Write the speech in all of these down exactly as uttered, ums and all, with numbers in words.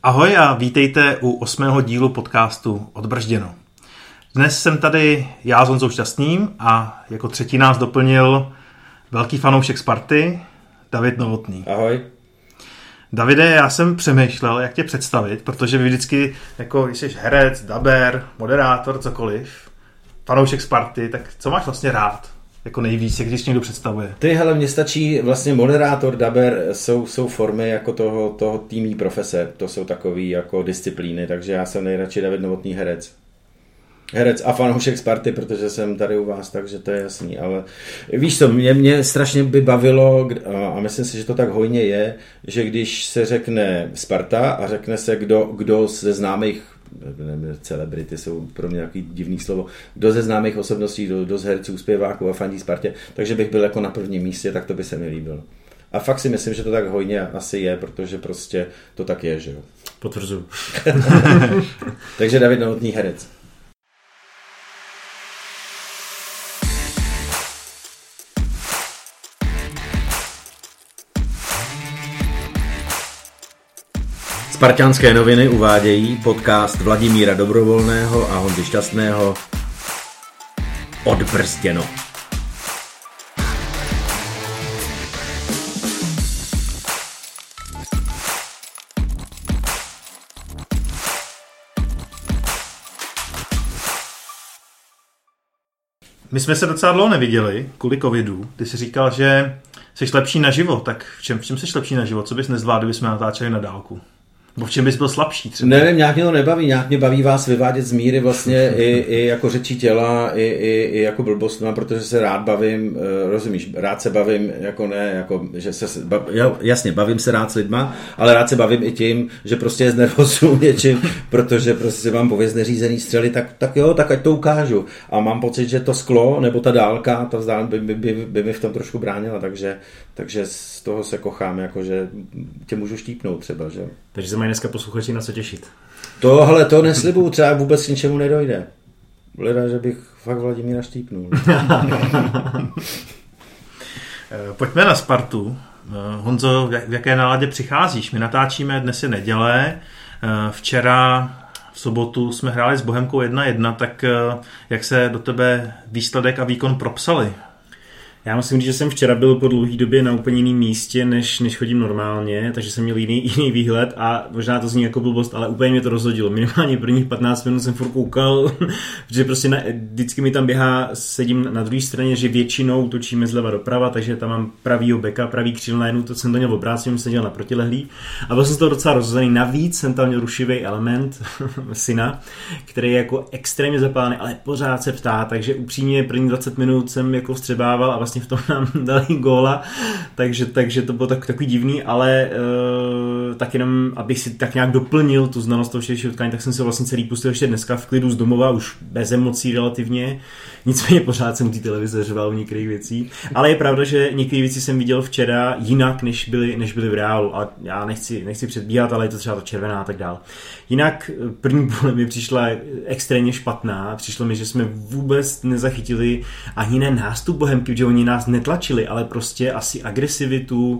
Ahoj a vítejte u osmého dílu podcastu Odbržděno. Dnes jsem tady já s Honzou Šťastným a jako třetí nás doplnil velký fanoušek Sparty, David Novotný. Ahoj. Davide, já jsem přemýšlel, jak tě představit, protože vy vždycky, jako jsi herec, daber, moderátor, cokoliv, fanoušek Sparty, tak co máš vlastně rád? Jako nejvíc, jak když někdo představuje. Ty, hele, mně stačí vlastně moderátor, daber, jsou, jsou formy jako toho, toho týmí profese, to jsou takový jako disciplíny, takže já jsem nejradši David Novotný herec. Herec a fanoušek Sparty, protože jsem tady u vás, takže to je jasný, ale víš co, mě, mě strašně by bavilo, a myslím si, že to tak hojně je, že když se řekne Sparta a řekne se, kdo, kdo ze známých, celebrity jsou pro mě nějaký divný slovo, kdo ze známých osobností, kdo, kdo z herců, zpěváků a fandí Spartě, takže bych byl jako na prvním místě, tak to by se mi líbilo. A fakt si myslím, že to tak hojně asi je, protože prostě to tak je, že jo. Potvrzuji. Takže David Novotný herec. Sparťanské noviny uvádějí podcast Vladimíra Dobrovolného a Honzy Šťastného Odbrzděno. My jsme se docela dlouho neviděli kvůli covidu. Ty jsi říkal, že jsi lepší naživo, tak v čem, v čem jsi lepší naživo? Co bys nezvládl, kdyby jsme natáčeli na dálku? Bo v čem bys byl slabší třeba? Nevím, nějak mě to nebaví, nějak mě baví vás vyvádět z míry vlastně i, i jako řečí těla, i, i, i jako blbostma, protože se rád bavím, rozumíš, rád se bavím, jako ne, jako, že se, bav, jasně, bavím se rád s lidma, ale rád se bavím i tím, že prostě je znervozuju něčím, protože prostě mám pověst neřízený střely, tak, tak jo, tak ať to ukážu. A mám pocit, že to sklo, nebo ta dálka, ta vzdálenost by, by, by, by mi v tom trošku bránila, takže, takže z toho se kochám, jakože tě můžu štípnout třeba, že jo. Takže se mají dneska posluchači na co těšit. Tohle to neslibuju, třeba vůbec k ničemu nedojde. Leda, že bych fakt Vladimíra štípnul. Pojďme na Spartu. Honzo, v jaké náladě přicházíš? My natáčíme, dnes je neděle. Včera v sobotu jsme hráli s Bohemkou jedna jedna, tak jak se do tebe výsledek a výkon propsali? Já musím říct, že jsem včera byl po dlouhé době na úplně jiném místě, než, než chodím normálně, takže jsem měl jiný, jiný výhled a možná to zní jako blbost, ale úplně mě to rozhodilo. Minimálně prvních patnáct minut jsem furt koukal, protože prostě na, vždycky mi tam běhá, sedím na druhé straně, že většinou točíme zleva doprava, takže tam mám pravýho beka, pravý křídlo na jednu, to jsem to měl obráceně, jsem dělal na protilehlý a byl jsem z toho docela rozhozený. Navíc jsem tam měl rušivý element syna, který je jako extrémně zapálený, ale pořád se ptá, takže upřímně první dvacet minut jsem jako vstřebával a vlastně v tom nám dali góla, takže, takže to bylo tak, takový divný, ale uh, tak jenom, abych si tak nějak doplnil tu znalost toho včerejšího utkání, tak jsem se vlastně celý pustil ještě dneska v klidu z domova, už bez emocí relativně, nicméně pořád jsem u té televize řval u některých věcí, ale je pravda, že některé věci jsem viděl včera jinak, než byly, než byly v reálu, a já nechci, nechci předbíhat, ale je to třeba to červená a tak dál. Jinak první půle mi přišla extrémně špatná, přišlo mi, že jsme vůbec nezachytili ani ne nástup Bohemky, protože oni nás netlačili, ale prostě asi agresivitu,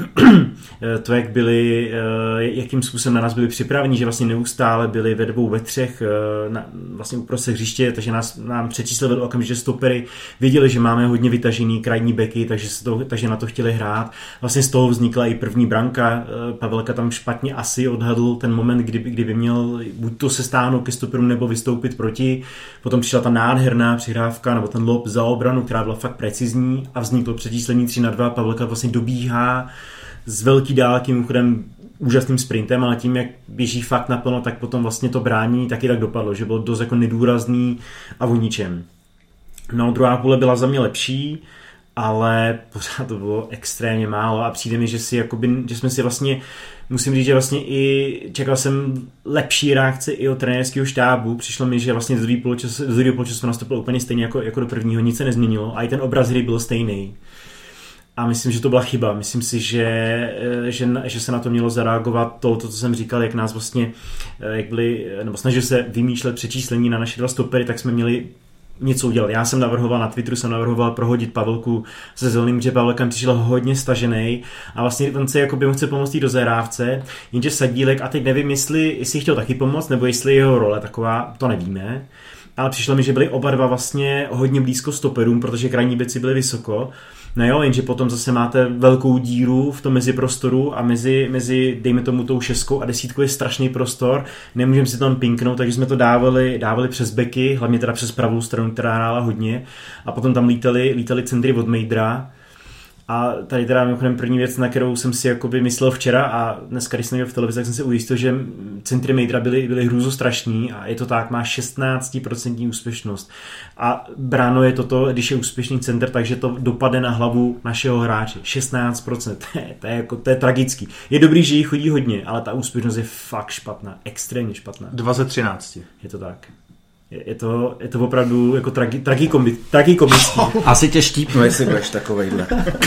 to, jak byli, jakým způsobem na nás byli připraveni, že vlastně neustále byli ve dvou, ve třech, na, vlastně uprostřed hřiště, takže nás, nám přečíslili okamžitě stopery, věděli, že máme hodně vytažený krajní beky, takže, se to, takže na to chtěli hrát. Vlastně z toho vznikla i první branka, Pavelka tam špatně asi odhadl ten moment, kdyby, kdyby měl buď to se stáhnout ke stoperům nebo vystoupit proti, potom přišla ta nádherná přihrávka nebo ten lob za obranu, která byla fakt precizní a vzniklo přečíslení tři na dva, Pavelka vlastně dobíhá z velký dálky, mimochodem úžasným sprintem, ale tím, jak běží fakt naplno, tak potom vlastně to brání taky tak dopadlo, že bylo dost jako nedůrazný a o ničem. No, druhá půle byla za mě lepší, ale pořád to bylo extrémně málo a přijde mi, že si jakoby, že jsme si vlastně, musím říct, že vlastně i čekal jsem lepší reakci i od trenérského štábu, přišlo mi, že vlastně do druhého poločasu, do druhého poločasu nastupilo úplně stejně jako, jako do prvního, nic se nezměnilo a i ten obraz hry byl stejný. A myslím, že to byla chyba. Myslím si, že, že, že se na to mělo zareagovat to, to, co jsem říkal, jak nás vlastně, jak byli, nebo snažili se vymýšlet přečíslení na naše dva stopery, tak jsme měli něco udělat. Já jsem navrhoval na Twitteru, jsem navrhoval prohodit Pavelku se Zeleným, že Pavelka mi přišel hodně stažený a vlastně on se jako by mu chce pomoct do zahrávce, jenže Sadílek, a teď nevím, jestli, jestli chtěl taky pomoct, nebo jestli jeho role taková, to nevíme, ale přišlo mi, že byli oba dva vlastně hodně blízko stoperům, protože krajní beci byli vysoko. No jo, jenže potom zase máte velkou díru v tom meziprostoru a mezi, mezi dejme tomu tou šestkou a desítkou je strašný prostor, nemůžeme si tam pinknout, takže jsme to dávali, dávali přes beky, hlavně teda přes pravou stranu, která hrála hodně a potom tam lítali, lítali centry od Mejdra. A tady teda mimochodem první věc, na kterou jsem si jakoby myslel včera a dneska, když jsem měl v televizi, tak jsem si ujistil, že centry Mejdra byly, byly hrůzostrašný a je to tak, má šestnáct procent úspěšnost. A bráno je toto, když je úspěšný center, takže to dopadne na hlavu našeho hráče. šestnáct procent, to je, to je, jako, to je tragický. Je dobrý, že jí chodí hodně, ale ta úspěšnost je fakt špatná, extrémně špatná. dva ze třinácti. Je to tak. Je to, je to opravdu jako tragi, tragikomický. Asi tě štípnu, jestli budeš takovejhle.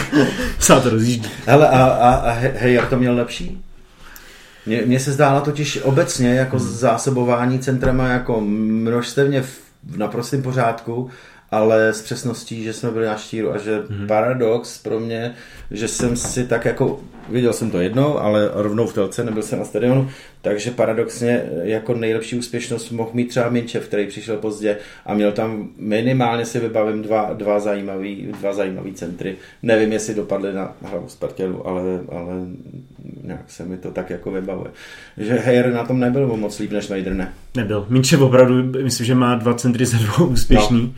Se to rozjíždí. Hele, a, a, a hej, jak to měl lepší? Mně, mně se zdálo totiž obecně jako hmm. zásobování centrama jako množstevně v, v naprostém pořádku, ale s přesností, že jsme byli na štíru a že hmm. paradox pro mě, že jsem si tak jako, viděl jsem to jednou, ale rovnou v telce, nebyl jsem na stadionu, takže paradoxně jako nejlepší úspěšnost mohl mít třeba Minčev, který přišel pozdě a měl tam minimálně si vybavím dva, dva, zajímavý, dva zajímavý centry. Nevím, jestli dopadly na hlavu Spartělu, ale, ale nějak se mi to tak jako vybavuje. Že Heyer na tom nebyl moc líp než Mejdr, ne? Nebyl. Minčev opravdu, myslím, že má dva centry za dvou úspěšný. No.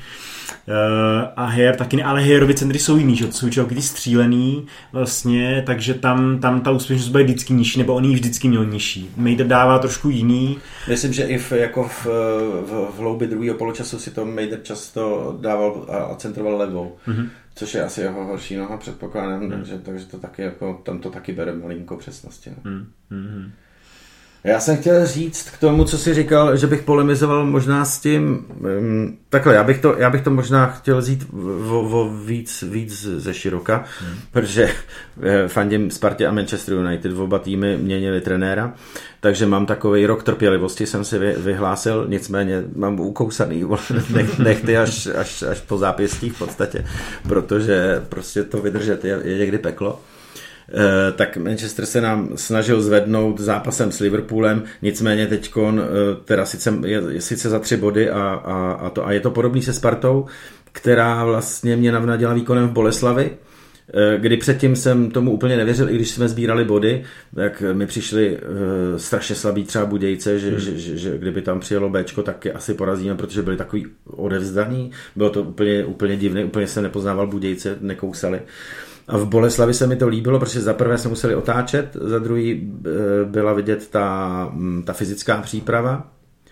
Uh, a Heyer taky ne, ale Heyerovi centry jsou jiný, že to jsou člověk střílený vlastně, takže tam, tam ta úspěšnost bude vždycky nižší, nebo on ji vždycky měl nižší. Mejdr dává trošku jiný. Myslím, že i v, jako v, v, v hloubi druhého poločasu si to Mejdr často dával a centroval levou, mm-hmm. což je asi jeho horší noha, předpokládám, mm. takže, takže to taky jako, tam to taky bere malinko přesnosti. No. Mm-hmm. Já jsem chtěl říct k tomu, co jsi říkal, že bych polemizoval možná s tím, um, takhle, já bych to, já bych to možná chtěl říct o, o víc, víc ze široka, hmm. protože fandím Spartě a Manchester United, oba týmy měnili trenéra, takže mám takový rok trpělivosti, jsem si vy, vyhlásil, nicméně mám ukousaný nech, nechty až, až, až po zápěstí v podstatě, protože prostě to vydržet je, je někdy peklo. Uh, tak Manchester se nám snažil zvednout zápasem s Liverpoolem, nicméně teďkon uh, teda sice, je, je sice za tři body a, a, a, to, a je to podobný se Spartou, která vlastně mě navnadila výkonem v Boleslavi, uh, kdy předtím jsem tomu úplně nevěřil, i když jsme sbírali body, tak mi přišli uh, strašně slabý třeba Budějce, že, hmm. že, že, že kdyby tam přijelo Bčko, tak je asi porazíme, protože byli takový odevzdaný, bylo to úplně, úplně divné, úplně se nepoznával Budějce, nekousali. A v Boleslavi se mi to líbilo, protože za prvé jsme museli otáčet, za druhý byla vidět ta, ta fyzická příprava,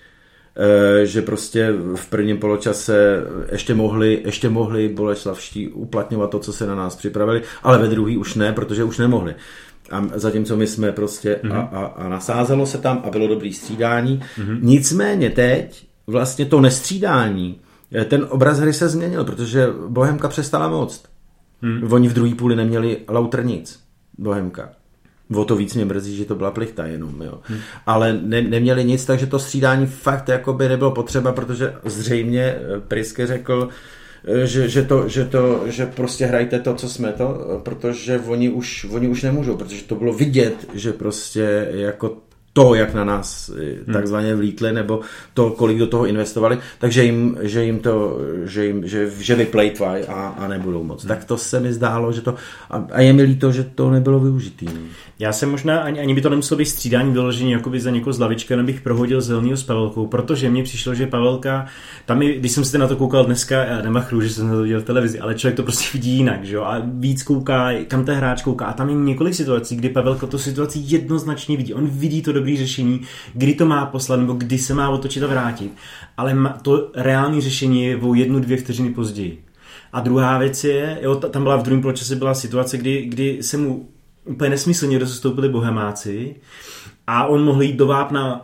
že prostě v prvním poločase ještě mohli, ještě mohli boleslavští uplatňovat to, co se na nás připravili, ale ve druhý už ne, protože už nemohli. A zatímco my jsme prostě mm-hmm. a, a, a nasázelo se tam a bylo dobrý střídání. Mm-hmm. Nicméně teď vlastně to nestřídání, ten obraz hry se změnil, protože Bohemka přestala moct. Hmm. Oni v druhé půli neměli Lauter nic, Bohemka. O to víc mě mrzí, že to byla plichta jenom, jo. Hmm. Ale ne, neměli nic, takže to střídání fakt jakoby nebylo potřeba, protože zřejmě Priske řekl, že, že, to, že, to, že prostě hrajte to, co jsme to, protože oni už, oni už nemůžou, protože to bylo vidět, že prostě jako to, jak na nás takzvaně vlítli, nebo to, kolik do toho investovali, takže jim, že jim to, že, jim, že, že vyplejtvají a, a nebudou moc. Tak to se mi zdálo, že to, a, a je mi líto, že to nebylo využitý. Já jsem možná, ani, ani by to nemuselo být střídání vyložení jakoby za někoho z lavička, nebo bych prohodil Zelenýho s Pavelkou, protože mně přišlo, že Pavelka, tam je, když jsem si na to koukal dneska, já nemachru, že jsem to viděl v televizi, ale člověk to prostě vidí jinak, že jo, a víc kouká, kam ten hráč kouká, a tam je několik situací, kdy Pavelka tu situaci jednoznačně vidí, on vidí to dobrý řešení, kdy to má poslat, nebo kdy se má otočit a vrátit, ale to reální řešení je o jednu, dvě vteřiny později. A druhá věc je, jo, tam byla v druhém poločase byla situace, kdy, kdy se mu úplně nesmyslně rozestoupili Bohemáci a on mohl jít do vápna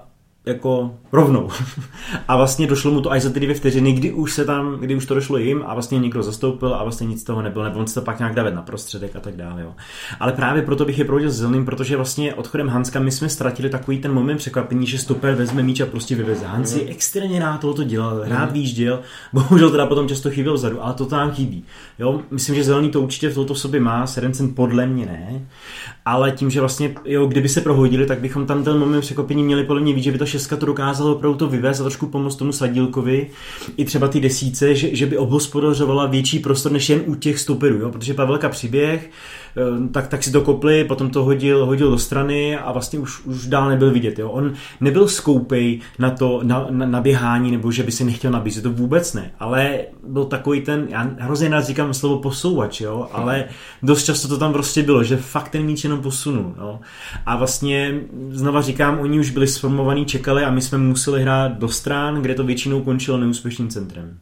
jako rovnou. A vlastně došlo mu to až za ty dvě vteřiny, kdy už se tam, kdy už to došlo jim a vlastně někdo zastoupil a vlastně nic z toho nebylo, nebo on se to pak nějak davět na prostředek a tak dále. Jo. Ale právě proto bych je prohodil s Zeleným, protože vlastně odchodem Hanska my jsme ztratili takový ten moment překvapení, že stoper vezme míč a prostě vyveze. Hans si extrémně rád tohoto dělal, rád výjížděl, bohužel teda potom často chyběl vzadu, ale to tam chybí. Jo. Myslím, že Zelený to určitě v tomto sobě má, Serencen podle mě ne, ale tím, že vlastně, jo, kdyby se prohodili, tak bychom tam ten moment překvapení měli podle mě víc, že by ta šestka to dokázala opravdu to vyvést a trošku pomoct tomu Sadílkovi i třeba ty desíce, že, že by obhospodařovala větší prostor než jen u těch stoperů, jo? Protože Pavelka přiběh, tak, tak si to kopli, potom to hodil, hodil do strany a vlastně už, už dál nebyl vidět. Jo? On nebyl skoupej na to na, na, na běhání nebo že by si nechtěl nabízet, to vůbec ne, ale byl takový ten, já hrozně rád říkám slovo posouvač, jo? Ale dost často to tam prostě bylo, že fakt ten míč jenom posunul. Jo? A vlastně znova říkám, oni už byli sformovaní, čekali a my jsme museli hrát do stran, kde to většinou končilo neúspěšným centrem.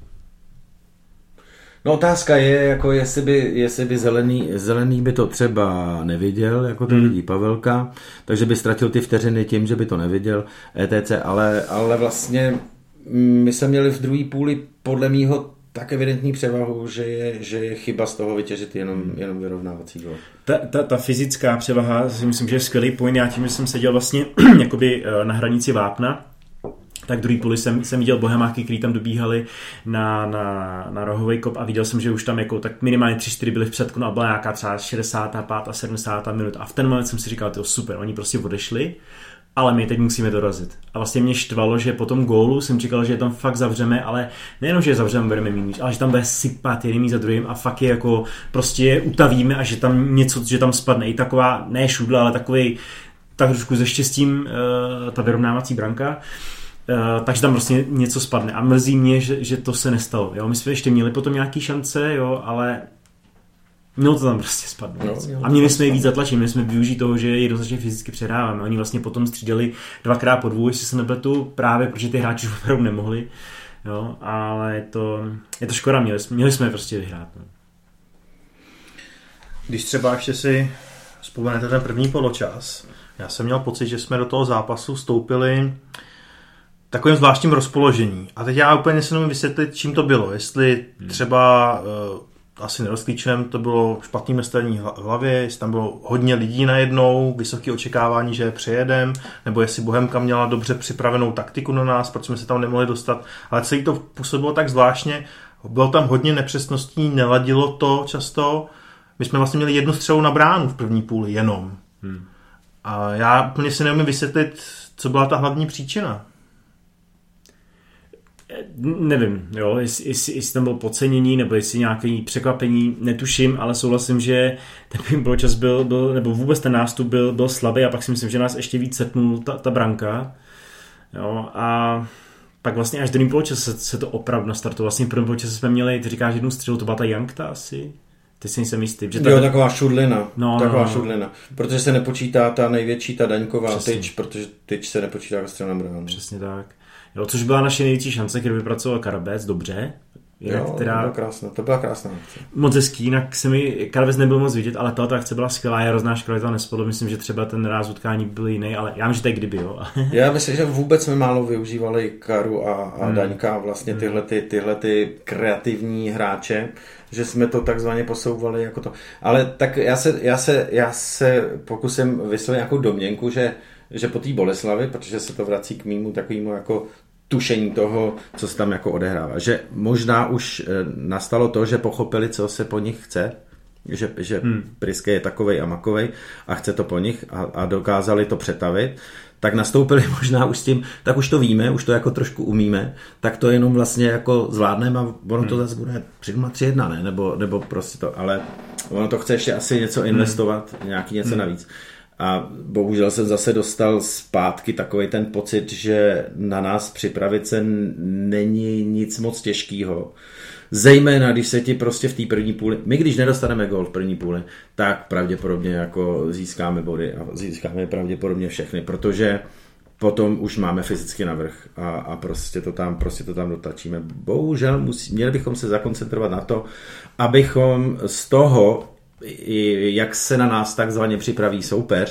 No otázka je, jako jestli by, jestli by zelený, zelený by to třeba neviděl, jako to hmm. vidí Pavelka, takže by ztratil ty vteřiny tím, že by to neviděl, et cetera. Ale, ale vlastně my jsme měli v druhé půli podle mýho tak evidentní převahu, že je, že je chyba z toho vytěžit jenom, jenom vyrovnávací gól. Ta, ta, ta fyzická převaha, si myslím, že je skvělý point. Já tím, že jsem seděl vlastně jakoby na hranici vápna, tak druhý půli jsem, jsem viděl bohemáky, kteří tam dobíhali na, na, na rohový kop a viděl jsem, že už tam jako tak minimálně tři čtyři byli v předkonu a byla nějaká třeba šedesátá pátá sedmdesátá minut a v ten moment jsem si říkal, tyjo, super, oni prostě odešli, ale my teď musíme dorazit. A vlastně mě štvalo, že po tom gólu jsem říkal, že je tam fakt zavřeme, ale nejenom, že je zavřeme, bereme míč, ale že tam bude sypat jeden za druhým a fakt je jako prostě je utavíme a že tam něco, že tam spadne. I taková, ne šudla, ale takový tak trošku se štěstím uh, ta vyrovnávací branka. Uh, takže tam prostě něco spadne a mrzí mě, že, že to se nestalo. Jo? My jsme ještě měli potom nějaký šance, jo, ale no to tam prostě spadne. No, a měli jsme je víc zatlačit, měli jsme využít toho, že je dostatečně fyzicky předáváme. Oni vlastně potom střídali dvakrát po dvou, jestli se nepletu, právě protože ty hráči už opravdu nemohli. Jo? Ale je to, je to škoda, měli jsme, měli jsme prostě vyhrát. No. Když třeba ještě si vzpomenete ten první poločas, já jsem měl pocit, že jsme do toho zápasu vstoupili takovým zvláštním rozpoložení. A teď já úplně si nemůžu vysvětlit, čím to bylo. Jestli třeba uh, asi nerozklíčem, to bylo špatný nastavení v hlavě, jestli tam bylo hodně lidí najednou, vysoké očekávání, že je přejedem, nebo jestli Bohemka měla dobře připravenou taktiku na nás, proč jsme se tam nemohli dostat. Ale celý to působilo tak zvláštně, bylo tam hodně nepřesností, neladilo to často. My jsme vlastně měli jednu střelu na bránu v první půli, jenom. Hmm. A já úplně si neumím vysvětlit, co byla ta hlavní příčina. Nevím, jo, jestli, jestli, jestli tam bylo podcenění nebo jestli nějaké překvapení, netuším, ale souhlasím, že ten poločas byl, byl, nebo vůbec ten nástup byl, byl slabý a pak si myslím, že nás ještě víc setnul ta, ta branka. Jo, a pak vlastně až druhý poločas se, se to opravdu nastartovalo. Vlastně v prvním poločase jsme měli, ty říkáš jednu střelu, to byla ta Jankta asi? Ty si nejsem jistý. Že jo, taková šudlina. No, taková no, no. šudlina. Protože se nepočítá ta největší, ta Daňková tyč, protože tyč se nepočítá jako střela na bránu. Přesně tak. Jo, což byla naše největší šance, kterou vypracoval Karabec, dobře. Jinak, jo, teda... to byla krásná, to byla krásná akce. Moc hezký, jinak se mi Karabec nebyl moc vidět, ale tato akce byla skvělá, já hrozná škoda, to nespadlo, myslím, že třeba ten ráz utkání byl jiný, ale já myslím, že to je kdyby, jo. Já myslím, že vůbec jsme málo využívali Karu a, a hmm. Daňka, vlastně tyhle, ty, tyhle ty kreativní hráče, že jsme to takzvaně posouvali jako to. Ale tak já se, já se, já se pokusím vyslovit nějakou domněnku, že, že po té Boleslavi, protože se to vrací k mýmu takovému jako tušení toho, co se tam jako odehrává. Že možná už nastalo to, že pochopili, co se po nich chce, že, že hmm. Priske je takovej a makovej a chce to po nich a, a dokázali to přetavit, tak nastoupili možná už s tím, tak už to víme, už to jako trošku umíme, tak to jenom vlastně jako zvládneme a ono hmm. to zase bude tři dvě tři jedna, ne? Nebo, nebo prostě to, ale ono to chce ještě asi něco investovat, hmm. nějaký něco hmm. navíc. A bohužel jsem zase dostal zpátky takový ten pocit, že na nás připravit se není nic moc těžkého. Zejména, když se ti prostě v té první půli, my když nedostaneme gól v první půli, tak pravděpodobně jako získáme body a získáme pravděpodobně všechny, protože potom už máme fyzicky navrch a, a prostě to tam prostě to tam dotačíme. Bohužel musí, měli bychom se zakoncentrovat na to, abychom z toho, jak se na nás takzvaně připraví soupeř,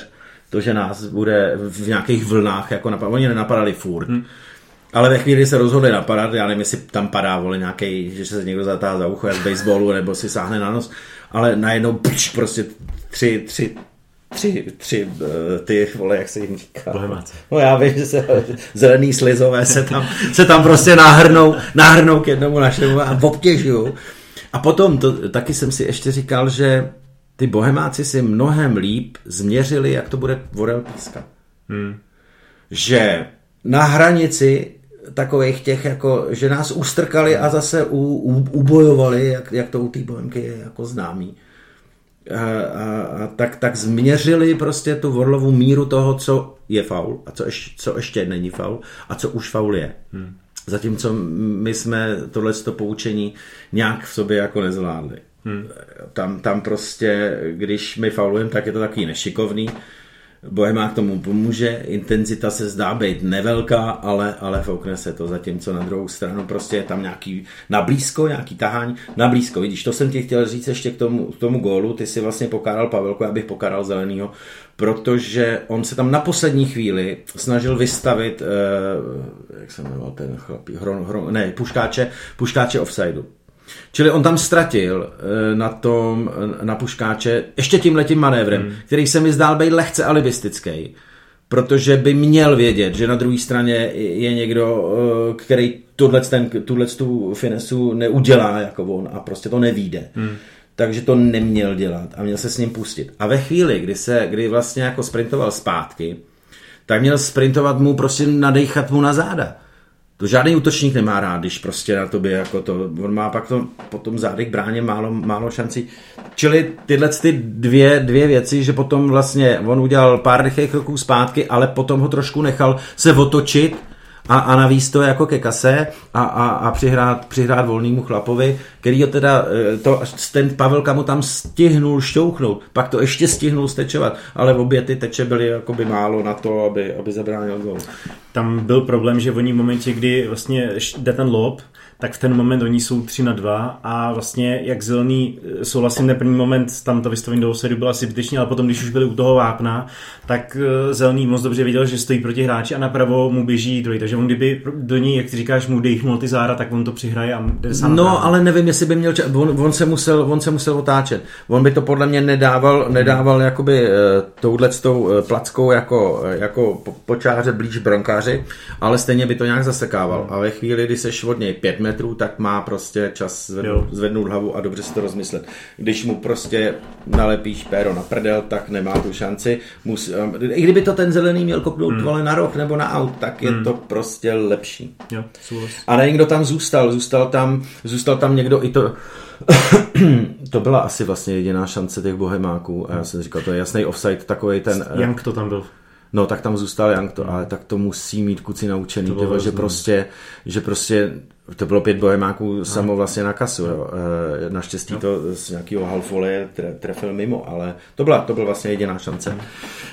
to, že nás bude v nějakých vlnách jako napadat. Oni nenapadali furt. Hmm. Ale ve chvíli se rozhodli napadat, já nevím, jestli tam padá, vole, nějaký, že se někdo zatáhá za ucho jak v baseballu, nebo si sáhne na nos, ale najednou pč, prostě tři, tři, tři, tři, ty, vole, jak se jim říká. Bohemáci. No já vím, že se zelený slizové se tam, se tam prostě náhrnou, náhrnou k jednomu našemu a obtěžují. A potom, to, taky jsem si ještě říkal, že ty bohemáci si mnohem líp změřili, jak to bude vodel pískat. Hmm. Že na hranici takových těch, jako, že nás ustrkali a zase u, u, ubojovali, jak, jak to u té bohemky je jako známý. A, a, a tak, tak změřili prostě tu Worlovu míru toho, co je faul a co, ješ, co ještě není faul a co už faul je. Hmm. Zatímco my jsme tohleto poučení nějak v sobě jako nezvládli. Hmm. Tam, tam prostě, když my faulujeme, tak je to takový nešikovný. Bohemák tomu pomůže, intenzita se zdá být nevelká, ale, ale foukne se to, zatímco na druhou stranu prostě je tam nějaký nablízko, nějaký tahání, nablízko, vidíš, to jsem ti chtěl říct ještě k tomu, k tomu gólu, ty si vlastně pokáral Pavelku, já bych pokáral Zelenýho, protože on se tam na poslední chvíli snažil vystavit, eh, jak se jmenoval ten chlapí, hron, hron, ne, puškáče, puškáče offsideu. Čili on tam ztratil na tom, na puškáče ještě tímhletím manévrem, hmm. který se mi zdál být lehce alibistický, protože by měl vědět, že na druhé straně je někdo, který tuhle tu finesu neudělá jako on a prostě to nevíde. Hmm. Takže to neměl dělat a měl se s ním pustit. A ve chvíli, kdy se, kdy vlastně jako sprintoval zpátky, tak měl sprintovat mu, prostě nadejchat mu na záda. To žádný útočník nemá rád, když prostě na tobě jako to, on má pak to potom zádech bráně málo, málo šancí. Čili tyhle ty dvě, dvě věci, že potom vlastně on udělal pár rychlých kroků zpátky, ale potom ho trošku nechal se otočit a, a navíc to jako ke kase a, a, a přihrát, přihrát volnému chlapovi, který ho teda, to, ten Pavelka mu tam stihnul šťouchnout, pak to ještě stihnul stečovat, ale obě ty teče byly jakoby málo na to, aby, aby zabránil gól. Tam byl problém, že oni v momentě, kdy vlastně jde ten lob, tak v ten moment oni jsou tři na dva a vlastně jak Zelený, souhlasím, ten první moment tam to vystavení do offsideu bylo asi zbytečný, ale potom, když už byli u toho vápna, tak Zelený moc dobře viděl, že stojí proti hráči a napravo mu běží druhý, takže on kdyby do něj, jak ty říkáš, mu dejchnul ty zára, tak on to přihraje a jde sám. No, napravo. Ale nevím, jestli by měl, čas, on, on, se musel, on se musel otáčet. On by to podle mě nedával, nedával hmm. jakoby touhle s tou plackou jako, jako počáře blíž brankáři, ale stejně by to nějak zasekával. Hmm. A ve chvíli, kdy seš od něj pět metrů, tak má prostě čas zvednout, zvednout hlavu a dobře si to rozmyslet. Když mu prostě nalepíš péro na prdel, tak nemá tu šanci. Musí, i kdyby to ten Zelený měl kopnout hmm. vole na roh nebo na aut, tak je hmm. to prostě lepší. Jo, a ne někdo tam zůstal, zůstal tam, zůstal tam někdo i to... to byla asi vlastně jediná šance těch bohemáků a já jsem říkal, to je jasný offside, takovej ten... Jank to tam byl. No, tak tam zůstal Jank, to, ale tak to musí mít kuci naučený, tyvo, že prostě, že prostě to bylo pět bohemáků no. samo vlastně na kasu, jo. E, naštěstí no. to z nějakého halfvoleje trefil mimo, ale to byla, to byla vlastně jediná šance. E,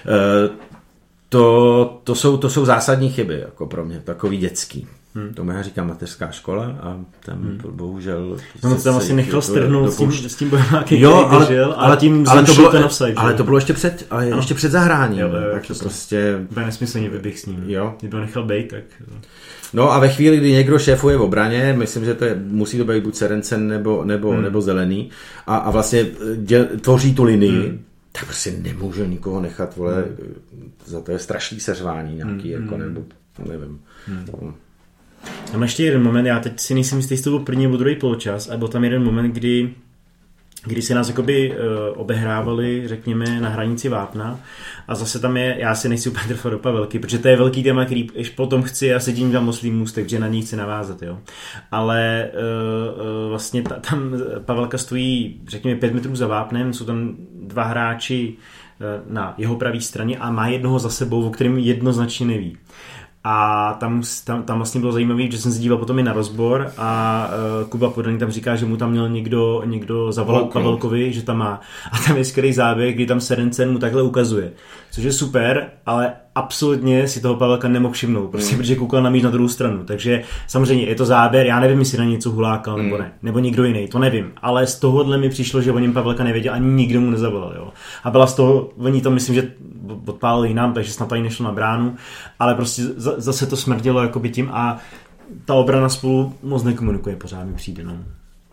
to, to, jsou, to jsou zásadní chyby, jako pro mě, takový dětský. Hmm. Tomu já říkám mateřská škola a tam hmm. bohužel... No to tam asi nechal strhnout s tím, s tím bohemákem, jo, ale, žil, ale tím ale to bylo, ten offside. Ale to bylo ještě před, ale no. ještě před zahráním. Jo, jo, tak to to prostě... Úplně nesmyslně vyběh s ním. Jo. Kdyby ho nechal bejt, tak... No a ve chvíli, kdy někdo šéfuje v obraně, myslím, že to je, musí to být buď Serencen nebo, nebo, hmm. nebo Zelený a, a vlastně děl, tvoří tu linii, hmm. tak prostě nemůže nikoho nechat, vole, hmm. za to je strašný seřvání nějaký, hmm. jako, nebo nevím. Hmm. No. Tam ještě jeden moment, já teď si nejsem jistý, jestli to byl první nebo druhý poločas, a byl tam jeden moment, kdy, kdy se nás jakoby uh, obehrávali, řekněme, na hranici vápna a zase tam je, já si nejsi úplně trefat do Pavelky, protože to je velký téma, který ještě potom chci a sedím tam oslý můstek, že na něj chci navázat, jo. Ale uh, uh, vlastně ta, tam Pavelka stojí, řekněme, pět metrů za vápnem, jsou tam dva hráči uh, na jeho pravé straně a má jednoho za sebou, o kterém jednoznačně neví. A tam, tam, tam vlastně bylo zajímavé, že jsem se díval potom i na rozbor a uh, Kuba Podaný tam říká, že mu tam měl někdo, někdo zavolat Pavelkovi, že tam má. A tam je skvělý záběr, kdy tam Serencen mu takhle ukazuje. Což je super, ale absolutně si toho Pavelka nemohl všimnout, prostě, mm. protože koukal na míč na druhou stranu, takže samozřejmě je to záběr, já nevím, jestli na něco hulákal nebo mm. ne, nebo někdo jiný, to nevím, ale z tohohle mi přišlo, že o něm Pavelka nevěděl, ani nikdo mu nezavolal, jo. A byla z toho, oni to myslím, že odpálili nám, takže snad tady nešlo na bránu, ale prostě zase to smrdělo jakoby tím a ta obrana spolu moc nekomunikuje, pořád mi přijde, no.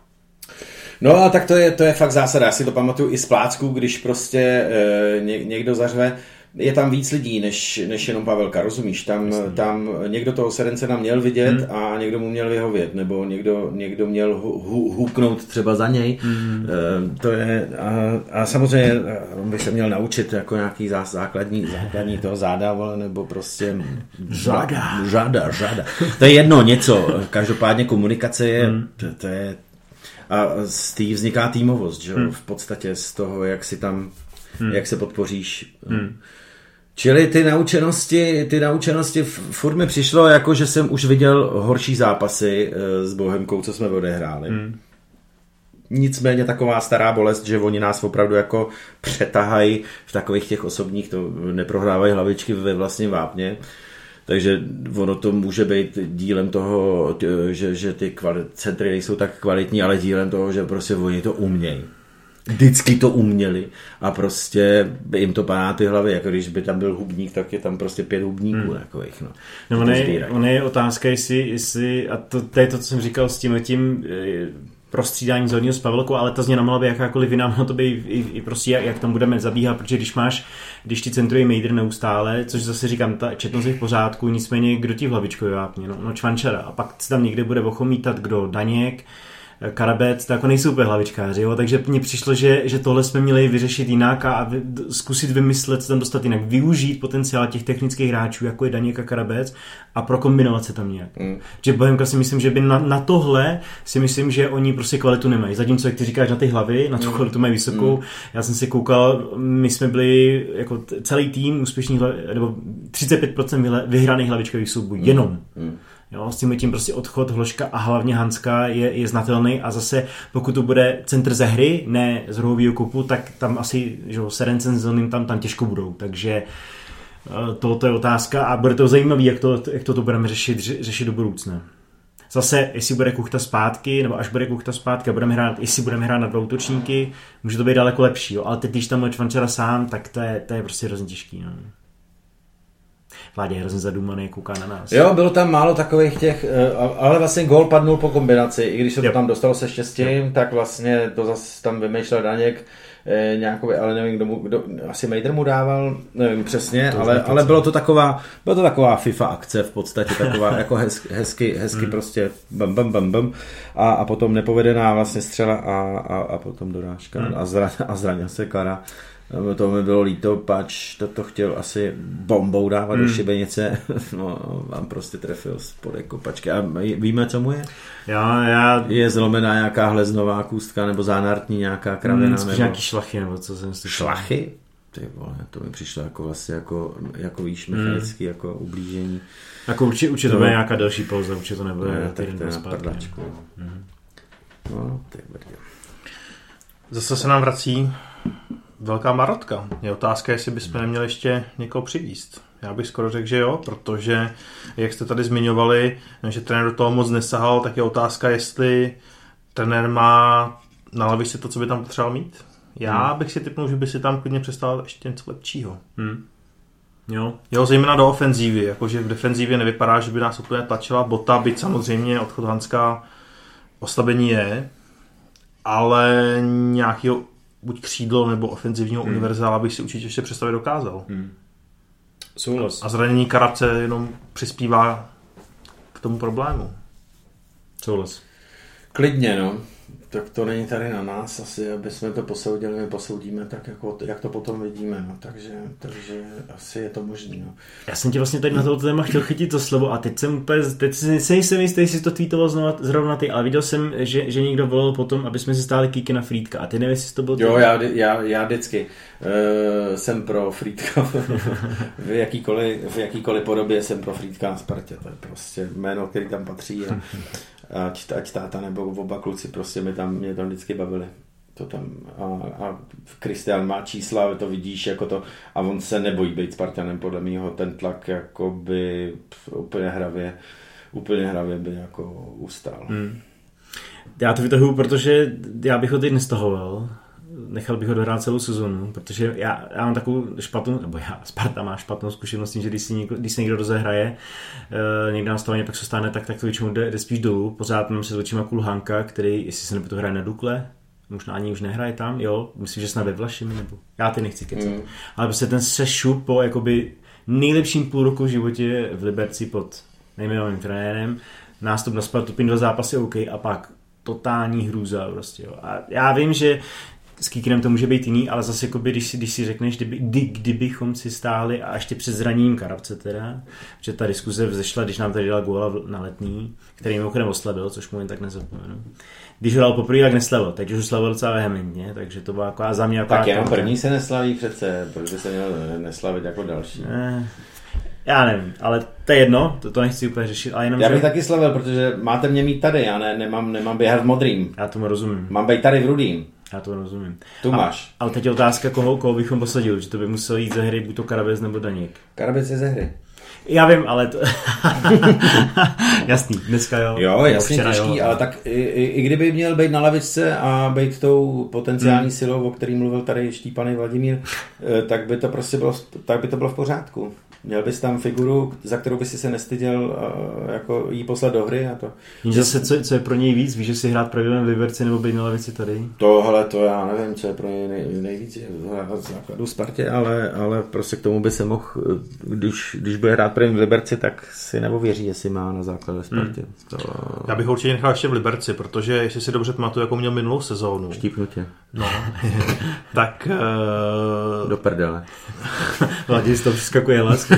No a tak to je, to je fakt zásada. Já si to pamatuju i z plácku, když prostě e, ně, někdo zařve, je tam víc lidí, než, než jenom Pavelka, rozumíš? Tam, tam někdo toho Serencena měl vidět hmm. a někdo mu měl vyhovět, nebo někdo, někdo měl hu, hu, huknout třeba za něj. Hmm. E, to je, a, a samozřejmě on by se měl naučit jako nějaký zás, základní, základní toho záda, vole, nebo prostě žáda. žáda, žáda. To je jedno, něco. Každopádně komunikace je, hmm. to, to je a z té vzniká týmovost, že? Hmm. V podstatě z toho, jak si tam, hmm. jak se podpoříš. Hmm. Čili ty naučenosti, ty naučenosti furt mi přišlo, jako že jsem už viděl horší zápasy s Bohemkou, co jsme odehráli. Hmm. Nicméně taková stará bolest, že oni nás opravdu jako přetahají v takových těch osobních, to neprohrávají hlavičky ve vlastním vápně. Takže ono to může být dílem toho, že, že ty kvali- centry nejsou tak kvalitní, ale dílem toho, že prostě oni to umějí. Vždycky to uměli a prostě jim to padá ty hlavy, jako když by tam byl hubník, tak je tam prostě pět hubníků hmm. takových. No, no ono, je, ono je otázka, jestli, jestli a to, to je to, co jsem říkal s tím, tím prostřídání Zorního s Pavelkou, ale ta změna mohla být jakákoliv jiná, mohlo to být i, i prostě jak, jak tam budeme zabíhat, protože když máš, když ti centruje Mejdr neustále, což zase říkám, ta četnost je v pořádku, nicméně kdo ti v hlavičkově vápně, no, no Čvančara a pak se tam někde bude ochomítat kdo, Daněk, Karabec, to jako nejsou úplně hlavičkáři, jo? Takže mně přišlo, že, že tohle jsme měli vyřešit jinak a vy, zkusit vymyslet, co tam dostat jinak, využít potenciál těch technických hráčů, jako je Daněk a Karabec a prokombinovat se tam nějak. Mm. Že Bohemka si myslím, že by na, na tohle si myslím, že oni prostě kvalitu nemají. Zatímco, jak ty říkáš, na ty hlavy, na tu kvalitu mají vysokou. Mm. Já jsem si koukal, my jsme byli jako celý tým úspěšných, nebo třicet pět procent vyhraných hlavičkových soubojů, mm. jenom. Mm. Jo, s tím tím prostě odchod Hloška a hlavně Hanska je, je znatelný a zase pokud to bude centr ze hry, ne z rohovýho kopu, tak tam asi že Serencen s Zelným tam, tam těžko budou, takže to, to je otázka a bude to zajímavé, jak to, jak to, to budeme řešit, řešit do budoucna. Zase, jestli bude Kuchta zpátky, nebo až bude Kuchta zpátky a budeme hrát, jestli budeme hrát na dva útočníky, může to být daleko lepší, jo? Ale teď, když tam je Čvančara sám, tak to je, to je prostě hrozně těžký. No. Vládě je hrozně zadumaný, kouká na nás. Jo, bylo tam málo takových těch, ale vlastně gól padnul po kombinaci, i když se to jo. tam dostalo se štěstím, jo. tak vlastně to zase tam vymýšlel Daněk nějakou, ale nevím, kdo, mu, kdo asi Mejdr mu dával, nevím přesně, ale, ale bylo to taková, bylo to taková FIFA akce v podstatě, taková jako hezky, hezky, hezky hmm. prostě bam, bam, bam, bam a, a potom nepovedená vlastně střela a, a, a potom dorážka hmm. a, zra, a zranil se Kara. To mi bylo líto, pač to, to chtěl asi bombou dávat hmm. do šibenice, no a prostě trefil spod kopačky. A víme, co mu je? Já, já... Je zlomená nějaká hleznová kůstka nebo zánartní nějaká kravina? Hmm, nebo... nějaký šlachy, nebo co jsem si... Šlachy? Ty vole, to mi přišlo jako vlastně jako, jako víš, mechanický hmm. jako ublížení. Jako určitě, určitě to bude nějaká delší pauza, určitě to nebude ne, týden bez prdlačku. Hmm. No, tak brděl. Zase se nám vrací velká marotka. Je otázka, jestli bychom neměli ještě někoho přivízt. Já bych skoro řekl, že jo, protože jak jste tady zmiňovali, že trenér do toho moc nesahal, tak je otázka, jestli trenér má na lavičce to, co by tam potřeboval mít. Já hmm. bych si tipnul, že by si tam klidně přestal ještě něco lepšího. Hmm. Jo. jo, zejména do ofenzívy, jakože v defenzívě nevypadá, že by nás úplně tlačila Bota, byť samozřejmě odchod Hanska oslabení je, ale nějakýho buď křídlo nebo ofenzivního hmm. univerzála bych si určitě ještě představit dokázal. Hmm. Souhlas. A zranění Karabce jenom přispívá k tomu problému. Souhlas. Klidně, no. Tak to není tady na nás asi, aby jsme to posoudili, my posoudíme tak, jako, jak to potom vidíme, no. takže, takže asi je to možný. No. Já jsem ti vlastně tady na toto téma chtěl chytit to slovo a teď jsem úplně, teď jsem jistý, jestli to tweetoval znovu, zrovna ty, ale viděl jsem, že, že někdo volal potom, aby jsme si stáli kíky na Frýdka a ty nevím, jestli to byl... Jo, já, já, já vždycky uh, jsem pro Frýdka, v, jakýkoliv, v jakýkoliv podobě jsem pro Frýdka na Spartě, to je prostě jméno, který tam patří a ať, ať táta nebo oba kluci prostě mě tam, mě tam vždycky bavili. To tam a, a Kristián má čísla, to vidíš jako to a on se nebojí být Spartanem, podle mýho ten tlak jako by úplně hravě úplně hravě by jako ustál. Hmm. Já to vytahuju, protože já bych ho teď nestahoval. Nechal bych ho dohrát celou sezonu, protože já, já mám takovou špatnou, nebo já, Sparta má špatnou zkušenost tím, že když, si někdo, když se někdo rozehraje, e, někde na stavání, pak se stane, tak, tak to většinou jde, jde spíš dolů. Pořád mám se očima Kulhanka, který, jestli se nebo to hraje na Dukle, možná ani už nehraje tam, jo, myslím, že snad ve Vlašimi, nebo já ty nechci kecat. Mm. Ale prostě ten sešup po jakoby nejlepším půl roku v životě v Liberci pod nejmenovaným trenérem, nástup na Spartu, pin dva zápasy OK a pak totální hrůza prostě, jo. A já vím, že s Kikinem to může být jiný, ale zase jakoby, když si, když si řekneš, kdyby, kdy, kdybychom si stáli a ještě před zraněním Karabce teda, že ta diskuze vzešla, když nám tady dala góla na Letný, který mimochodem oslabil, což mu jen tak nezapomenu. Když ho dal poprvé, tak neslavil, teď už slavil docela vehementně, takže to byla jako za mě jako... Tak jenom první se neslaví přece, protože se měl neslavit jako další. Ne. Já nevím, ale to je jedno, to, to nechci úplně řešit, ale jenom... Já bych že... taky slavil, protože máte mě mít tady, já ne, nemám, nemám běhat v modrým. Já tomu rozumím. Mám být tady v rudým. Já to rozumím. Tu máš. Ale teď je otázka, koho, koho bychom posadili, že to by musel jít ze hry buď to Karabec nebo Daněk. Karabec je ze hry. Já vím, ale to... Jasný, dneska jo. Jo, jasně těžký, jo, ale tak i, i, i kdyby měl být na lavičce a být tou potenciální hmm. silou, o který mluvil tady Štípaný Vladimír, tak by to prostě bylo, tak by to bylo v pořádku. Měl bys tam figuru, za kterou by si se nestyděl jako jí poslat do hry a to. Jenže se, co, co je pro něj víc? Víš, že si hrát pravidelně v Liberci nebo být na lavici tady? Tohle to já nevím, co je pro něj nej, nejvíc z základu Spartě, ale, ale prostě k tomu by se mohl, když, když bude hrát první v Liberci, tak si nebo věří, jestli má na základu Spartě. Hmm. To... Já bych určitě nechal ještě v Liberci, protože jestli si dobře pamatuju, jako měl minulou sezónu. Štípnutě. No, tak... Uh... Do prdele. Vladis to přeskakuje lásky.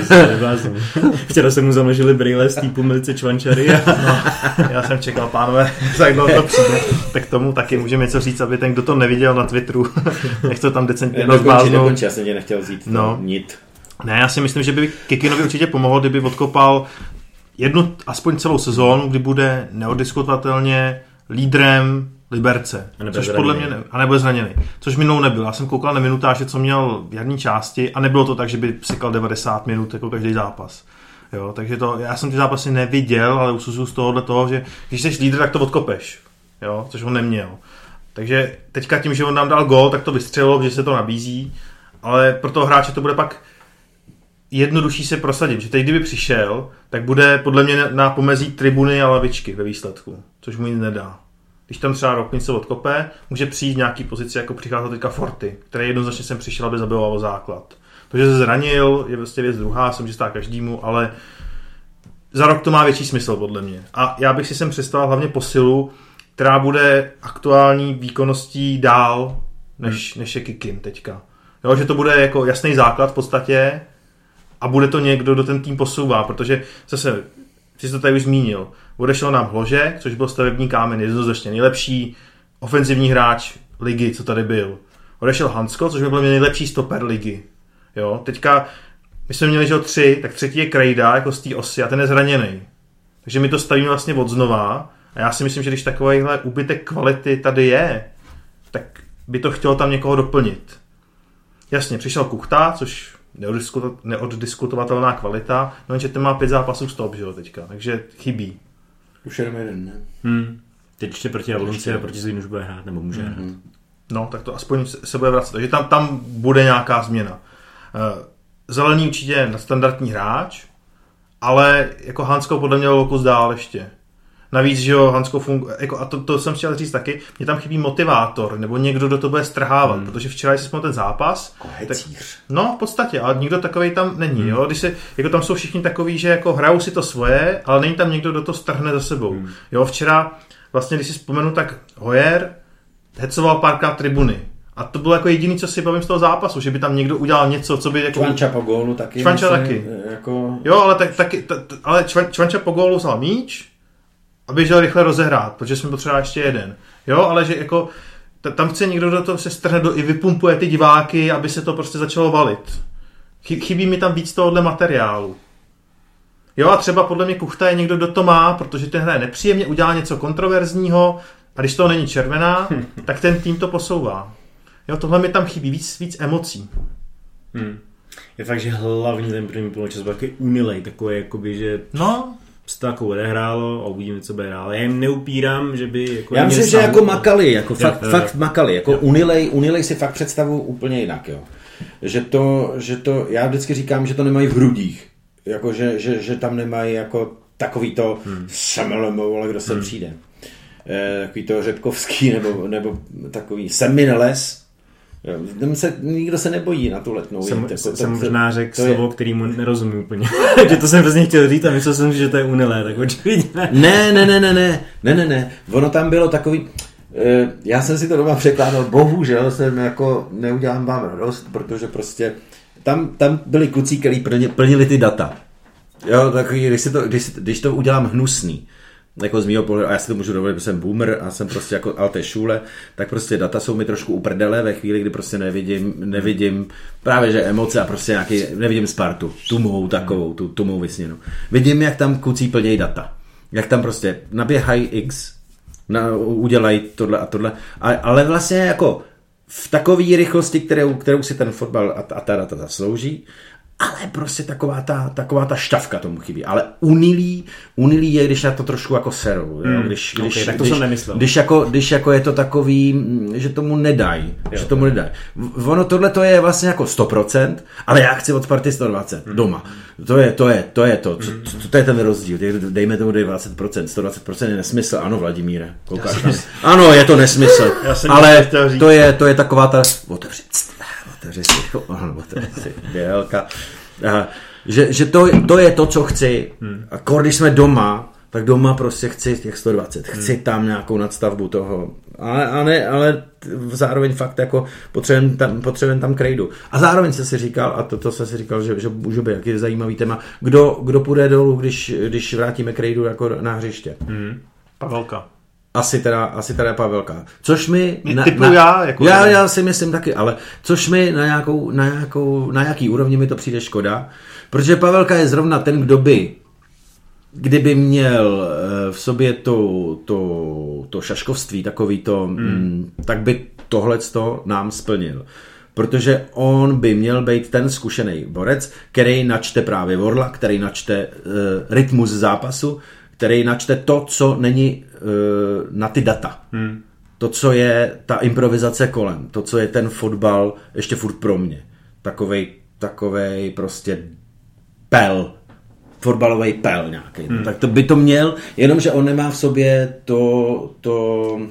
Včera se mu zamlžili brýle z týpu Milice Čvančary. A... No, já jsem čekal, pánové, jak dlouho to přijde. Tak tomu taky můžeme něco říct, aby ten, kdo to neviděl na Twitteru, nech to tam decentně rozbáznout. Dokončí, já jsem tě nechtěl vzít no. nit. Ne, já si myslím, že by Kikinovi určitě pomohlo, kdyby odkopal jednu, aspoň celou sezónu, kdy bude neodiskutovatelně lídrem Liberce, což zraněný. Podle mě ne, a nebude zraněný, což minulou nebyl. Já jsem koukal na minutáže, co měl v jarní části a nebylo to tak, že by sekal devadesát minut jako každý zápas. Jo, takže to, já jsem ty zápasy neviděl, ale usuzuju z tohohle toho, že když jsi lídr, tak to odkopeš, jo, což on neměl. Takže teďka tím, že on nám dal gól, tak to vystřelilo, že se to nabízí, ale pro toho hráče to bude pak jednodušší se prosadit, že teď kdyby přišel, tak bude podle mě na pomezí tribuny a lavičky ve výsledku, což mu nic nedá. Když tam třeba rok něco odkope, může přijít nějaký pozici, jako přichází teďka Forty, který jednoznačně sem přišel, aby zabiloval základ. To, že se zranil, je vlastně věc druhá, jsem stá každému, ale za rok to má větší smysl podle mě. A já bych si sem představil hlavně posilu, která bude aktuální výkonností dál, než, než je Kikin teďka. Jo, že to bude jako jasný základ v podstatě a bude to někdo, kdo ten tým posouvá, protože zase, jsi to tady už zmínil, odešel nám Hložek, což byl stavební kámen, jednoznačně nejlepší ofenzivní hráč ligy, co tady byl. Odešel Hansko, což by byl nejlepší stoper ligy. Jo, teďka my jsme měli, že ho tři, tak třetí je Krejda, jako z té osy a ten je zraněný. Takže my to stavíme vlastně od znova a já si myslím, že když takovýhle úbytek kvality tady je, tak by to chtělo tam někoho doplnit. Jasně, přišel Kuchta, což neoddiskutovatelná kvalita, no jenže ten má pět zápasů stop, že jo, teďka, takže chybí. Už jenom jeden, ne? Hmm. Teď ještě proti Jablonci a proti Zlínu už bude hrát, nebo může hrát. Mm-hmm. No, tak to aspoň se bude vracet, takže tam, tam bude nějaká změna. Zelený určitě nadstandardní hráč, ale jako Hansko podle mě byl kus dál ještě. Navíc, že jo, Hansko funguje, jako, a to, to jsem chtěl říct taky, mě tam chybí motivátor, nebo někdo, kdo to bude strhávat, hmm. protože včera, když jsme ten zápas, tak, no v podstatě, ale nikdo takovej tam není, hmm. jo, když se, jako tam jsou všichni takový, že jako hrajou si to svoje, ale není tam někdo, kdo to strhne za sebou. Hmm. Jo, včera, vlastně, když si vzpomenu, tak Hoyer hecoval párkrát tribuny. A to bylo jako jediný, co si bavím z toho zápasu, že by tam někdo udělal něco, co by jako... Čvanča po gólu taky. Čvanča taky. Jako... Jo, ale tak, taky, t, t, ale Čvan, Čvanča po gólu vzal míč a běžel rychle rozehrát, protože jsme potřebovali ještě jeden. Jo, ale že jako t, tam chce někdo, do toho se strhne do, i vypumpuje ty diváky, aby se to prostě začalo valit. Chybí mi tam víc tohohle materiálu. Jo, a třeba podle mě Kuchta je někdo, kdo to má, protože ten hraje nepříjemně, udělá něco kontroverzního A když to není červená, tak ten tým to posouvá. Jo, tohle mi tam chybí, víc, víc emocí. Hmm. Je fakt, že hlavně ten první poločas byl takový unilej, takový jakoby, že no. se to jako odehrálo a uvidíme, co bude dál. Já jim neupírám, že by... Jako já myslím, že sám... jako makali, jako fakt, jo, fakt jo. makali, jako unilej, unilej si fakt představu úplně jinak, jo. Že to, že to, já vždycky říkám, že to nemají v hrudích, jako že, že, že tam nemají jako takový to hmm. šamelemo, ale kdo se hmm. přijde. E, takový to Řepkovský, nebo, nebo takový Seminles. Jo, se, nikdo se nebojí na tu letnou. Jsem, jít, jsem, to, jsem to, možná řekl to slovo, je... kterýmu nerozumím úplně. Že to jsem hrozně chtěl říct a myslel jsem, že to je unilé, tak očividně. Ne, ne, ne, ne, ne, ne, ne, ne. Ono tam bylo takový... Já jsem si to doma překládal, bohužel jsem jako neudělám vám radost, protože prostě tam, tam byli kluci, kteří plnili ty data. Jo, takový, když, si to, když, když to udělám hnusný, jako z mýho pohledu, a já si to můžu dovolit, protože jsem boomer a jsem prostě jako alte šule, tak prostě data jsou mi trošku uprdele ve chvíli, kdy prostě nevidím, nevidím právě, že emoce a prostě nějaký, nevidím Spartu, tu mou takovou, tu, tu mou vysněnou. Vidím, jak tam kluci plnějí data. Jak tam prostě naběhají X, na, udělají tohle a tohle, a, ale vlastně jako v takové rychlosti, kterou, kterou si ten fotbal a, a ta data zaslouží, ale prostě taková ta, taková ta štavka tomu chybí. Ale unilý, unilý je, když na to trošku jako serou. Hmm. Když, když, když, okay, tak to když, jsem nemyslel. Když jako, když jako je to takový, že tomu nedají. Že tomu nedají. Ono tohle to je vlastně jako sto procent, ale já chci od Sparty sto dvacet hmm. doma. To je to, je, to, je to. Co, co, to je ten rozdíl. Dejme tomu dvacet procent. sto dvacet procent je nesmysl. Ano, Vladimíre. Koukáš tam. Ano, je to nesmysl. Ale to je, to je taková ta... Otevři, otevři si. Otevři si. Bělka. Že, že to, to je to, co chci. Hmm. A když jsme doma, tak doma prostě chci těch sto dvacet. Chci hmm. tam nějakou nadstavbu toho. Ale, ale, ale zároveň fakt jako potřebujeme tam, potřebujem tam krejdu. A zároveň jsem si říkal, a to, to jsem si říkal, že, že můžu být jaký zajímavý téma, kdo, kdo půjde dolů, když, když vrátíme krejdu jako na hřiště. Hmm. Pavelka. Asi teda, asi teda Pavelka. Což mi... Na, typu na, já, jako já, já si myslím taky, ale což mi na nějakou, na nějakou, na nějaký úrovni mi to přijde škoda, protože Pavelka je zrovna ten, kdo by, kdyby měl v sobě to, to, to šaškovství, takový to, hmm. tak by tohleto nám splnil. Protože on by měl být ten zkušený borec, který načte právě Vorla, který načte uh, rytmus zápasu, který načte to, co není uh, na ty data. Hmm. To, co je ta improvizace kolem. To, co je ten fotbal ještě furt pro mě. Takovej, takovej prostě pel. Fotbalovej pel nějaký. Hmm. Tak to by to měl, jenomže on nemá v sobě to... to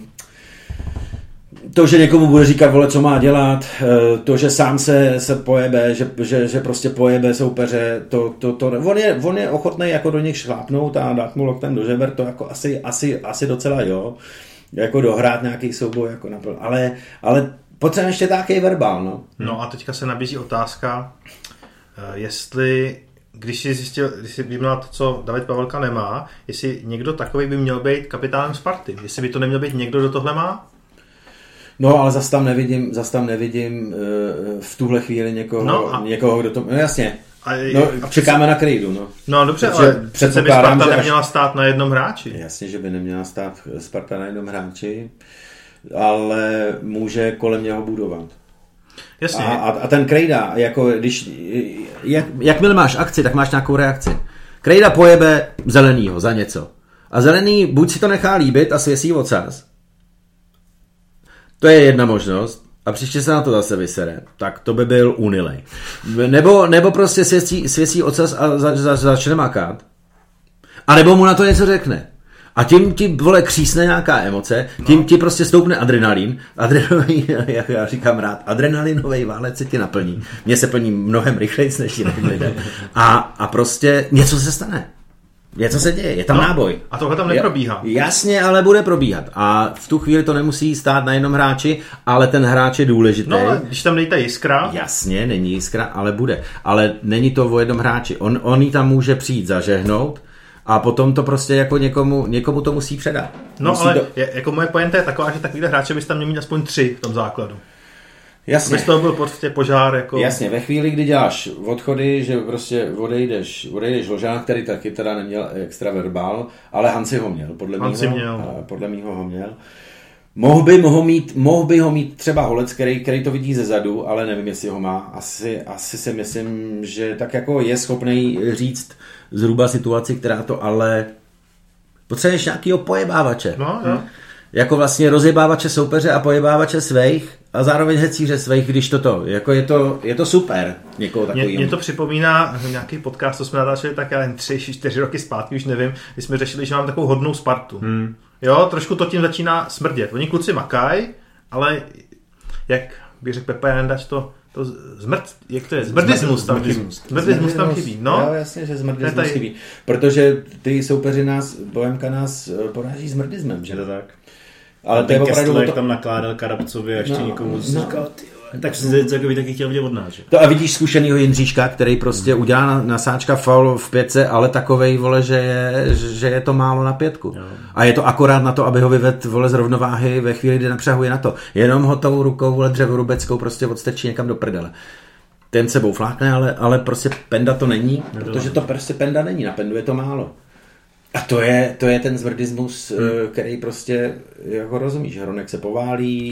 To, že někomu bude říkat, vole, co má dělat, to, že sám se, se pojebe, že, že, že prostě pojebe soupeře, to, to, to, on, je, on je ochotný jako do nich šlápnout a dát mu loktem do žeber, to jako asi, asi, asi docela jo, jako dohrát nějaký souboj, jako napl, ale, ale potřebujeme ještě takový verbál, no. No a teďka se nabízí otázka, jestli, když si zjistil, když si vyměnil to, co David Pavelka nemá, jestli někdo takový by měl být kapitánem Sparty, jestli by to neměl být někdo, kdo tohle má? No, ale zas tam nevidím, zas tam nevidím uh, v tuhle chvíli někoho, no a... někoho, kdo to... No jasně, a, no, a čekáme přece... na krejdu, no. No dobře, protože ale přece by Sparta neměla až... stát na jednom hráči. Jasně, že by neměla stát Sparta na jednom hráči, ale může kolem něho budovat. Jasně. A, a, a ten Krejda, jako když... Jak, jakmile máš akci, tak máš nějakou reakci. Krejda pojebe zelenýho za něco. A zelený buď si to nechá líbit a svěsí ocas. To je jedna možnost. A příště se na to zase vysere. Tak to by byl unilej. Nebo, nebo prostě svěsí, svěsí ocas a za, za, začne makat. A nebo mu na to něco řekne. A tím ti, vole, křísne nějaká emoce, tím ti prostě stoupne adrenalin. Adrenalinový, jak já říkám rád, adrenalinový válec se ti naplní. Mně se plní mnohem rychleji než jiným lidem. A, a prostě něco se stane. Něco se děje, je tam no, náboj. A tohle tam neprobíhá. Jasně, ale bude probíhat. A v tu chvíli to nemusí stát na jednom hráči, ale ten hráč je důležitý. No, ale když tam nejde jiskra. Jasně, není jiskra, ale bude. Ale není to o jednom hráči. On, on jí tam může přijít zažehnout a potom to prostě jako někomu, někomu to musí předat. No, musí ale to... je, jako moje pointa je taková, že takovýhle hráče bys tam měl mít aspoň tři v tom základu. Jasně. Aby z toho byl prostě požár. Jako... Jasně, ve chvíli, kdy děláš odchody, že prostě odejdeš, odejdeš Ložán, který taky teda neměl extra verbál, ale Hansi ho měl, podle Hansi mýho, měl. podle mýho ho měl. Mohl by, mohl mít, mohl by ho mít třeba Holec, který, který to vidí ze zadu, ale nevím, jestli ho má. Asi, asi si myslím, že tak jako je schopný říct zhruba situaci, která to ale... Potřebuješ nějakýho pojebávače. No, jo. Jako vlastně rozjebávače soupeře a pojebávače svejch a zároveň hecíře svejch, když toto. Jako je to, je to super. Někoho takovýho. Mě to připomíná nějaký podcast, co jsme natáčeli tak jen tři, čtyři roky zpátky, už nevím, když jsme řešili, že mám takovou hodnou Spartu. Hmm. Jo, trošku to tím začíná smrdět. Oni kluci makají, ale jak by řekl Pepa Jandač, to, to zmrt, jak to je? Zmrdismus tam chybí. Zmrdismus tam chybí, no. Jo, jasně, že zmrdismus chybí. Protože ty soupeři nás, Bohemka nás poráží zmrdismem, že to tak? Ale to je opravdu... Kestler tam nakládal Karabcovi a ještě no, někomu no. Říkal, tak jsem takový taky chtěl vidět od nás. Že? To a vidíš zkušenýho Jindříška, který prostě hmm. udělá na, na sáčka faul v pětce, ale takovej, vole, že je, že je to málo na pětku. Jo. A je to akorát na to, aby ho vyvedl, vole, z rovnováhy ve chvíli, kdy napřahuje na to. Jenom ho tou rukou, vole, dřevorubeckou prostě odstrčí někam do prdele. Ten sebou flákne, ale, ale prostě penda to není, Nebylo. Protože to prostě penda není, na pendu je to málo. A to je, to je ten zvrdismus, hmm. který prostě, jako rozumíš, Hronek se poválí,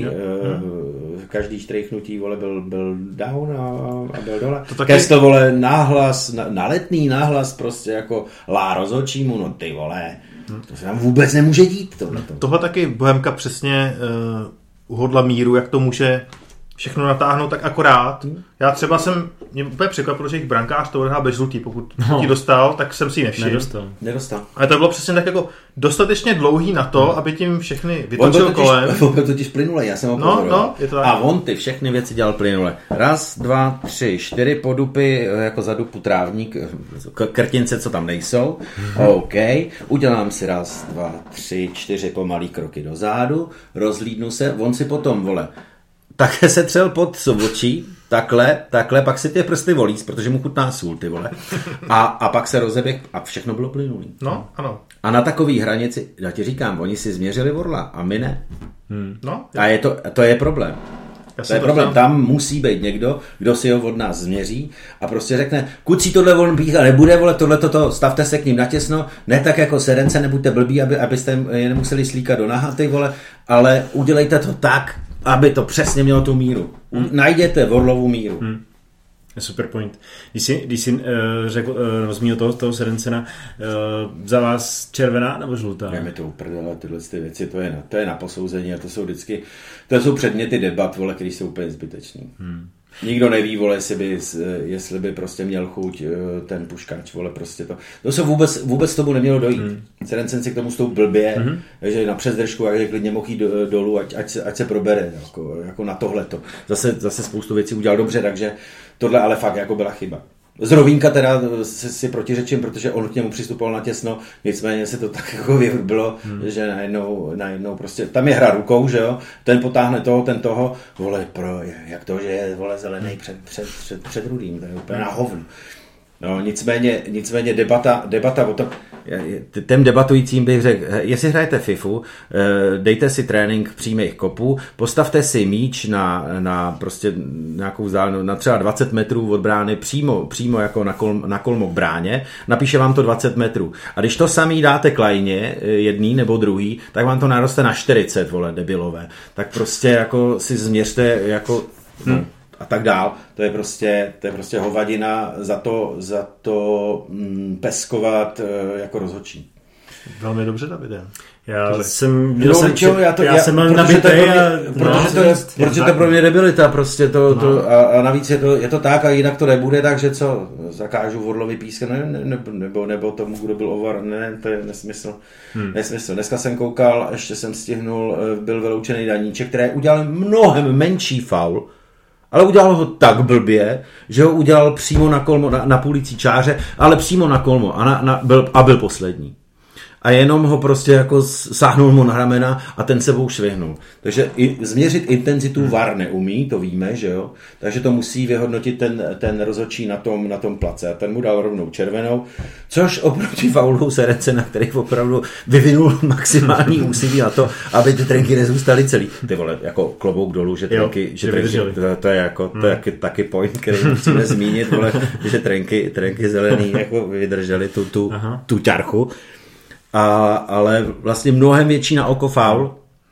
hmm. každý štrejchnutí, vole, byl, byl down a, a byl dole. Taky... Kestl, vole, náhlas, naletný náhlas, prostě jako lá rozhodčímu, no ty vole, hmm. to se nám vůbec nemůže dít. Tohle. Tohle taky Bohemka přesně uh, uhodla míru, jak to může všechno natáhnout tak akorát. Hmm. Já třeba jsem, mě úplně překvapilo, že jejich brankář to odhrál bez žlutý, pokud no. ti dostal, tak jsem si ji nevšiml. Nedostal. Nedostal. Ale to bylo přesně tak jako dostatečně dlouhý na to, hmm. aby tím všechny vytočil kolem. On byl totiž plynule, já jsem ho no, no, je to tak. A on ty všechny věci dělal plynule. Raz, dva, tři, čtyři podupy, jako za dupu trávník, krtince, co tam nejsou. Hmm. OK, udělám si raz, dva, tři, čtyři pomalý kroky dozadu, rozhlídnu se, on si potom, vole, také se třel pod očí, takhle, takhle, pak si ty prsty volíc, protože mu chutná sůl, ty vole. A, a pak se rozeběh a všechno bylo plynulý. No, ano. A na takový hranici, já ti říkám, oni si změřili Vorla a my ne. Hmm. No, a je to, to je problém. Já to je to problém. Tam... tam musí být někdo, kdo si ho od nás změří a prostě řekne, kucí tohle on pícha nebude, vole, tohle toto, stavte se k ním natěsno, ne tak jako Serence, nebuďte blbí, aby, abyste je nemuseli slíkat do nahaty, vole, ale udělejte to tak, aby to přesně mělo tu míru. Hmm. Najděte Vorlovu míru. Hmm. Super point. Když jsi, když jsi uh, řekl, uh, rozmínil toho, toho Serencena, uh, za vás červená nebo žlutá? Je mi to uprdele, tyhle ty věci, to je, na, to je na posouzení a to jsou vždycky, to jsou předměty debat, vole, který jsou úplně zbytečný. Hmm. Nikdo neví, vole, jestli by, jestli by prostě měl chuť ten puškáč, vole, prostě to. To se vůbec, vůbec tomu nemělo dojít. Hmm. Serencen si k tomu stoup blbě, hmm. že na přezdržku, a že klidně mohl jít do, dolů, ať, ať, se, ať se probere, jako, jako na tohleto. Zase, zase spoustu věcí udělal dobře, takže tohle ale fakt jako byla chyba. Z Rovínka teda si, si protiřečím, protože on k němu přistupoval natěsno, nicméně se to tak jako vyvrbilo, hmm. že najednou, najednou prostě, tam je hra rukou, že jo, ten potáhne toho, ten toho, vole, pro, jak to, že je, vole, zelený před, před, před, před rudým, to je úplně na hovno. No, nicméně, nicméně debata, debata o tom, těm debatujícím bych řekl, jestli hrajete FIFU, dejte si trénink přímých kopů, postavte si míč na, na prostě nějakou vzdálenost, na třeba dvacet metrů od brány, přímo, přímo jako na, kol, na kolmo k bráně, napíše vám to dvacet metrů. A když to samý dáte klajně, jedný nebo druhý, tak vám to naroste na čtyřicet, vole, debilové. Tak prostě jako si změřte jako... Hmm. a tak dál. To je prostě, to je prostě hovadina za to, za to mm, peskovat e, jako rozhodčí. Velmi dobře, Davide. Já to jsem, no, jsem, čo, já, to, já, já jsem mám nabitý a... Protože to je, protože to pro mě debilita prostě to, no. to a, a navíc je to, je to tak a jinak to nebude, takže co, zakážu Vorlovi pískat, ne, ne, ne, nebo, nebo tomu, kdo byl ovar, ne, to je nesmysl. Hmm. Nesmysl. Dneska jsem koukal, ještě jsem stihnul, byl vyloučený Daníček, který udělal mnohem menší faul, ale udělal ho tak blbě, že ho udělal přímo na kolmo, na, na půlící čáře, ale přímo na kolmo a, na, na, byl, a byl poslední. A jenom ho prostě jako sáhnul mu na ramena a ten sebou švihnul. Takže i, změřit intenzitu hmm. V A R neumí, to víme, že jo? Takže to musí vyhodnotit ten, ten rozhodčí na tom, na tom place. A ten mu dal rovnou červenou, což oproti faulu Serencena, který opravdu vyvinul maximální úsilí na to, aby ty trenky nezůstaly celý. Ty vole, jako klobouk dolů, že trenky, jo, že trenky to, to je jako hmm. to je taky, taky point, který musíme zmínit, vole, že trenky, trenky zelený jako vydrželi tu, tu, tu ťarchu. A, ale vlastně mnohem větší na oko faul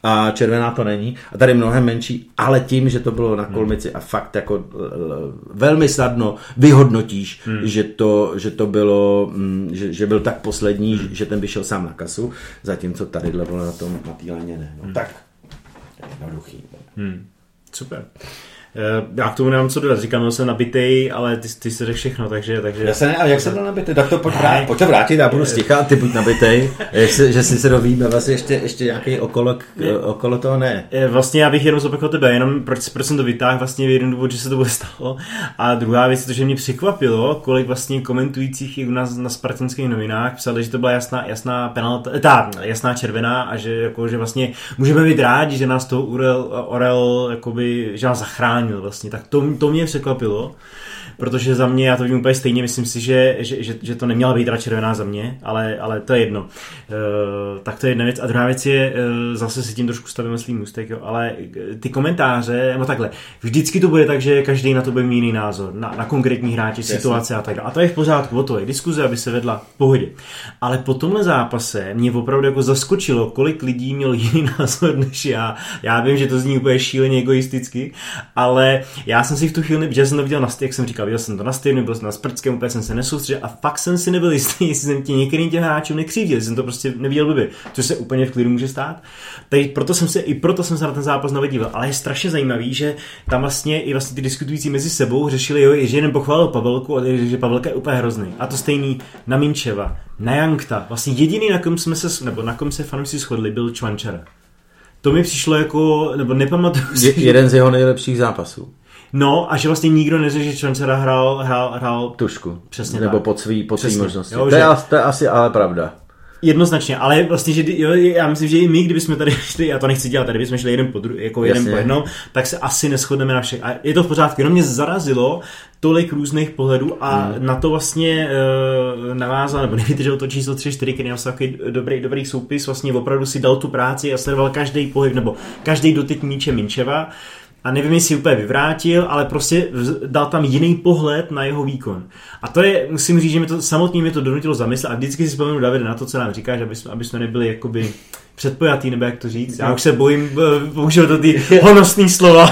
a červená to není. A tady mnohem menší, ale tím, že to bylo na kolmici a fakt jako velmi snadno vyhodnotíš, hmm. že, to, že to bylo, že, že byl tak poslední, hmm. že ten by šel sám na kasu, zatímco tady bylo na tom, na té léně ne. No hmm. tak, jednoduchý. Hmm. Super. Já k tomu nemám co dodat, říkám, že jsem nabitej, ale ty, ty jsi řekl všechno, takže... takže... Já se ne, a jak jsem byl nabitej, tak to pojď, vrát, pojď to vrátit, já budu sticha, ty buď nabitej, že si se dovíme, vlastně ještě, ještě nějaký okolo, okolo toho ne. Vlastně já bych jenom zopakoval tebe, jenom proč, proč jsem to vytáhl, vlastně jeden důvod, že se to bude stalo. A druhá věc je to, že mě překvapilo, kolik vlastně komentujících i u nás na spartanských novinách psali, že to byla jasná, jasná penalta, ta jasná červená a že, jako, že vlastně můžeme být rádi, že nás to Orel, Orel jakoby, že nás zachránil. Vlastně. Tak to, to mě překvapilo, protože za mě, já to vím úplně stejně, myslím si, že, že, že, že to neměla být teda červená za mě, ale, ale to je jedno. Uh, tak to je jedna věc. A druhá věc je, uh, zase si tím trošku stavím myslí můstek, jo, ale ty komentáře, no takhle, vždycky to bude tak, že každý na to bude mít jiný názor, na, na konkrétní hráči, situace a tak dále. A to je v pořádku, o to je diskuze, aby se vedla v pohodě. Ale po tomhle zápase mě opravdu jako zaskočilo, kolik lidí měl jiný názor než já. Já vím, že to zní úplně šíleně egoisticky, ale já jsem si v tu chvíli, že jsem to viděl na jak jsem říkal, viděl jsem to na stejnu, byl jsem na Sprtském, úplně jsem se nesoustředil a fakt jsem si nebyl jistý, jestli jsem tě některým těm hráčům nekřivdil, jsem to prostě neviděl blbě, což se úplně v klidu může stát. Takže proto jsem se, i proto jsem se na ten zápas navedíval, ale je strašně zajímavý, že tam vlastně i vlastně ty diskutující mezi sebou řešili, jo, že jeden pochválil Pavelku a že Pavelka je úplně hrozný. A to stejný na Minčeva, na Jankta. Vlastně jediný, na kom jsme se, nebo na kom se fanoušci shodli, byl Čvančara. To mi přišlo jako, nebo nepamatuju si. Je, jeden z jeho nejlepších zápasů. No, a že vlastně nikdo neřekl, že Čvančara hrál, hrál, hrál tušku. Přesně nebo tak. pod svý, pod svý možnosti. Jo, to, že... je, to je asi ale pravda. Jednoznačně, ale vlastně, že jo, já myslím, že i my, kdybychom tady šli, já to nechci dělat, tady bychom šli jeden po dru- jako jeden po jednom, tak se asi neshodneme na všech. A je to v pořádku, jenom mě zarazilo tolik různých pohledů a hmm. na to vlastně uh, navázal, nebo nevydržel to číslo tři čtyři, který měl takový dobrý, dobrý soupis, vlastně opravdu si dal tu práci a sledoval každý pohyb, nebo každý dotyk míče Minčeva. A nevím, jestli úplně vyvrátil, ale prostě dal tam jiný pohled na jeho výkon. A to je, musím říct, že mi to samotný mě to donutilo zamyslet a vždycky si vzpomenu, Davide, na to, co nám říkáš, aby jsme, aby jsme nebyli jakoby předpojatý, nebo jak to říct. Já už se bojím použít to ty honosný slova.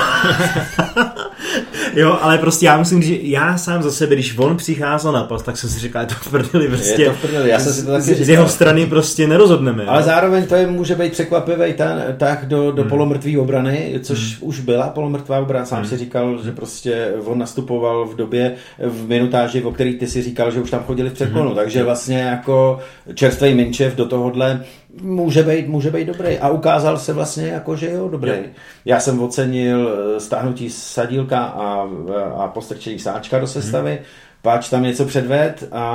Jo, ale prostě já musím říct, že já sám za sebe, když on přicházel na pas, tak jsem si říkal, je to v prdeli, prostě. Je to v prdeli, já jsem si to taky říkal. Z jeho strany prostě nerozhodneme. Ale jo? Zároveň to je, může být překvapivý tak do, do hmm. polomrtvý obrany, což hmm. už byla polomrtvá obrana. Sám hmm. si říkal, že prostě on nastupoval v době, v minutáži, o který ty si říkal, že už tam chodili v předklonu. Hmm. Takže vlastně jako čerstvej Minčev do tohohle může být, může být dobrý. A ukázal se vlastně jako, že jo, dobrý. Je. Já jsem ocenil stáhnutí Sadílka a, a postrčení Sáčka do sestavy. Hmm. Páč tam něco předved a,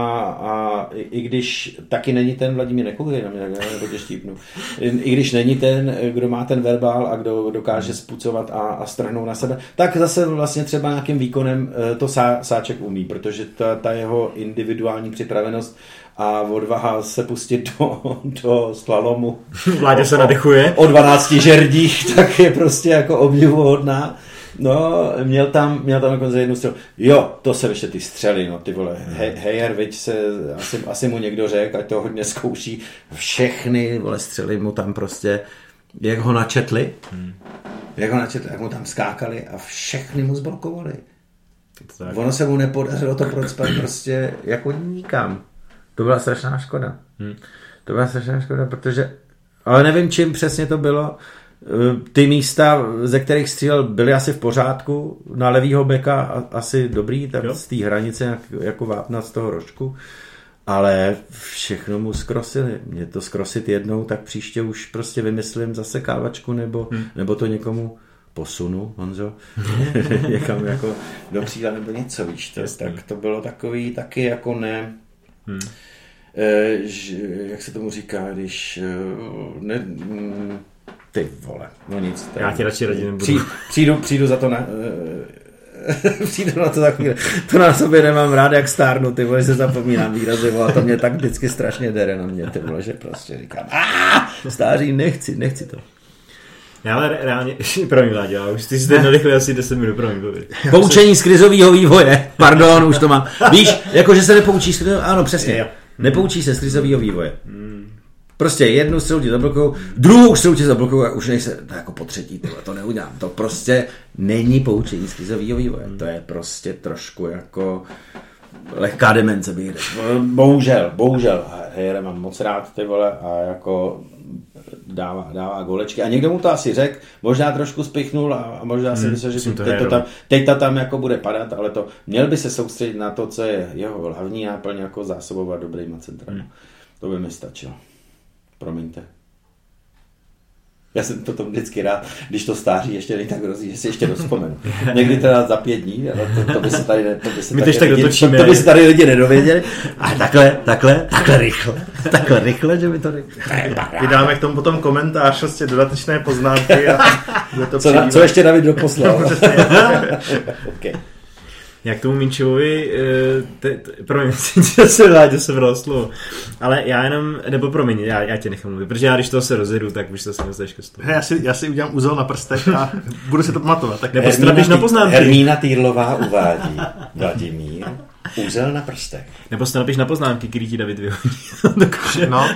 a i, i když taky není ten Vladimír Nekoukej na mě, nebo tě štípnu. I, I když není ten, kdo má ten verbál a kdo dokáže spucovat a, a strhnout na sebe, tak zase vlastně třeba nějakým výkonem to Sá, Sáček umí, protože ta, ta jeho individuální připravenost a odvaha se pustit do, do slalomu. Vládě se nadechuje. O dvanácti žerdích, tak je prostě jako obdivuhodná. No, měl tam, měl tam dokonce jednu střelu. Jo, to se ještě ty střely, no ty vole. He, Hejer, viď se, asi, asi mu někdo řekl, ať to hodně zkouší. Všechny, vole, střely mu tam prostě, jak ho načetli, hmm. jak ho načetli, jak mu tam skákali a všechny mu zblokovali. Tak. Ono se mu nepodařilo to procpat prostě jako nikam. To byla strašná škoda. Hmm. To byla strašná škoda, protože, ale nevím, čím přesně to bylo. Ty místa, ze kterých střílel, byly asi v pořádku. Na levýho beka asi dobrý, tak jo. Z té hranice jak, jako vápna z toho rožku. Ale všechno mu zkrosili. Mě to zkrosit jednou, tak příště už prostě vymyslím zase kávačku nebo, hmm. nebo to někomu posunu, Honzo, někam jako do křídla nebo něco, víš to. Tak to bylo takový taky jako ne... Hmm. E, ž, jak se tomu říká, když ne, m, ty vole, no nic. Tady, já ti radši radit nebudu. Přijdu, přijdu, přijdu za to na e, přijdu na to za chvíli. To na sobě nemám rád, jak stárnu, ty vole, že zapomínám výrazy, vole, a to mě tak vždycky strašně dere na mě, ty vole, že prostě říkám, aaa, stáří, nechci, nechci to. Já ale reálně, promiň Vládě, já už ty jsi teď nadechli asi deset minut, promiň. Poučení z krizového vývoje, pardon, už to mám. Víš, jakože se nepoučíš z krizového, ano, přesně, nepoučíš se z krizového vývoje. Prostě jednu střelu ti zablokujou, druhou střelu ti zablokujou a už nejse, to jako po třetí, tyhle, to neudělám. To prostě není poučení z krizového vývoje. To je prostě trošku jako lehká demence, bych řekl. Bohužel, bohužel. Hejere mám moc rád, ty vole, a jako dává, dává golečky. A někdo mu to asi řekl, možná trošku spichnul a možná si hmm, myslel, že to teď, to tam, teď to tam jako bude padat, ale to měl by se soustředit na to, co je jeho hlavní náplň, jako zásobovat dobrýma centrama. Hmm. To by mi stačilo. Promiňte. Já jsem to tom vždycky rád, když to stáří ještě není tak hrozí, že si ještě rozpomenu. Někdy teda za pět dní, ale to, to by se tady, to by se tady, tak lidi, to, to by se tady lidi nedověděli. A takhle, takhle, takhle rychle, takhle rychle, že by to vydáme k tomu potom komentář, vlastně dodatečné poznámky a to co, na, co ještě David doposlal. Okay. Já k tomu Minčevovi, te, te, promiň, se vládě se vralo slovo, ale já jenom, nebo promiň, já, já tě nechám mluvit, protože já když toho se rozjedu, tak už to se nezdeš ke slovu. Já si, já si udělám úzel na prstech a budu si to pamatovat. Tak nebo strapíš na poznámky. Hermína Týrlová uvádí, Vladimír, úzel na prstech. Nebo strapíš na poznámky, který ti David vyhodí. No.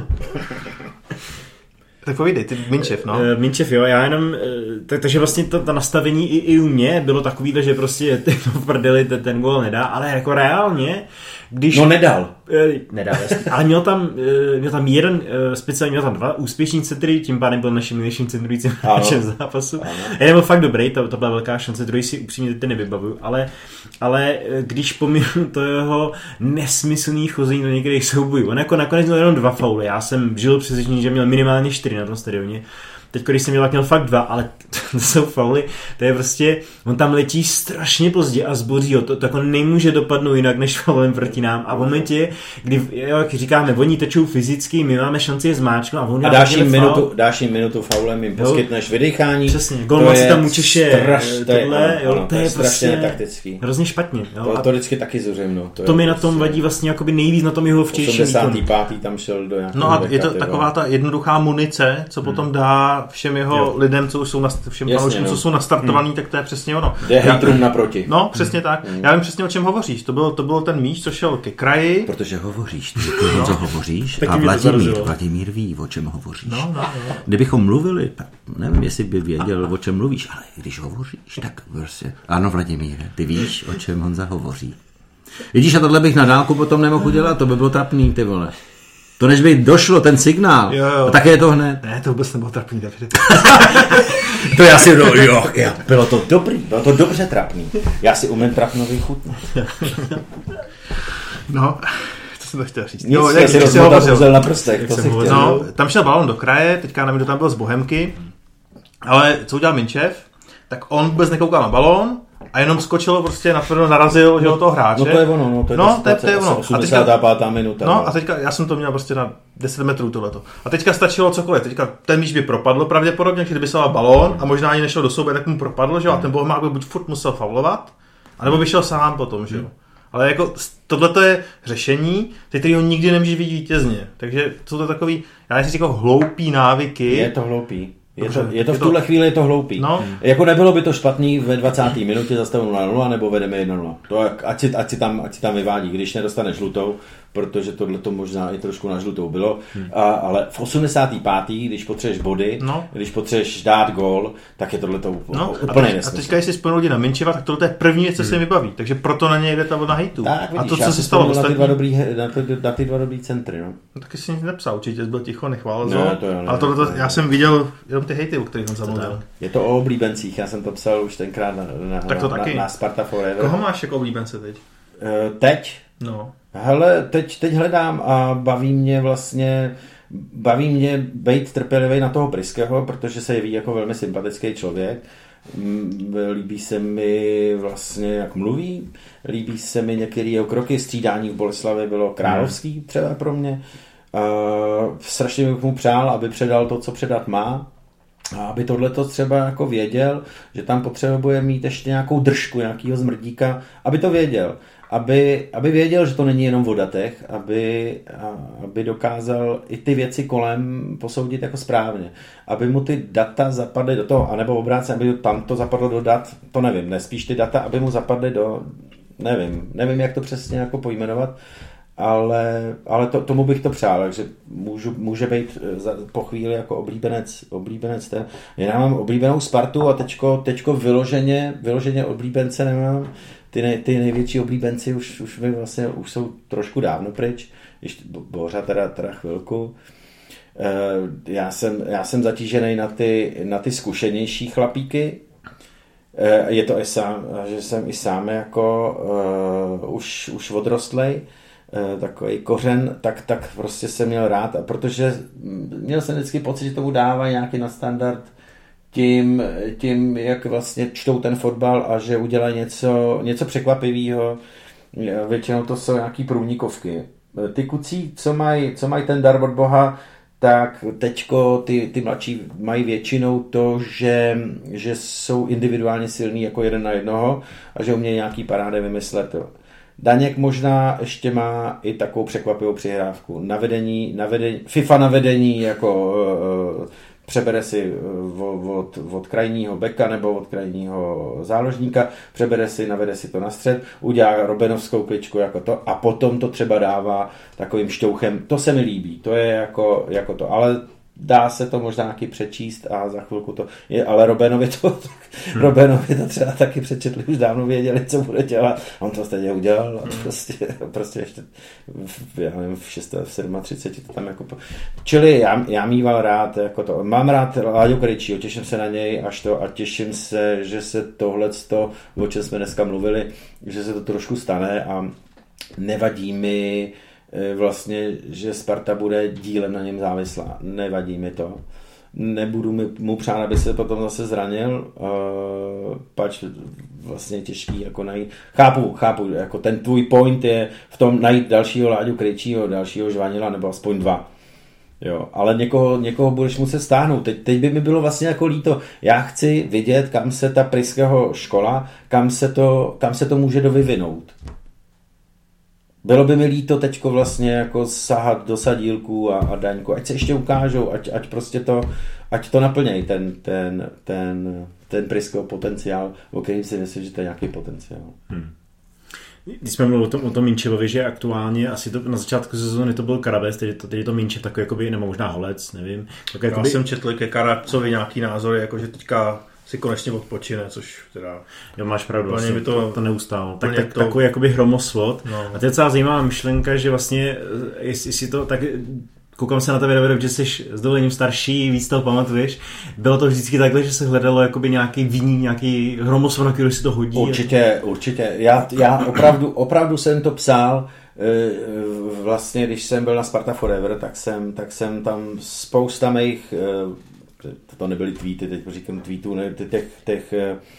Tak povídej, ty Minčev, no. Uh, Minčev, jo, já jenom, uh, tak, takže vlastně to, to nastavení i, i u mě bylo takový, že prostě ty v prdeli ten, ten gól nedá, ale jako reálně, když... No nedal. Uh, nedal, jasný. Ale měl tam, uh, měl tam jeden, uh, speciálně měl tam dva úspěšní centry, tím pádem byl naším nejlepším centrujícím hráčem zápasu. Ano. Jeden byl fakt dobrý, to, to byla velká šance, druhý si upřímně teď nevybavuju, ale, ale když pominu to jeho nesmyslný chození do některých soubojů, on jako nakonec měl jenom dva fauly, já jsem žil přesvědčený, že měl minimálně čtyři na tom stadioně. Teď, když jsem měl, tak měl fakt dva, ale to jsou fauly, to je prostě, on tam letí strašně pozdě a zboří ho, to, to jako nemůže dopadnout jinak než faulem proti nám. A v momentě, kdy, jo, jak říkáme, oni tečou fyzicky, my máme šanci je zmáčknout a on a dáš jim, minutu, dáš jim minutu faulem, jim poskytneš vydechání. Přesně, gól si tam učeše tohle, ano, jo, ano, to je prostě taktický. Hrozně špatně. Jo, to, to vždycky taky zuřím, no. To, to mi na tom vadí vlastně jakoby nejvíc na tom jeho včerejším výkonu. osmdesátý pátý tam šel do nějakého. No a je to taková ta jednoduchá munice, co potom dá všem jeho jo. lidem, co už jsou na, všem fanouškům, no. co jsou nastartovaný, hmm. tak to je přesně ono. Jde hejtrům naproti. No, přesně hmm. tak. Já vím přesně, o čem hovoříš. To byl, to byl ten míč, co šel ke kraji. Protože hovoříš, ty no. co hovoříš a Vladimír, Vladimír ví, o čem hovoříš. No, no, no. Kdybychom mluvili, nevím, jestli by věděl, o čem mluvíš, ale když hovoříš, tak prostě, ano, Vladimíre, ty víš, o čem Honza hovoří. Vidíš, a tohle bych na dálku potom nemohl udělat, to by bylo trapný, ty vole. To než by došlo ten signál, jo, jo. a také je to hned. Ne, to vůbec nebylo trapný, Davide. To já si, no, jo, já, bylo to dobrý, bylo to dobře trapný. Já si umím trapnový chutnat. No, to jsem to chtěl říct. Nic, jo, jak si rozmotal na prstech, to si chtěl. No, tam šel balon do kraje, teďka nevím, kdo tam byl z Bohemky, ale co udělal Minčev, tak on vůbec nekoukal na balón, a jenom skočilo, prostě natvrdo narazil, že, no, toho hráče. No to je ono, no, to je, no, to je, to je ono. osmdesátá pátá minuta. No, no a teďka, já jsem to měl prostě na deset metrů tohleto. A teďka stačilo cokoliv, teďka ten míč by propadl pravděpodobně, kdyby se dal balón a možná ani nešel do souboje, tak mu propadl, že, a ten Bohemák by buď furt musel faulovat, anebo by šel sám potom, že jo. Ale jako tohleto je řešení, který ho nikdy nemůže vidět vítězně. Takže jsou to takový, já si říkám, hloupý návyky. Je to hloupý. Je to, je to v tuhle chvíli je to hloupý. No. Jako nebylo by to špatný ve dvacáté minutě zastavu nula nula nebo vedeme jedna nula. To ať si, ať si, tam, ať si tam vyvádí, když nedostane žlutou, protože tohle to možná i trošku na žlutou bylo. Hmm. A, ale v osmdesátém pátém když potřebuješ body, no. když potřebuješ dát gól, tak je tohle to no. úplně nesmysl. A teďka, jestli spojnou lidi na Minčeva, tak tohle je první věc, co hmm. se mi baví. Takže proto na něj jde ta vlna hejtu. Tak, vidíš, a to, co se stalo na ty, dva dobrý, na, ty, na ty dva dobrý centry. No. No, taky si nic nepsal, určitě byl ticho, nechválil. Ne, to jo, ne, ale tohle, já jsem viděl jenom ty hejty, o kterých on zamluvil. Je to o oblíbencích, já jsem to psal už tenkrát na, na, tak to na, taky. na, na Sparta Forever. Koho máš jako oblíbence teď? Uh, teď? No. Hele, teď, teď hledám a baví mě vlastně, baví mě být trpělivý na toho Pryského, protože se jeví jako velmi sympatický člověk. Líbí se mi vlastně, jak mluví, líbí se mi některé jeho kroky, střídání v Boleslavi bylo královský třeba pro mě. Uh, strašně bych mu přál, aby předal to, co předat má. A aby tohleto třeba jako věděl, že tam potřebuje mít ještě nějakou držku, nějakýho zmrdíka, aby to věděl. Aby, aby věděl, že to není jenom o datech, aby, aby dokázal i ty věci kolem posoudit jako správně. Aby mu ty data zapadly do toho, anebo obráceně, aby tam to zapadlo do dat, to nevím, ne, spíš ty data, aby mu zapadly do, nevím, nevím, jak to přesně jako pojmenovat, ale, ale to, tomu bych to přál, takže můžu, může být za, po chvíli jako oblíbenec, oblíbenec ten. Já mám oblíbenou Spartu a teďko, teďko vyloženě, vyloženě oblíbence nemám. Ty, nej, ty největší oblíbenci už, už, vlastně, už jsou trošku dávno pryč, ještě Bořa teda, teda chvilku. Já jsem, já jsem zatížený na ty, na ty zkušenější chlapíky. Je to i sám, že jsem i sám jako uh, už, už odrostlej, uh, takový kořen, tak, tak prostě jsem měl rád, a protože měl jsem vždycky pocit, že tomu dává nějaký nadstandard tím, tím, jak vlastně čtou ten fotbal a že udělají něco, něco překvapivého. Většinou to jsou nějaký průnikovky. Ty kucí, co mají co maj ten dar od Boha, tak teďko ty, ty mladší mají většinou to, že, že jsou individuálně silní jako jeden na jednoho a že umějí nějaký parády vymyslet. Jo. Daněk možná ještě má i takovou překvapivou přihrávku. Na vedení, na vedení, FIFA na vedení, jako uh, přebere si od, od, od krajního beka nebo od krajního záložníka, přebere si, navede si to na střed, udělá robenovskou kličku jako to a potom to třeba dává takovým šťouchem. To se mi líbí, to je jako, jako to, ale dá se to možná taky přečíst a za chvilku to je, ale Robenovi to, hmm. Robenovi to třeba taky přečetli, už dávno věděli, co bude dělat. On to stejně udělal a prostě, prostě ještě v, já nevím, v šest, v třicet sedm to tam jako... Čili já, já mýval rád jako to. Mám rád Láďu Krejčího, těším se na něj až to a těším se, že se tohleto, o čem jsme dneska mluvili, že se to trošku stane a nevadí mi vlastně, že Sparta bude dílem na něm závislá. Nevadí mi to. Nebudu mi, mu přát, aby se potom zase zranil, uh, pač vlastně těžký jako najít. Chápu, chápu, jako ten tvůj point je v tom najít dalšího Láďu Krejčího, dalšího Žvanila, nebo aspoň dva. Jo, ale někoho, někoho budeš muset stáhnout. Teď, teď by mi bylo vlastně jako líto. Já chci vidět, kam se ta Pryského škola, kam se to, kam se to může dovyvinout. Bylo by mi líto teďko vlastně jako sahat do sadílků a, a Daňku, ať se ještě ukážou, ať, ať prostě to, ať to naplnějí ten, ten, ten, ten Pryského potenciál, o kterým si myslím, že to je nějaký potenciál. Hmm. Když jsme mluvili o tom, o tom Minčevovi, že aktuálně asi to na začátku sezóny to byl Karabec, teď to, teď to Minčev takový, jakoby, nebo možná Holec, nevím. Tak, jakoby... Já jsem četl ke Karabcovi nějaký názory, jako že teďka si konečně odpočine, což teda... Jo, máš pravdu, vlastně, to, to, to neustálo. Tak, tak, to... takový jakoby hromosvod. No. A to je celá zajímavá myšlenka, že vlastně, jestli si to tak... Koukám se na tebe, David, že jsi s dovolením starší, víc toho pamatuješ. Bylo to vždycky takhle, že se hledalo jakoby nějaký viník, nějaký hromosvod, na který si to hodí? Určitě, určitě. Já, já opravdu, opravdu jsem to psal. Vlastně, když jsem byl na Sparta Forever, tak jsem, tak jsem tam spousta mých, to nebyly tweety, teď říkám tweetů, ne, těch, těch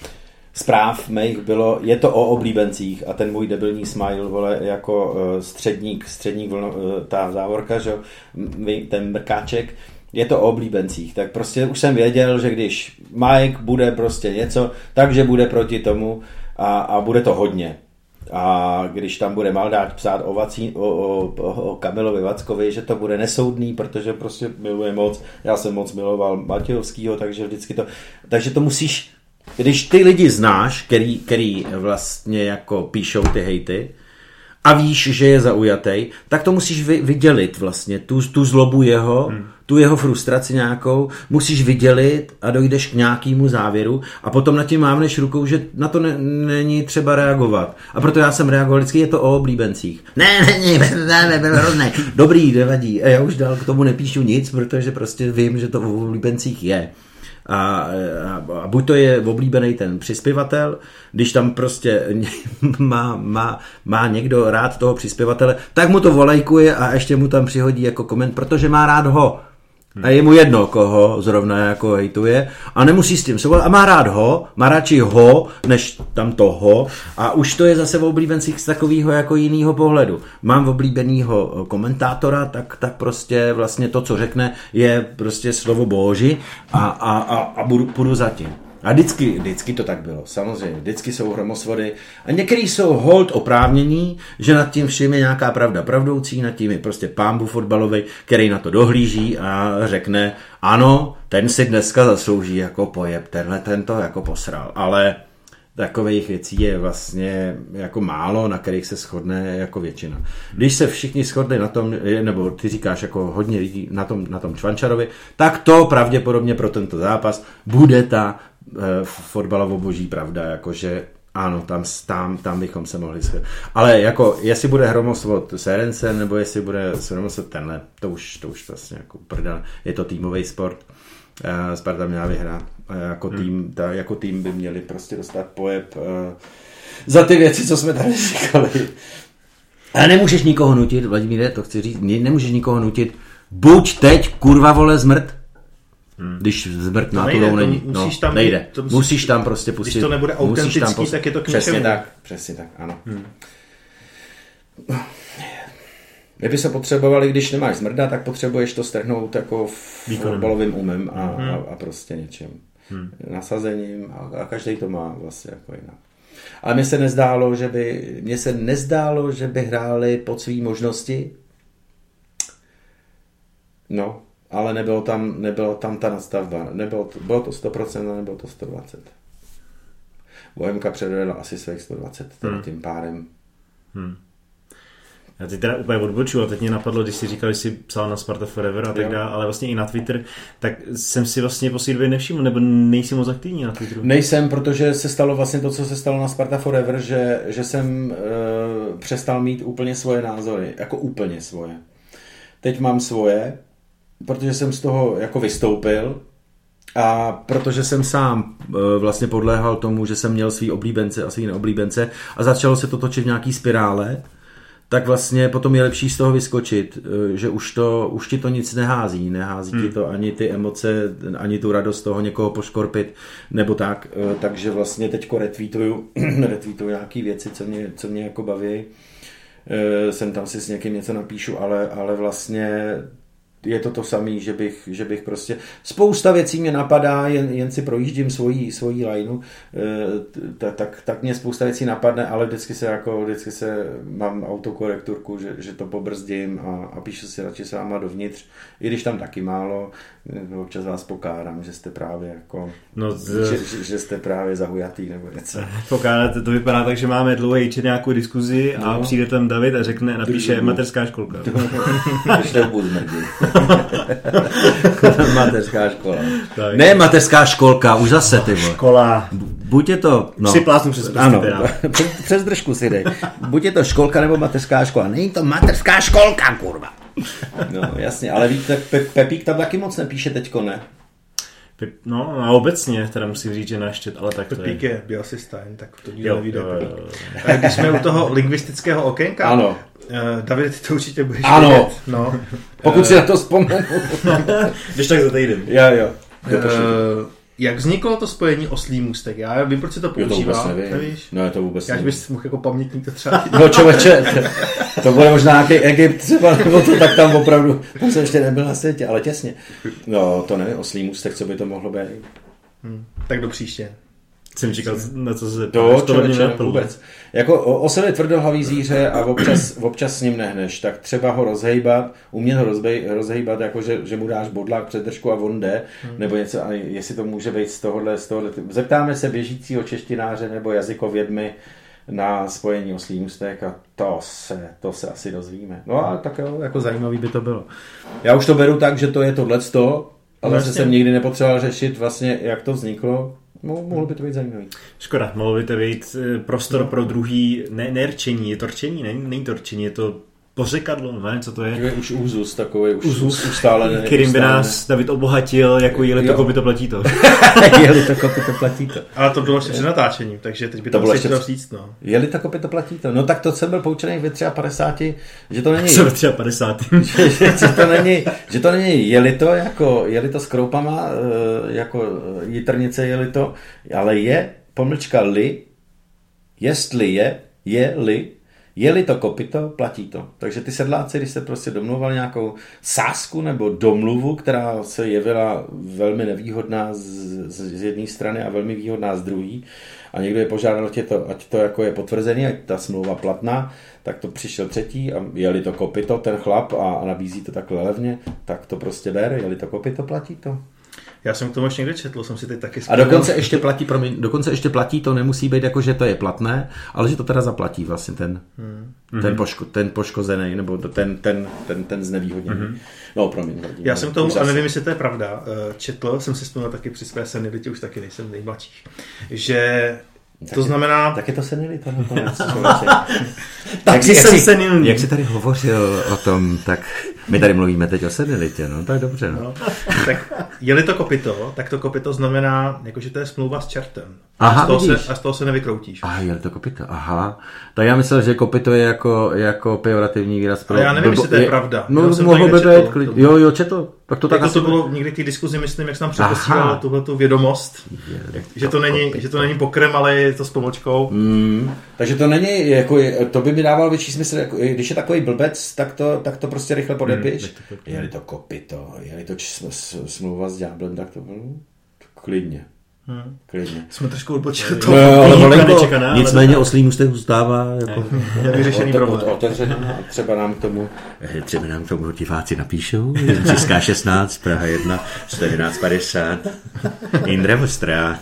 zpráv mých bylo, je to o oblíbencích a ten můj debilní smile, vole, jako středník, středník vlno, ta závorka, že, ten mrkáček, je to o oblíbencích, tak prostě už jsem věděl, že když Mike bude prostě něco, takže bude proti tomu a, a bude to hodně. A když tam bude Maldáč psát o, Vací, o, o, o Kamilovi Vackovi, že to bude nesoudný, protože prostě miluje moc, já jsem moc miloval Matějovskýho, takže vždycky to, takže to musíš, když ty lidi znáš, který, který vlastně jako píšou ty hejty a víš, že je zaujatý, tak to musíš vy, vydělit vlastně, tu, tu zlobu jeho, hmm. tu jeho frustraci nějakou, musíš vydělit a dojdeš k nějakému závěru a potom nad tím mávneš rukou, že na to ne, není třeba reagovat. A proto já jsem reagoval, vždycky je to o oblíbencích. Ne, ne, ne, ne, hrozné. Dobrý, nevadí. A já už dál k tomu nepíšu nic, protože prostě vím, že to o oblíbencích je. A, a, a buď to je oblíbený ten přispěvatel, když tam prostě má, má, má někdo rád toho přispěvatele, tak mu to volejkuje a ještě mu tam přihodí jako koment, protože má rád ho. A je mu jedno, koho zrovna jako hejtuje a nemusí s tím souhlasit. A má rád ho, má radši ho, než tam toho a už to je zase v oblíbencích z takového jako jiného pohledu. Mám oblíbenýho komentátora, tak, tak prostě vlastně to, co řekne, je prostě slovo boží a, a, a, a budu, budu za tím. A vždycky, vždycky to tak bylo, samozřejmě, vždycky jsou hromosvody a některý jsou hold oprávnění, že nad tím vším je nějaká pravda pravdoucí, nad tím je prostě pámbu fotbalový, který na to dohlíží a řekne, ano, ten si dneska zaslouží jako pojeb, tenhle ten to jako posral, ale takových věcí je vlastně jako málo, na kterých se shodne jako většina. Když se všichni shodli na tom, nebo ty říkáš jako hodně lidí na tom, na tom Čvančarovi, tak to pravděpodobně pro tento zápas bude ta e, fotbalovou boží pravda, jakože ano, tam, tam, tam bychom se mohli shodnout. Ale jako, jestli bude Hromosvod Serencen, nebo jestli bude Hromosvod tenhle, to už, to už vlastně jako prdel. Je to týmový sport. Uh, Sparta měla vyhrát. Uh, jako, hmm. tým, ta, jako tým by měli prostě dostat pojeb uh, za ty věci, co jsme tady říkali. Ale nemůžeš nikoho nutit, Vladimíre, to chci říct, nemůžeš nikoho nutit, buď teď, kurva vole, zmrt, Hmm. když zmrt náturou není. No, tam, nejde. To musíš, musíš tam prostě pustit. Když to nebude autentický, post... tak je to k Přesně ničemu. tak, přesně tak, ano. Hmm. My by se potřebovali, když nemáš zmrda, tak potřebuješ to strhnout jako fotbalovým umem a, hmm. a, a prostě něčím. Hmm. Nasazením a, a každý to má vlastně jako jinak. Ale mně se nezdálo, že by, mně se nezdálo, že by hráli pod svý možnosti. No, ale nebylo tam, nebylo tam ta nastavba. Nebylo to, bylo to sto procent a nebylo to sto dvacet. Bohemka předvedla asi svých sto dvacet, teda hmm. tím pádem. Hmm. Já teď teda úplně odboču a teď mě napadlo, když jsi říkal, že jsi psal na Sparta Forever a tak dále, ale vlastně i na Twitter, tak jsem si vlastně poslední době nevšiml, nebo nejsi moc aktivní na Twitteru? Nejsem, protože se stalo vlastně to, co se stalo na Sparta Forever, že, že jsem e, přestal mít úplně svoje názory, jako úplně svoje. Teď mám svoje, protože jsem z toho jako vystoupil a protože jsem sám e, vlastně podléhal tomu, že jsem měl svý oblíbence a svý neoblíbence a začalo se to točit v nějaký spirále, tak vlastně potom je lepší z toho vyskočit, že už, to, už ti to nic nehází, nehází hmm. ti to ani ty emoce, ani tu radost toho někoho poškorpit, nebo tak, takže vlastně teďko retweetuju, retweetuju nějaký věci, co mě, co mě jako baví, sem tam si s někým něco napíšu, ale, ale vlastně je to to samé, že bych, že bych prostě... Spousta věcí mě napadá, jen, jen si projíždím svoji, svoji lineu, tak, tak, tak mě spousta věcí napadne, ale vždycky se jako, vždycky se mám autokorekturku, že, že to pobrzdím a, a píšu si radši s váma dovnitř, i když tam taky málo, občas vás pokárám, že jste právě jako... No, z... že, že, že jste právě zahujatý nebo něco. Pokádáte, to vypadá tak, že máme dlouhý čet nějakou diskuzi a no. přijde tam David a řekne, napíše mateřská školka. Ještě budu zmrdí. Mateřská škola. Tak. Ne mateřská školka, už zase ty vole. Škola. Buď je to... No, si plásnu přes prsty. Ano, přes, přes držku si dej. Buď je to školka nebo mateřská škola. Není to mateřská školka, kurva. No jasně, ale víte, Pe- Pepík tam taky moc nepíše teďko, ne? No a obecně, teda musím říct, že naštět, ale tak to je. Pepík je Bielsi-Stein, tak to díl nevíde. Když jsme u toho lingvistického okénka, ano. David, ty to určitě budeš ano. vidět. No. Pokud si na to vzpomenu. Když tak za týden. Jo, jo. Uh, jak vzniklo to spojení Oslí můstek? Já vím, proč se to používá. Jo, to nevíš? No, to vůbec Já bys mohl jako pamětník to třeba... No člověče, to bude možná nějaký Egypt třeba, nebo to tak tam opravdu, tam jsem ještě nebyl na světě, ale těsně. No, to nevím, Oslí můstek, co by to mohlo být. Hmm, tak do příště. Jsem čekal, na co se to člověče, vůbec. Jako osel je tvrdohlavý zvíře a občas, občas s ním nehneš, tak třeba ho rozhejbat, umět ho rozbej, rozhejbat, jako že, že mu dáš bodlák před držku a on jde, hmm. nebo něco, a jestli to může být z tohohle, z tohohle. Zeptáme se běžícího češtináře nebo jazykovědmy na spojení oslí můstek a to se, to se asi dozvíme. No a tak jo, jako zajímavý by to bylo. Já už to beru tak, že to je tohleto, ale vlastně jsem nikdy nepotřeboval řešit vlastně, jak to vzniklo. No, mohlo by to být zajímavý. Škoda, mohlo by to být prostor no. pro druhý, ne, ne rčení, je to rčení, ne, není to rčení, je to pořekadlo, ne, co to je? Je už úzus takový, už, úzus, už stále ne. Kterým by nás David obohatil, jako jeli to kopy, to platí to. Jeli to kopy, to platí to. Ale to bylo ještě před natáčením, takže teď by to, to bylo chtěl říct, no. Jeli to kopy, to platí to. No tak to jsem byl poučený ve padesát tři, že to není... Co ve padesát tři? že, že, že, to není, že to není jeli to, jako jeli to s kroupama, jako jitrnice jeli to, ale je pomlčka li, jestli je, je-li, je-li to kopyto, platí to. Takže ty sedláci, když se prostě domluvali nějakou sázku nebo domluvu, která se jevila velmi nevýhodná z, z, z jedné strany a velmi výhodná z druhé, a někdo je požádal, ať to, ať to jako je potvrzený, ať ta smlouva platná, tak to přišel třetí a je-li to kopyto, ten chlap a, a nabízí to takhle levně, tak to prostě bere, je-li to kopyto, platí to. Já jsem k tomu ještě někde četl, jsem si teď taky A dokonce ještě platí, promiň, dokonce ještě platí, to nemusí být jako, že to je platné, ale že to teda zaplatí vlastně ten, hmm. ten, poško, ten poškozený, nebo ten, ten, ten, ten znevýhodněný. Hmm. No, promiň. Hodně, Já jsem k tomu, a nevím, jestli to je pravda, četl, jsem si vzpomněl taky při své senilitě, už taky nejsem nejmladší, že tak to je, znamená... Tak je to senilita nakonec. Tak jak, jsem senilní. Jak jsi tady hovořil o tom, tak my tady mluvíme teď o senilitě, no tak dobře. No. No, tak je-li to kopyto, tak to kopyto znamená, jako, že to je smlouva s čertem. Aha, a, z toho se, a z toho se nevykroutíš. Aha, je-li to kopyto, aha. Tak já myslel, že kopyto je jako, jako pejorativní výraz pro... Ale já nevím, jestli to je, je pravda. No, mohlo by být, klid... jo, jo, četl. Tak to tak jako asi to bylo někdy v té diskuzi, myslím, jak jsem tam přeposílal tuhletu vědomost, je, že, to není, že to není pokrm, ale je to s pomočkou. Mm, takže to není, jako, to by mi dával větší smysl, jako, když je takový blbec, tak to, tak to prostě rychle podepiš. Hmm, je-li to kopyto, je-li to smlouva s ďáblem, tak to bylo klidně. Hmm. Klidně. Jsme trošku odbočili to. No, ale malinko, nicméně oslý můstek zůstává jako nevyřešený problém. Otevřený, třeba nám k tomu, třeba nám k tomu diváci napíšou, Česká šestnáct, Praha jedna, sto jedenáct padesát, Indra Vostrá.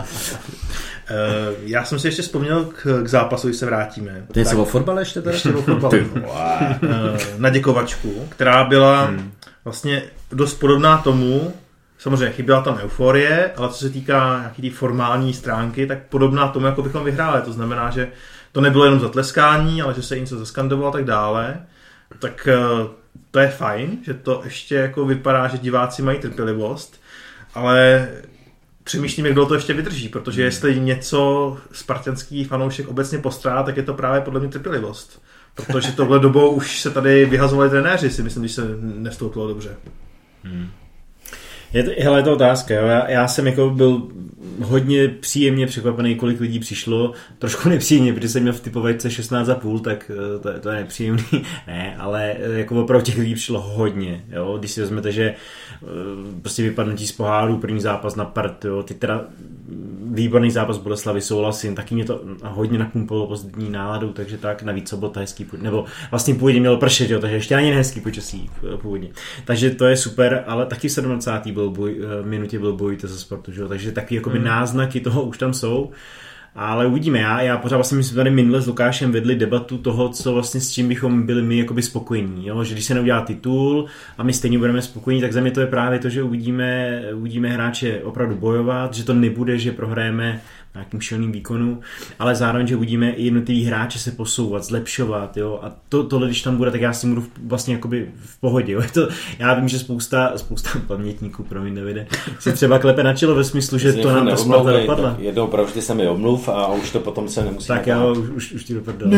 Já jsem si ještě vzpomněl k, k zápasu, když se vrátíme. To je něco o fotbale ještě teda? Ještě o fotbale. Na děkovačku, která byla hmm. vlastně dost podobná tomu, samozřejmě chyběla tam euforie, ale co se týká nějaký té formální stránky, tak podobná tomu, jako bychom vyhráli. To znamená, že to nebylo jenom zatleskání, ale že se něco zaskandovalo a tak dále. Tak to je fajn, že to ještě jako vypadá, že diváci mají trpělivost, ale přemýšlím, jak dlouho to ještě vydrží, protože jestli něco spartanský fanoušek obecně postrádá, tak je to právě podle mě trpělivost. Protože tohle dobou už se tady vyhazovali trenéři, si myslím, když se nevstoupilo dobře. Hmm. Je to, hele, je to otázka. Jo. Já, já jsem jako byl hodně příjemně překvapený, kolik lidí přišlo. Trošku nepříjemně, protože jsem měl v typovačce šestnáct a půl, tak to, to je nepříjemný. Ne, ale jako opravdu těch lidí přišlo hodně. Jo. Když si vezmete, že prostě vypadnutí z poháru, první zápas na prd, jo. Ty teda výborný zápas Boleslavy, souhlasím, taky mě to hodně napumpovalo pozitivní náladou, takže tak, navíc sobota hezký, nebo vlastně původně mělo pršet, jo, takže ještě ani nehezký počasí původně. Takže to je super, ale taky v sedmdesáté byl boj, minutě byl boj za sportu, že jo, takže taky jakoby hmm. náznaky toho už tam jsou. Ale uvidíme, já, já pořád vlastně myslím, že tady minule s Lukášem vedli debatu toho, co vlastně s čím bychom byli my jakoby spokojení, jo? Že když se neudělá titul a my stejně budeme spokojení, tak za mě to je právě to, že uvidíme, uvidíme hráče opravdu bojovat, že to nebude, že prohrajeme nějakým šilným výkonu, ale zároveň, že uvidíme i jednotlivý hráče se posouvat, zlepšovat, jo, a to, tohle, když tam bude, tak já si budu vlastně jakoby v pohodě, jo, to, já vím, že spousta, spousta pamětníků, promiň, Davide, si třeba klepe na čelo ve smyslu, že to nám ta Sparta dopadla. Jednou opravdu se mi omluv a už to potom se nemusí tak já už, už, už ti dopadl.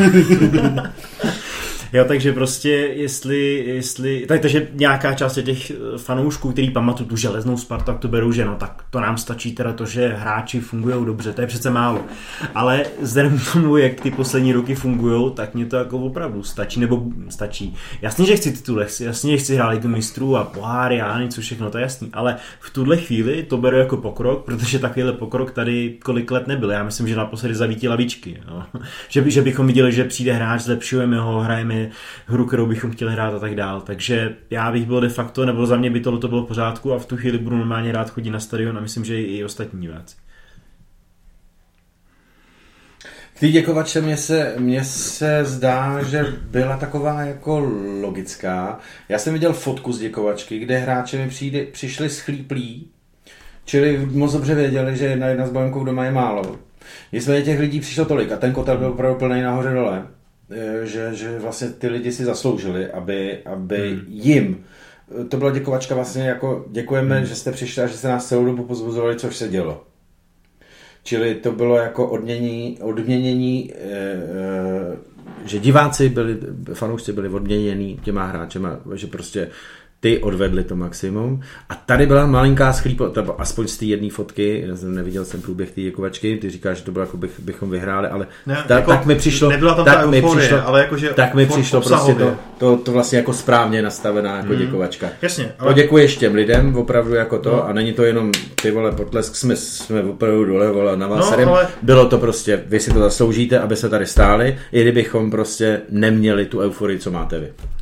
Jo, takže prostě, jestli, jestli tak, takže nějaká část těch fanoušků, který pamatují tu železnou Spartu, tak to berou, že no, tak to nám stačí teda to, že hráči fungují dobře, to je přece málo. Ale vzhledem k tomu, jak ty poslední roky fungují, tak mě to jako opravdu stačí, nebo stačí. Jasně, že chci titule, jasně, že chci hrát Ligu mistrů a poháry a něco všechno, to je jasný, ale v tuhle chvíli to beru jako pokrok, protože takovýhle pokrok tady kolik let nebyl. Já myslím, že naposledy zavítí lavičky. Jo. Že, že bychom viděli, že přijde hráč, zlepšujeme ho, hrajeme hru, kterou bychom chtěli hrát a tak dál. Takže já bych byl de facto, nebo za mě by tohle to bylo v pořádku a v tu chvíli budu normálně rád chodit na stadion a myslím, že i ostatní diváci. K té děkovačce mně se, mně se zdá, že byla taková jako logická. Já jsem viděl fotku z děkovačky, kde hráči mi přijde, přišli schlíplí, čili moc dobře věděli, že jedna jedna s Bohemkou doma je málo. Nicméně těch lidí přišlo tolik a ten kotel byl opravdu plný nahoře dole. Že, že vlastně ty lidi si zasloužili, aby, aby hmm. jim, to byla děkovačka vlastně jako děkujeme, hmm. že jste přišli a že jste nás celou dobu pozbuzovali, což se dělo. Čili to bylo jako odměnění, odměnění e, e, že diváci byli, fanoušci byli odměnění těma hráčema, že prostě ty odvedli to maximum. A tady byla malinká schlípo, aspoň z té jedné fotky, já jsem neviděl jsem průběh té děkovačky, ty říkáš, že to bylo jako bych, bychom vyhráli, ale ne, ta, jako, tak mi přišlo, nebyla tam tak ta mi euforie, přišlo, ale jakože tak mi přišlo prostě to, to, to vlastně jako správně nastavená jako hmm. děkovačka. Jasně. Ale... Poděkuješ těm lidem opravdu jako to no. A není to jenom ty vole potlesk, jsme, jsme opravdu dole vole na vás no, ale... Bylo to prostě, vy si to zasloužíte, aby se tady stáli, i kdybychom prostě neměli tu euforii, co máte vy.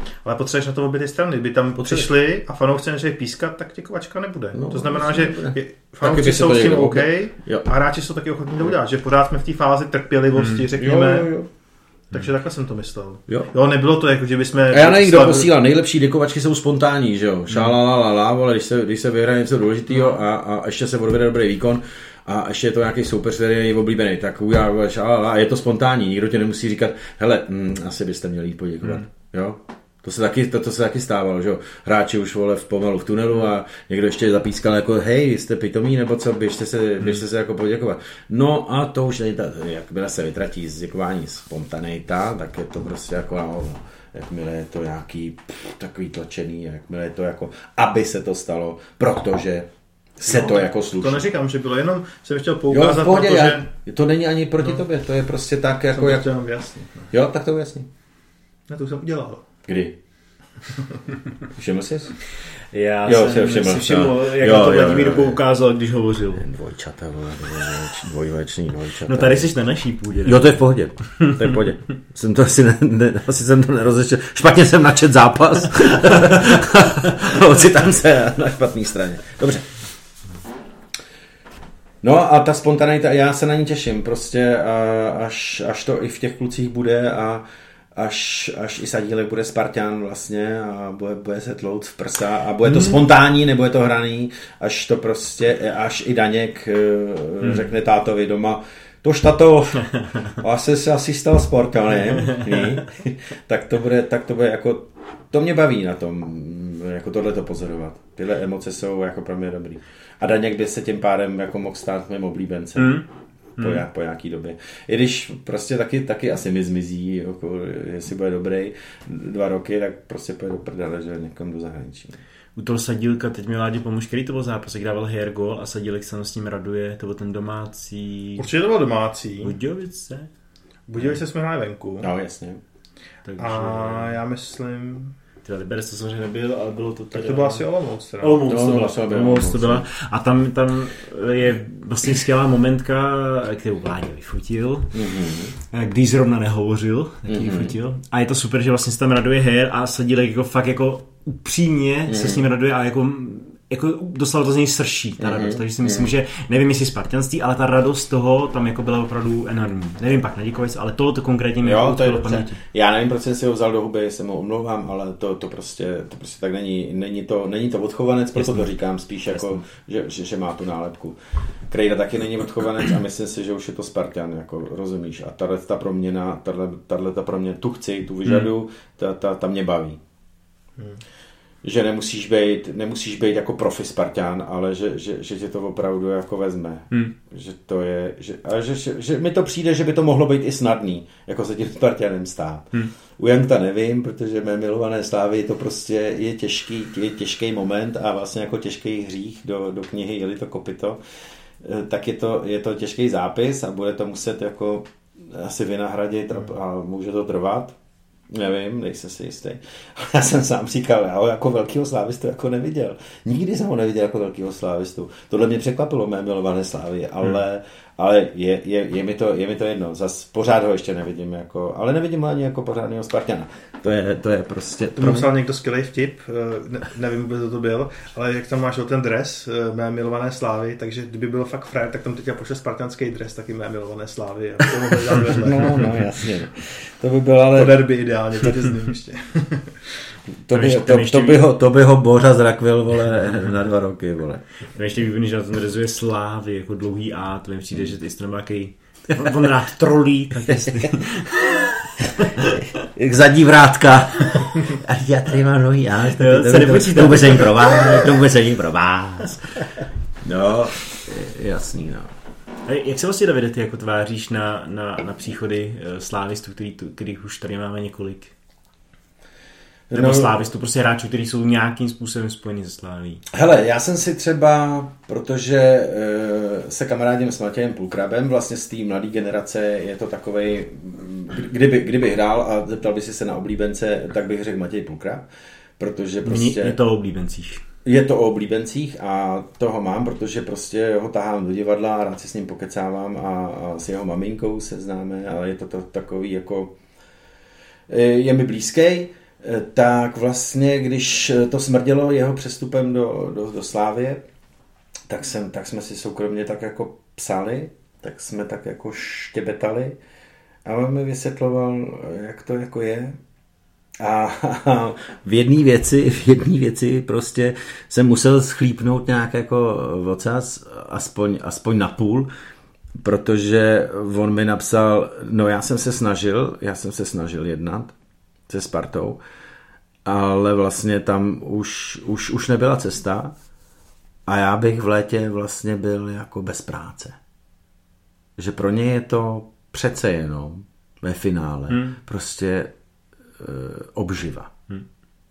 Ale potřebuješ na to obě ty strany. Kdyby tam přišli a fanoušci než pískat, tak děkovačka nebude. No, to znamená, že fanoušci jsou s tím OK jo. a hráči jsou taky ochotní to udělat. Že pořád jsme v té fázi trpělivosti, hmm. řekněme. Jo, jo, jo. Takže takhle jsem to myslel. Jo, jo nebylo to jako, že bychom... A já nevím, kdo posílal. Nejlepší děkovačky jsou spontánní, že jo. Šalalala, ale když se, když se vyhraje něco důležitého a, a ještě se odvede dobrý výkon a ještě je to nějaký soupeř, který je oblíbený, tak udělá šalalala a je to spontánní. Nikdo tě nemusí říkat, hele, mm, asi byste měli jít poděkovat. Hmm. Jo? To se taky, to, to se taky stávalo, že jo. Hráči už vole v pomalu v tunelu a někdo ještě zapískal jako hej, jste pitomí nebo co, běžte se, běžte se jako poděkovat. No a to už není ta, jakmile se vytratí z děkování spontaneita, tak je to prostě jako no, jakmile je to nějaký pff, takový tlačený, jakmile je to jako, aby se to stalo, protože se no, to jako sluší. To neříkám, že bylo, jenom jsem chtěl poukázat jo, na to, já, že... To není ani proti no, tobě, to je prostě tak jako... Jak... Vyjasnit, no. Jo, tak to vyjasni. Ne, to už jsem udělal. Kdy? Všiml jsi? Já jo, jsem všiml, si všiml, jak jo, to Vladimír poukázal, když hovořil. Dvojčata, vole, dvojvečný dvojčata. No tady jsi na naší půdě. Ne? Jo, to je v pohodě. To je v pohodě. Jsem to asi, ne, ne, asi jsem to nerozešel. Špatně jsem načet zápas. Ocitám se na špatné straně. Dobře. No a ta spontaneita, já se na ní těším. Prostě a, až, až to i v těch klucích bude a Až, až i Sadílek bude Spartan vlastně a bude, bude se tlout v prsa a bude to hmm. spontánní, nebude to hraný, až to prostě, až i Daněk hmm. řekne tátovi doma, tož tato, asi se asi stal Spartanem, tak to bude, tak to bude jako, to mě baví na tom, jako tohleto pozorovat. Tyhle emoce jsou jako pro mě dobrý. A Daněk by se tím pádem jako mohl stát mým oblíbencem. Hmm. Po, hmm. po nějaký době. I když prostě taky, taky asi mi zmizí, jako, jestli bude dobrý dva roky, tak prostě pojde do prdele, že někam do zahraničí. U toho Sadílka, teď mi Láďo pomůž, který to byl zápas, jak dával hair goal a Sadílek se s ním raduje, to byl ten domácí... Určitě to byl domácí. Budějovice? Budějovice jsme hráli venku. No, jasně. Takže... A já myslím... Teda Liberec to samozřejmě nebyl, ale bylo to teda... Tak to bylo asi Olomouc. Olomouc to byla. Olomouc to byla. A tam, tam je vlastně skvělá momentka, kterou Vláďa vyfotil, mm-hmm. když zrovna nehovořil, taky mm-hmm. vyfotil. A je to super, že vlastně se tam raduje her a Sadílek jako fakt jako upřímně mm-hmm. se s ním raduje a jako... jako dostalo to z něj srší, ta radost, mm-hmm. takže si myslím, mm-hmm. že nevím, jestli spartanství, ale ta radost toho tam jako byla opravdu enormní. Nevím pak na Děkovic, ale tohle to konkrétně mi jo, to je paměti. Já nevím, proč jsem si ho vzal do huby, se mu omlouvám, ale to, to, prostě, to prostě tak není, není to, není to odchovanec, proto to říkám spíš jako, že, že, že má tu nálepku. Krejda taky není odchovanec a myslím si, že už je to Spartan, jako rozumíš. A tahle ta proměna, tahle, tahle ta proměna, tu chci, tu vyžadu, hmm. ta, ta, ta mě baví. Hmm. Že nemusíš být, nemusíš být jako profi Spartan, ale že, že, že tě to opravdu jako vezme. Hmm. Že to je, že, ale že, že, že mi to přijde, že by to mohlo být i snadný, jako se tím Spartanem stát. Hmm. U Jankta nevím, protože mé milované Slávy to prostě je těžký, je těžký moment a vlastně jako těžký hřích do, do knihy Jeli to kopyto, tak je to, je to těžký zápis a bude to muset jako asi vynahradit a, a může to trvat. Nevím, nejsem si jistý. Já jsem sám říkal, já ho jako velkýho slávistu jako neviděl. Nikdy jsem ho neviděl jako velkýho slávistu. Tohle mě překvapilo, mé milované Slávy, ale, hmm. ale je, je, je, mi to, je mi to jedno. Zas pořád ho ještě nevidím, jako, ale nevidím ho ani jako pořádného Spartana. To je, to je prostě... To mi psal někdo skvělý vtip, ne, nevím, kdo to byl, ale jak tam máš ten dres mé milované Slávy, takže kdyby byl fakt frajer, tak tam teďka pošle spartanský dres, taky mé milované Slávy. no, no, jasně. To by bylo ale... To derby ideálně, tady s ním ještě. To by, to, to, by ho, to by ho Bořa zrakvil, vole, na dva roky, vole. To ještě výborný, že na tom rezuje Slávy, jako dlouhý A, to mi přijde, že ty jsi tam nějaký... On rád trolí, tak jestli... Jak zadní vrátka. A já tady mám nový A, to, jo, to, to, to vůbec není pro vás, to vůbec není pro vás. No, jasný, no. A jak se vlastně, Davide, ty jako tváříš na, na, na příchody slávistů, který, kterých už tady máme několik? Nebo no, slávistů, prostě hráčů, kteří jsou nějakým způsobem spojení se Sláví. Hele, já jsem si třeba, protože e, se kamarádím s Matějem Pulkrabem, vlastně z té mladé generace je to takovej, kdyby, kdyby hrál a zeptal by si se na oblíbence, tak bych řekl Matěj Pulkrab, protože prostě... Je to o oblíbencích. Je to o oblíbencích a toho mám, protože prostě ho tahám do divadla, rád si s ním pokecávám a, a s jeho maminkou se známe, ale je to, to takový jako... Je mi blízký. tak vlastně, když to smrdělo jeho přestupem do, do, do Slávie, tak, jsem, tak jsme si soukromně tak jako psali, tak jsme tak jako štěbetali a on mi vysvětloval, jak to jako je. A v jedné věci, v jedné věci prostě jsem musel schlípnout nějak jako ocas, aspoň, aspoň na půl, protože on mi napsal, no já jsem se snažil, já jsem se snažil jednat se Spartou, ale vlastně tam už, už, už nebyla cesta a já bych v létě vlastně byl jako bez práce. Že pro ně je to přece jenom ve finále hmm. prostě e, obživa. Hmm.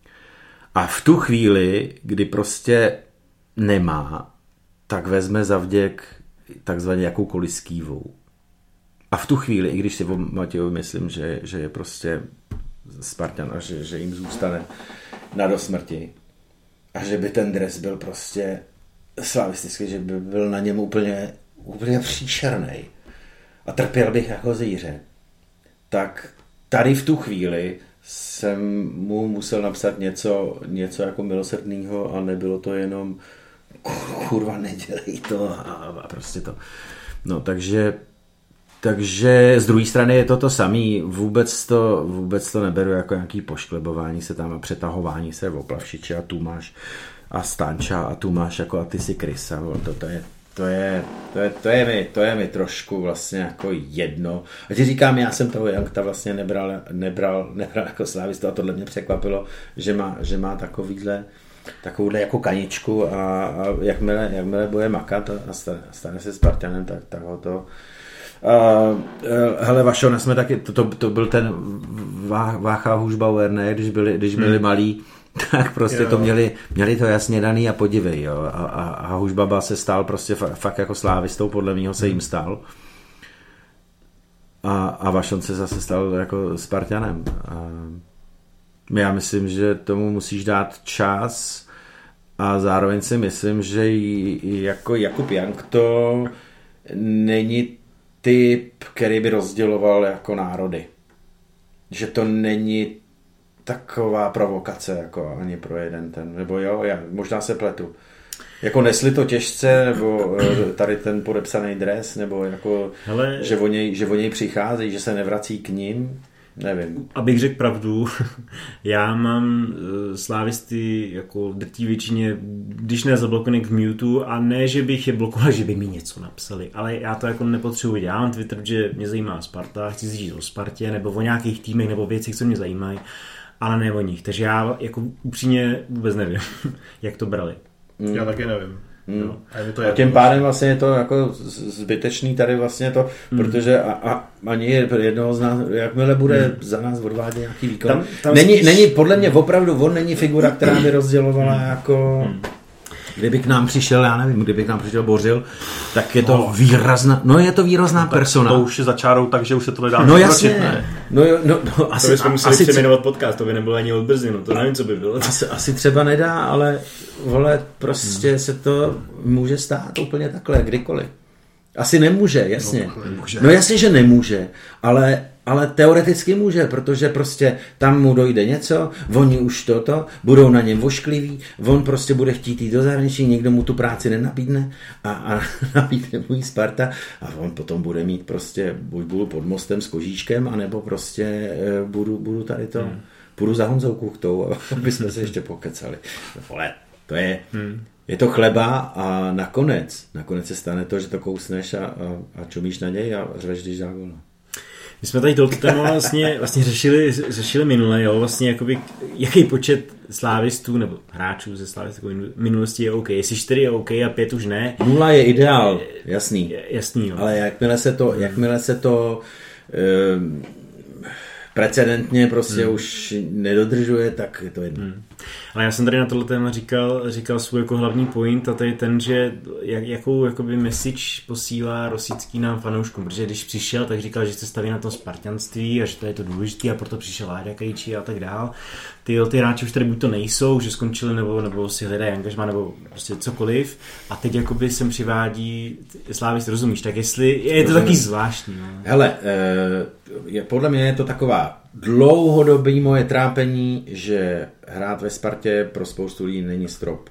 A v tu chvíli, kdy prostě nemá, tak vezme zavděk takzvaně jakoukoliv skývou. A v tu chvíli, i když si o Matějovi myslím, že, že je prostě Spartan a že, že jim zůstane na dosmrti a že by ten dres byl prostě slavistický, že by byl na něm úplně, úplně příšernej a trpěl bych jako zvíře, tak tady v tu chvíli jsem mu musel napsat něco, něco jako milosrdného a nebylo to jenom kurva, nedělej to a, a prostě to. No takže takže z druhé strany je to to samé, vůbec to, vůbec to neberu jako nějaký pošklebování se tam a přetahování se o Plavšiče a tu máš a Stanča a tu máš jako a ty si Krysa, to, to je To je, to, je, to, je mi, to je mi trošku vlastně jako jedno. A ti říkám, já jsem toho Jankta vlastně nebral, nebral, nebral jako slávistu a tohle mě překvapilo, že má, že má takovýhle, takovouhle jako kaničku a, a jakmile, jakmile bude makat a stane, stane se Spartanem, tak, tak ho to... Uh, hele, Vašo, jsme taky, to, to, to byl ten Vácha Hušbauer, ne, když byli, když byli hmm. malí, tak prostě jo. to měli, měli to jasně daný a podívej, jo. A, a, a Hušbaba se stál prostě fakt jako slávistou, podle mýho se jim stal. A, a Vašon se zase stal jako Spartanem. A já myslím, že tomu musíš dát čas a zároveň si myslím, že jako Jakub Jank to není typ, který by rozděloval jako národy. Že to není taková provokace jako ani pro jeden ten, nebo jo, já možná se pletu. Jako nesli to těžce, nebo tady ten podepsaný dres, nebo jako, Hele, že, o něj, že o něj přichází, že se nevrací k ním, nevím. Abych řekl pravdu, já mám slávisty jako drtí většině, když ne zablokovaný v mute, a ne, že bych je blokoval, že by mi něco napsali, ale já to jako nepotřebuji. Já mám Twitter, že mě zajímá Sparta, chci si říct o Spartě, nebo o nějakých týmech, nebo věcích, co mě zajímají, ale ne o nich. Takže já jako upřímně vůbec nevím, jak to brali. Mm. Já taky nevím. Mm. No. A, to a tím pádem vlastně je to jako zbytečný tady vlastně to, mm. protože a, a ani jednoho z nás, jakmile bude mm. za nás odvádět nějaký výkon. Tam, tam není, spíš... není, podle mě opravdu, on není figura, která by rozdělovala mm. jako... Mm. Kdyby k nám přišel, já nevím, kdyby k nám přišel Bořil, tak je to no. výrazná, no je to výrazná no, persona. To už je začárou, takže už se to nedá. No jasně, ne? no, no, no asi, to bychom museli asi přejmenovat podcast, to by nebylo ani od brzy, no to nevím, co by bylo. Asi, asi třeba nedá, ale vole, prostě hmm. se to může stát úplně takhle, kdykoliv. Asi nemůže, jasně. No, nemůže. no jasně, že nemůže, ale... Ale teoreticky může, protože prostě tam mu dojde něco, oni už toto, budou na něm voškliví, on prostě bude chtít jít do zahraničí, někdo mu tu práci nenabídne a, a nabídne mu jí Sparta a on potom bude mít prostě, buď budu pod mostem s kožíčkem, anebo prostě budu, budu tady to, hmm. půjdu za Honzou Kuchtou, aby jsme se ještě pokecali. Vole, to je... Hmm. Je to chleba a nakonec, nakonec se stane to, že to kousneš a, a, a čumíš na něj a řveš, když dá gól. My jsme tady tohle téma vlastně, vlastně řešili, řešili minule, jo, vlastně jakoby, jaký počet slávistů nebo hráčů ze slávistou minulosti je OK. Jestli čtyři je OK a pět už ne. Nula je ideál, jasný. Jasný, jo. Ale jakmile se to, jakmile se to um, precedentně prostě hmm. už nedodržuje, tak je to jedno. Hmm. Ale já jsem tady na tohle téma říkal, říkal svůj jako hlavní point a to je ten, že jak, jakou jakoby message posílá Rosický nám fanouškům, protože když přišel, tak říkal, že se staví na tom spartanství a že to je to důležité a proto přišel Láďa Krejčí a tak dál. Ty, ty hráči už tady buď to nejsou, že skončili nebo, nebo si hledají angažmá nebo prostě cokoliv a teď jakoby sem přivádí Slávy, rozumíš, tak jestli je to taky zvláštní. No. Hele, je, podle mě je to taková dlouhodobý moje trápení, že hrát ve Spartě pro spoustu lidí není strop.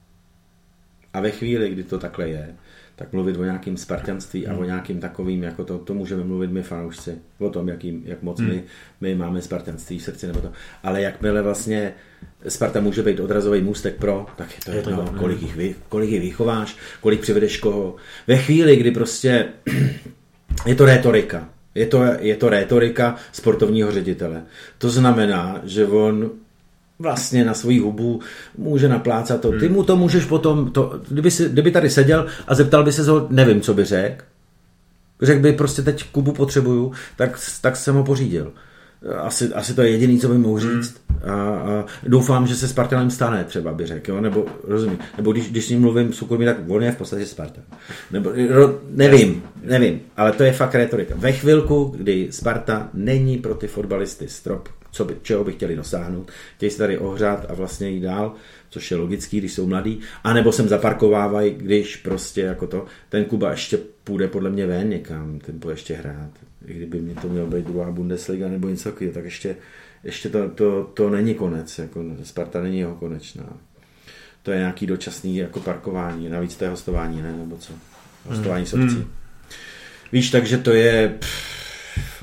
A ve chvíli, kdy to takhle je, tak mluvit o nějakým spartanství a o nějakým takovým, jako to, to můžeme mluvit my fanoušci, o tom, jakým, jak moc my, my máme spartanství v srdci nebo to. Ale jakmile vlastně Sparta může být odrazový můstek pro, tak je to jedno, to, kolik jich, vy, kolik jich vychováš, kolik přivedeš koho. Ve chvíli, kdy prostě je to rétorika, je to, je to rétorika sportovního ředitele. To znamená, že on vlastně na svoji hubu může naplácat to. Ty mu to můžeš potom, to, kdyby, si, kdyby tady seděl a zeptal by se ho, nevím, co by řekl, řekl by prostě teď Kubu potřebuju, tak, tak jsem ho pořídil. Asi, asi to je jediný, co by mohl říct. A, a doufám, že se Spartanem stane, třeba by řekl, jo? Nebo rozumím. Nebo když, když s ním mluvím soukromí, tak on je v podstatě Sparta. Nebo, ro, nevím, nevím, ale to je fakt rétorika. Ve chvilku, kdy Sparta není pro ty fotbalisty strop, co by, čeho by chtěli dosáhnout, chtějí se tady ohřát a vlastně jít dál, což je logický, když jsou mladí, anebo sem zaparkovávají, když prostě jako to, ten Kuba ještě půjde podle mě ven někam, ten bude ještě hrát. I kdyby mě to mělo být druhá Bundesliga nebo něco takového, tak ještě, ještě to, to, to není konec, jako Sparta není jeho konečná. To je nějaký dočasný jako parkování, navíc to je hostování, ne, nebo co? Hostování s obcí. Hmm. Víš, takže to je... Pff,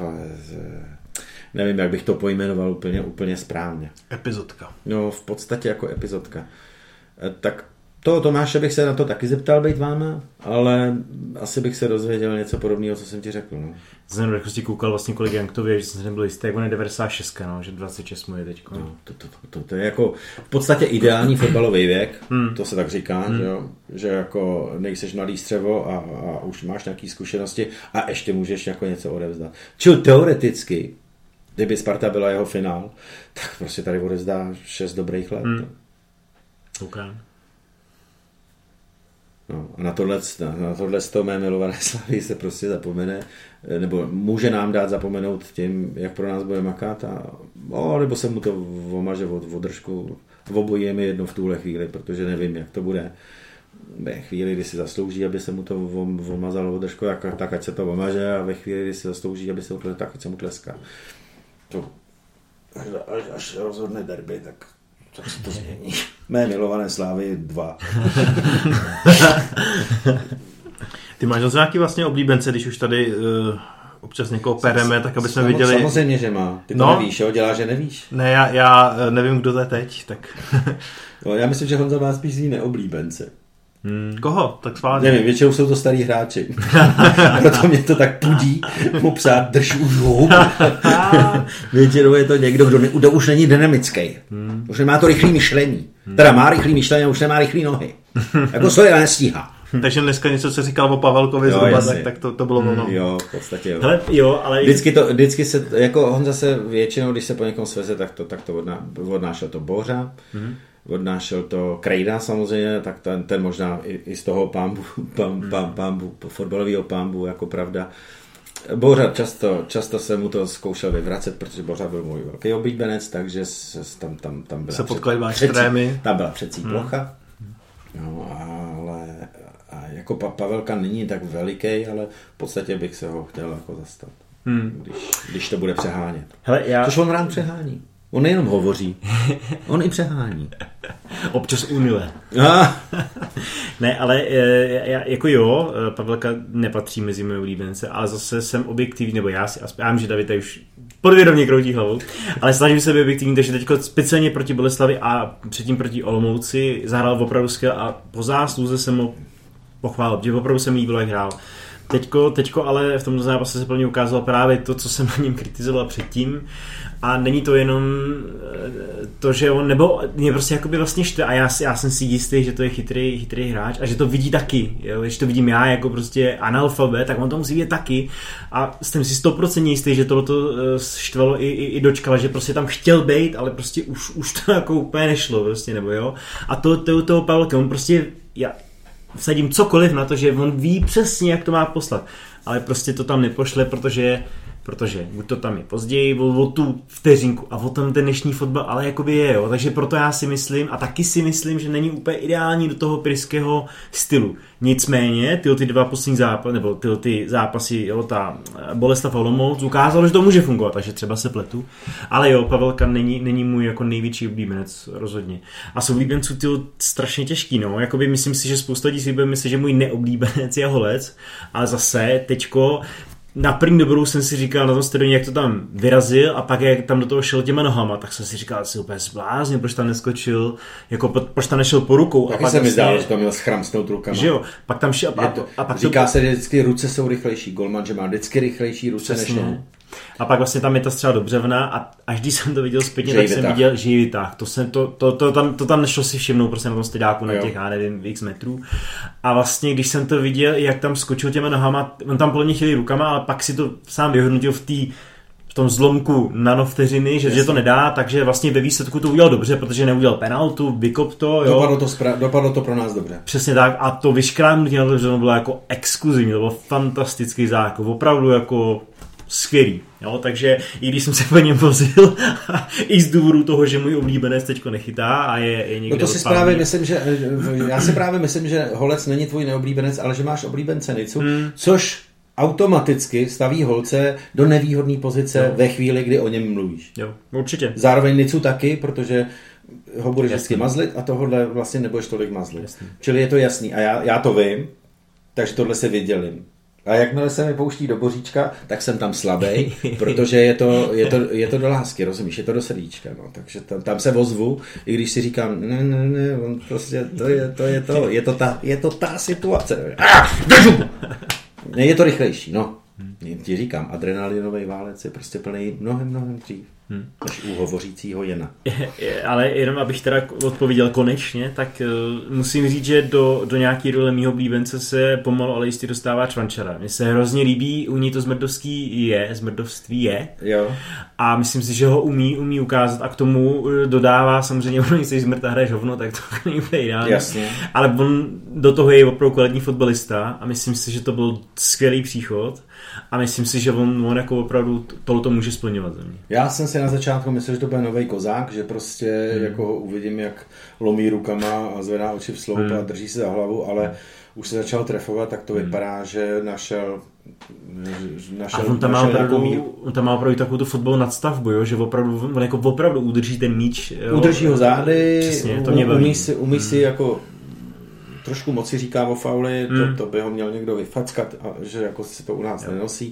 nevím, jak bych to pojmenoval úplně, úplně správně. Epizodka. No, v podstatě jako epizodka. Tak toho Tomáše bych se na to taky zeptal, být váma, ale asi bych se dozvěděl něco podobného, co jsem ti řekl. No. Jsem rychlosti koukal vlastně kolik Janktově, že jsem se nebyl jistý, jak on je devadesát šest, no, že dvacet šest mu je teď. No, to, to, to, to, to je jako v podstatě ideální fotbalový věk, hmm. to se tak říká, hmm. že, jo? Že jako nejseš mladý střevo a, a už máš nějaké zkušenosti a ještě můžeš jako něco odevzdat. Čili teoreticky, kdyby Sparta byla jeho finál, tak prostě tady odevzdá šest dobrých let. Hmm. Okay. No, a na tohle, na tohle z toho mé milované Slavy se prostě zapomene, nebo může nám dát zapomenout tím, jak pro nás bude makat, a, o, nebo se mu to omaže od, od držku. Obojí je mi jedno v tuhle chvíli, protože nevím, jak to bude. Ve chvíli, kdy si zaslouží, aby se mu to omazalo od držku, tak, tak ať se to omaže, a ve chvíli, kdy si zaslouží, aby se mu tak ať se mu tleská. To, až, až, až rozhodne derby, tak tak se to změní. Mé milované Slávy dva. Ty máš zase nějaký vlastně oblíbence, když už tady uh, občas někoho pereme, tak aby jsme Samo, viděli... Samozřejmě, že má. Ty to no, nevíš, jo? Dělá, že nevíš. Ne, já, já nevím, kdo to je teď, tak... No, já myslím, že Honza má spíš zní neoblíbence. Hmm. Koho? Tak schválně. Nevím, většinou jsou to starý hráči. Proto mě to tak pudí mu psát, drž už hub. Většinou je to někdo, kdo, ne, kdo už není dynamický. Hmm. Už nemá to rychlý myšlení. Hmm. Teda má rychlý myšlení, a už nemá rychlý nohy. Jako sorry, ale nestíhá. Takže dneska něco, co říkal o Pavelkovi zhruba, tak, tak to, to bylo ono. Jo, v podstatě jo. Hele, jo, ale... Vždycky, to, vždycky se, jako Honza se většinou, když se po někom sveze, tak to, tak to odná, odnášel to Bořa. Hmm. Odnášel to Krejda samozřejmě, tak ten, ten možná i, i z toho pámbu, pám, pám, pámbu, fotbalového pámbu, jako pravda. Bořa často, často se mu to zkoušel vyvracet, protože Bořa byl můj velký oblíbenec, takže se, tam, tam, tam byla se potkali dva extrémy. Tam byla přecí hmm. plocha. No, ale a jako pa, Pavelka není tak veliký, ale v podstatě bych se ho chtěl jako zastat. Hmm. Když, když to bude přehánět. Hele, já... Což on rád přehání. On nejenom hovoří, on i přehání. Občas unile. Ah. Ne, ale já, jako jo, Pavelka nepatří mezi moje oblíbence, ale zase jsem objektivní, nebo já si, já vím, že David už podvědomě kroutí hlavou, ale snažím se být objektivní, takže teďko speciálně proti Boleslavi a předtím proti Olomouci zahrál opravdu skvěle a po zásluze jsem ho pochválil, protože opravdu se mi líbilo, jak hrál. Teďko, teďko ale v tomto zápase se pro mě ukázalo právě to, co jsem na něm kritizoval předtím. A není to jenom to, že on, nebo mě prostě jakoby vlastně štve, a já, já jsem si jistý, že to je chytrý, chytrý hráč a že to vidí taky, jo? Když to vidím já jako prostě analfabet, tak on to musí vidět taky a jsem si sto procent jistý, že tohleto štvalo i, i, i dočkala, že prostě tam chtěl bejt, ale prostě už, už to jako úplně nešlo prostě, nebo jo. A to, to, toho Pavelka, on prostě, já vsadím cokoliv na to, že on ví přesně, jak to má poslat, ale prostě to tam nepošle, protože protože buď to tam je později, o, o tu vteřinku a o tom ten dnešní fotbal, ale jakoby je, jo. Takže proto já si myslím a taky si myslím, že není úplně ideální do toho pryského stylu. Nicméně, tyhle ty dva poslední zápasy, nebo tyhle ty zápasy, jo, ta Boleslav a Olomouc ukázalo, že to může fungovat, takže třeba se pletu. Ale jo, Pavelka není, není můj jako největší oblíbenec rozhodně. A s oblíbenců ty strašně těžký, no. Jakoby myslím si, že spousta lidí si bude myslet, že můj neoblíbenec je Holec, ale zase teďko na první dobrou jsem si říkal na tom stadioně, jak to tam vyrazil a pak jak tam do toho šel těma nohama, tak jsem si říkal, asi úplně zbláznil, proč tam neskočil, jako proč tam nešel po rukou. Taky se mi zdálo, že to měl schramstnout rukama. Že jo, pak tam šel a, to, a pak říká to... se, že vždycky ruce jsou rychlejší, golman, že má vždycky rychlejší ruce než nohu. A pak vlastně tam je ta střela do břevna a až když jsem to viděl zpětně, tak jsem viděl živý vytah. To, jsem, to, to, to, tam, to tam nešlo si všimnout prostě na tom stydáku na těch, já nevím, x metrů. A vlastně, když jsem to viděl, jak tam skočil těma nohama, on tam podle mě chtěl rukama, ale pak si to sám vyhodnotil v té v tom zlomku nanovteřiny, že, že to nedá, takže vlastně ve výsledku to udělal dobře, protože neudělal penaltu, vykop to, jo. Dopadlo to, spra- dopadlo to pro nás dobře. Přesně tak a to vyškrámnutí na to, že to bylo jako exkluzivní, to bylo fantastický zákon, opravdu jako skvělý, jo, takže i když jsem se po něm vozil i z důvodu toho, že můj oblíbenec teďko nechytá a je, je někde no to si právě myslím, že já si právě myslím, že Holec není tvůj neoblíbenec, ale že máš oblíbence Nicu, hmm. což automaticky staví Holce do nevýhodné pozice jo. ve chvíli, kdy o něm mluvíš. Jo, určitě. Zároveň Nicu taky, protože ho budeš vždycky mazlit a tohle vlastně nebudeš tolik mazlit. Jasný. Čili je to jasný a já, já to vím, takže tohle se vydělím. A jakmile se mi pouští do Boříčka, tak jsem tam slabý, protože je to, je, to, je to do lásky, rozumíš, je to do srdíčka, no, takže tam, tam se ozvu, i když si říkám, ne, ne, ne, on prostě, to je to, je to, je to ta, je to ta situace. Ah, ne, je to rychlejší, no. Ti říkám, adrenalinový válec je prostě plný mnohem, mnohem dřív. Hmm. Než u hovořícího jena. Je, je, ale jenom abych teda odpověděl konečně, tak uh, musím říct, že do, do nějaký role mýho oblíbence se pomalu, ale jistě dostává Čvančara. Mně se hrozně líbí, u ní to zmrdovský je, zmrdovství je. Jo. A myslím si, že ho umí, umí ukázat a k tomu dodává samozřejmě, ono když jsi zmrt a hraješ hovno, tak to není úplně ideální. Jasně. Ale on do toho je opravdu kvalitní fotbalista a myslím si, že to byl skvělý příchod. A myslím si, že on, on jako opravdu tohleto může splňovat za mě. Já jsem si na začátku myslel, že to bude nový kozák, že prostě hmm. jako ho uvidím, jak lomí rukama a zvedá oči v sloup hmm. a drží se za hlavu, ale už se začal trefovat, tak to hmm. vypadá, že našel našel, a on tam, našel má opravdu, on tam má opravdu takovou tu fotbalovou nadstavbu, jo? Že opravdu, on jako opravdu udrží ten míč. Jo? Udrží ho zády, přesně, to mě baví. Umí si, umí hmm. si jako trošku moci říká o fauli, hmm. to, to by ho měl někdo vyfackat, a, že jako si to u nás jo. nenosí.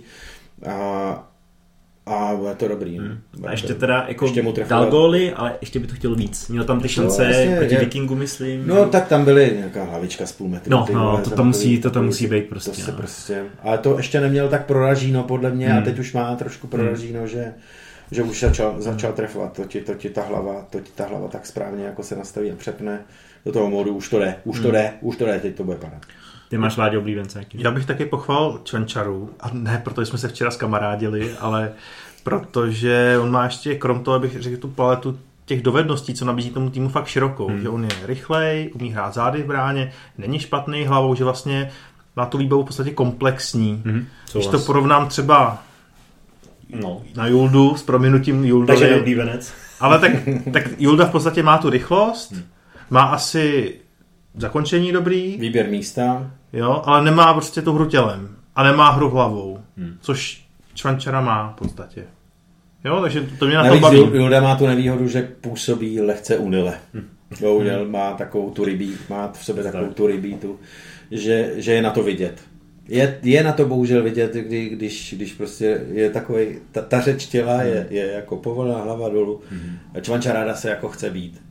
A, a je to dobrý. Hmm. A ještě teda jako ještě dal góly, ale ještě by to chtělo víc. Měl tam ty šance no, vlastně, proti je, Vikingu, myslím. No tak tam byly nějaká hlavička z půl metru. No, no to, tam musí, to tam musí být prostě. To no. prostě. Ale to ještě neměl tak proražíno podle mě hmm. a teď už má trošku proražíno, hmm. že že už začal, začal trefovat, to ti, to ti ta hlava, to ti ta hlava tak správně jako se nastaví a přepne do toho módu, už to jde, už to jde, hmm. už to jde, teď to bude padat. Ty máš Láďo oblíbence. Jaký? Já bych taky pochval Čvančaru, a ne protože jsme se včera zkamarádili, ale protože on má ještě krom toho, abych řekl, tu paletu těch dovedností, co nabízí tomu týmu fakt širokou, hmm. že on je rychlej, umí hrát zády v bráně, není špatný hlavou, že vlastně má tu výbavu v podstatě komplexní. Hmm. Když to porovnám třeba no. na Juldu s prominutím Juldovi. Takže neoblíbenec. Ale tak, tak Julda v podstatě má tu rychlost, hmm. má asi zakončení dobrý. Výběr místa. Jo, ale nemá prostě tu hru tělem. A nemá hru hlavou. Hmm. Což Čvančara má v podstatě. Jo, takže to mě na to baví. Julda má tu nevýhodu, že působí lehce unile. Hmm. Bohužel hmm. má takovou tu rybí, má v sobě takovou tu rybítu, že, že je na to vidět. Je, je na to bohužel vidět, kdy, když, když prostě je takovej, ta, ta řeč těla je, je jako povolená hlava dolů. Mm-hmm. A Čvančaráda se jako chce být.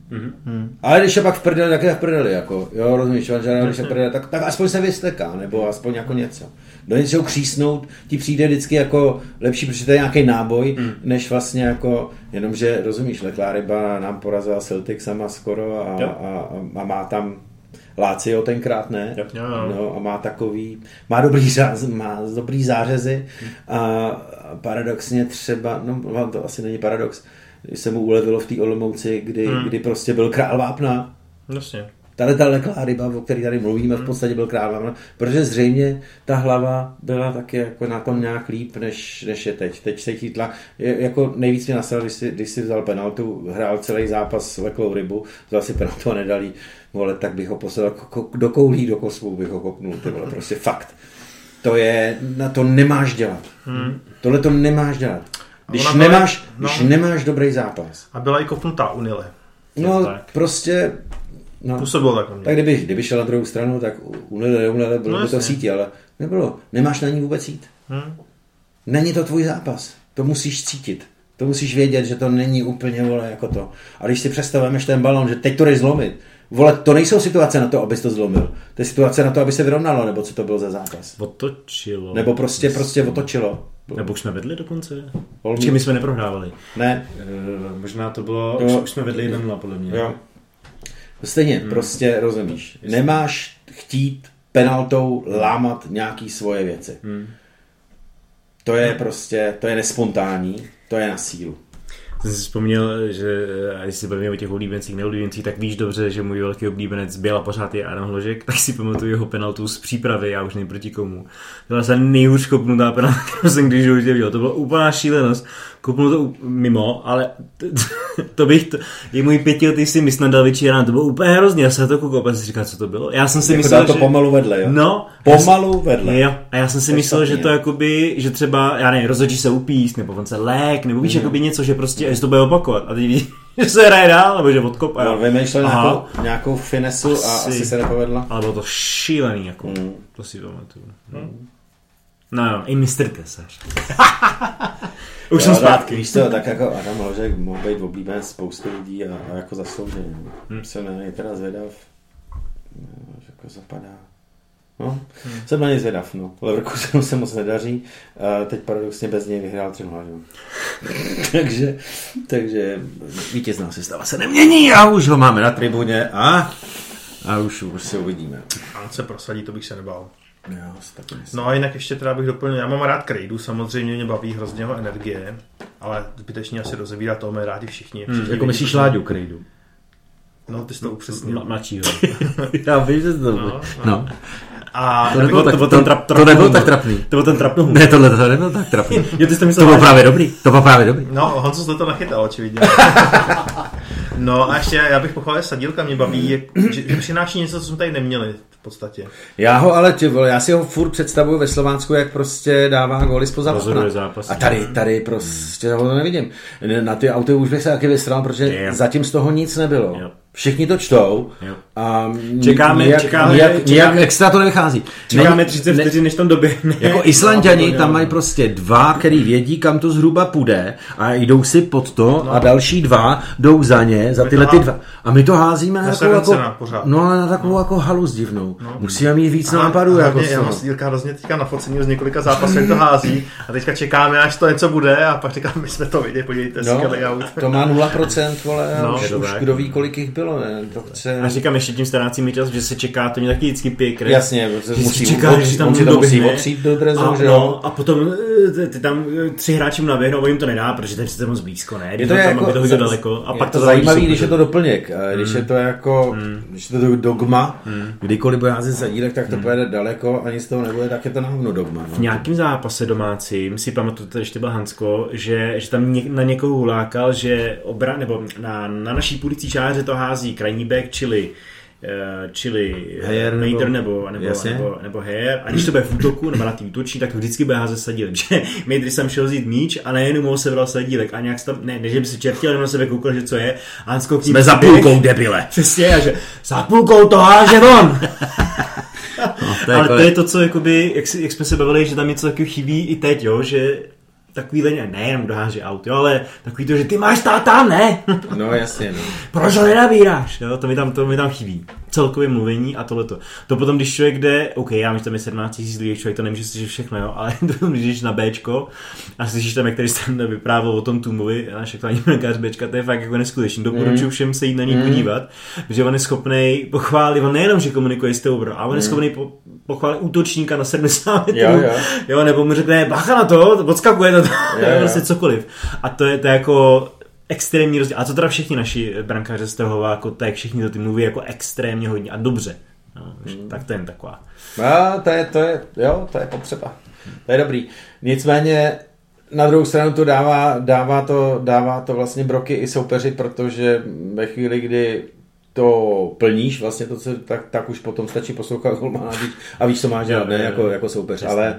Mm. Hmm. Ale když je pak v prdeli, tak je v prdeli, jako, jo, rozumíš, že když je v prdeli, tak, tak aspoň se vysteká, nebo aspoň jako něco. Do něčeho křísnout ti přijde vždycky jako lepší, protože to je nějaký náboj, mm. než vlastně jako, jenomže, rozumíš, Leklá ryba nám porazila Celtic sama skoro a, a, a, a má tam Lazio tenkrát, ne? Jo, jo. No, a má takový, má dobrý, zář, má dobrý zářezy a paradoxně třeba, no to asi není paradox, když se mu ulevilo v té Olomouci, kdy, hmm. kdy prostě byl král vápna. Jasně. Tady ta Leklá ryba, o který tady mluvíme, v podstatě byl král vápna, protože zřejmě ta hlava byla taky jako na tom nějak líp, než, než je teď. Teď se chytla, jako nejvíc mě nastal, když si, když si vzal penaltu, hrál celý zápas Leklou rybu, vzal si penaltu a nedal jí, vole, tak bych ho poslal do koulí, do kosmů bych ho kopnul, to bylo prostě fakt. To je, na to nemáš dělat. Hmm. Tohle to nemáš dělat. Když nemáš, no, když nemáš dobrý zápas. A byla i kopnutá Unile. No, tak. prostě... No, působilo tak. Tak kdyby, kdyby šel na druhou stranu, tak Unile, Unile bylo no, by to v síti, ale nebylo. Nemáš na ní vůbec jít. Hmm. Není to tvůj zápas. To musíš cítit. To musíš vědět, že to není úplně, vole, jako to. A když si představuješ ten balón, že teď to jdeš zlomit, vole, to nejsou situace na to, abys to zlomil. To je situace na to, aby se vyrovnalo, nebo co to byl za zápas. Otočilo. Nebo prostě, prostě otočilo. Nebo už jsme vedli dokonce? Určitě my jsme neprohrávali. Ne. E, možná to bylo, už, už jsme vedli jedna nula podle mě. Jo. Stejně, hmm. prostě rozumíš. Jestli. Nemáš chtít penaltou lámat nějaký svoje věci. Hmm. To je prostě, to je nespontánní, to je na sílu. Jsem si vzpomněl, že když si bavíme o těch oblíbencích, neoblíbencích, tak víš dobře, že můj velký oblíbenec byl a pořád je Adam Hložek, tak si pamatuju jeho penaltu z přípravy, já už nevím proti komu. To byla se nejhůř kopnutá penalta, kterou jsem když už viděl. To byla úplná šílenost. Kopnul to mimo, ale to, to bych, to, je můj pětiletý si mysl dal vyčíraná, to bylo úplně hrozně, já se to koukal, a si říkal, co to bylo. Já jsem si jako myslel, to že... pomalu vedle, jo? No. Pomalu vedle. Jo, a já jsem si myslel, že to jakoby, že třeba, já nevím, rozhodčí se upíst, nebo on se lék, nebo víš, mm. jakoby něco, že prostě, že to bude opakovat. A teď víš, že se hraje dál, nebo že odkop. No, vymýšlel nějakou, nějakou finesu asi, a asi se nepovedla. Ale bylo to šílený, jako, mm. to si pamatuju. Mm. No jo, i mistr Tesař. Už jsem zpátky. Víš to, tak jako Adam Hložek mohl být oblíben spousty lidí a, a jako zasloužený. Hmm. Jsem na něj teda zvědav, že jako zapadá. No, hmm. jsem na něj zvědav, no. Leverkusenu se moc nedaří, a teď paradoxně bez něj vyhrál tři nula. takže, takže vítězná sestava se nemění a už ho máme na tribuně a, a už, už se uvidíme. A se prosadí, to bych se nebál. Jo, no a jinak ještě teda bych doplnil, já mám rád Krejdu, samozřejmě mě baví hrozně jeho energie, ale zbytečně asi rozebírat toho mají rádi všichni. Hmm, jako myslíš Láďu Krejdu? No, ty jsi to upřesnil. Mladšího. Já vím, že to no, no. no. A to nebylo, tak, to, to, trap, to nebylo tak trapný. To byl ten trapnohům. Ne, tohle to nebylo tak trapný. Jo, ty jsi to myslel, to bylo právě dobrý. To bylo právě dobrý. No, Honzo se to nachytal, očividně. No a ještě já bych pochválil Sadílka, mě baví, že, že přináší něco, co jsme tady neměli v podstatě. Já ho ale, ty vole, já si ho furt představuju ve Slovánsku, jak prostě dává góly zpoza okna. A tady, tady prostě hmm. to nevidím. Na ty auty už bych se taky vystral, protože yeah. zatím z toho nic nebylo. Yeah. Všichni to čtou jo. a čekáme, nijak, čekáme, nijak, čekáme, nijak extra to nevychází. Čekáme třicet vteřin, než tam doběhne. Jako Islanďani tam mají prostě dva, který vědí, kam to zhruba půjde a jdou si pod to no. a další dva jdou za ně, za tyhle ty dva. A my to házíme na takovou, jako, no, ale na takovou no. jako halu divnou. No. Musíme mít víc Aha, nápadů. Jako já mám Stýlka hrozně teďka nafocení z několika zápasů, jak to hází a teďka čekáme, až to něco bude a pak říkám, my jsme to viděli, podívejte si, no, layout. To má nula procent, vole, no, už, už kdo ví, kolik jich bylo, ne? To chce... A říkám ještě tím starácím čas, že se čeká, to mě taky vždycky pije krev. Jasně, že musí čeká, že tam on musí opřít do drezu, a, že no, jo? A potom ty tam tři hráči mu naběhnou, on jim to nedá, protože ten je moc blízko, ne? Je to, je tam, jako, aby to hodil daleko. A je pak to to zajímavý, když je to doplněk, když mm. je to jako, mm. když je to dogma, mm. kdykoliv bude házet zadílek, tak to mm. pojede daleko, ani z toho nebude, tak je to na hovno dogma. No. V nějakém zápase domácím si pamatuju, to ještě byl Hansko, že, že tam ně, na někoho hulákal, že obra, nebo na, na naší půlicí čáře to hází krajní back, čili čili Mader nebo, nebo, nebo, nebo Heyer, a když to bude v útoku nebo na tým útoční, tak vždycky bude házet Sadílek, že Mader jsem šel vzít míč a nejenom ho sebral Sadílek a nějak tam, ne, než by se čertil, jenom na sebe koukal, že co je a Hansko k ním jsme za půlkou, debile. Přesně, a že za půlkou to háže on. No, to je ale to je to, co jakoby, jak, jak jsme se bavili, že tam něco takového chybí i teď, jo, že takový ne, nejenom kdo háže aut, jo, ale takový to, že ty máš stát tam, ne? No jasně, no. Proč ho nenabíráš? Jo, to mi tam, to mi tam chybí. Celkově mluvení a tohleto. To potom, když člověk jde, OK, já myslím, že tam je sedmnáct tisíc lidí, člověk to nemůže slyšet všechno, jo, ale když jdeš na Bčko a slyšíš tam, jak tady jsem vyprávěl o tom Toomovi, náš aktuální brankář Bčka, to je fakt jako neskutečný. Doporučuji všem se jít na něj podívat, že on je schopný pochválit, on nejenom, že komunikuje s tou, ale on je schopný po, pochválit útočníka na sedmdesát metrů, jo, jo. jo, nebo mu řekne, bacha na to, odskakuje to, prostě cokoliv. A to je, to je jako extrémní rozdíl. A to teda všichni naši brankáře z toho, jako tak všichni to ty mluví jako extrémně hodně a dobře. No, hmm. Tak to je jen taková. No, to je, to je, jo, to je potřeba. To je dobrý. Nicméně na druhou stranu to dává, dává to, dává to vlastně broky i soupeři, protože ve chvíli, kdy to plníš, vlastně to, co, tak, tak už potom stačí poslouchat golmana a víš, co máš dělat, ne jako, jako soupeř, ale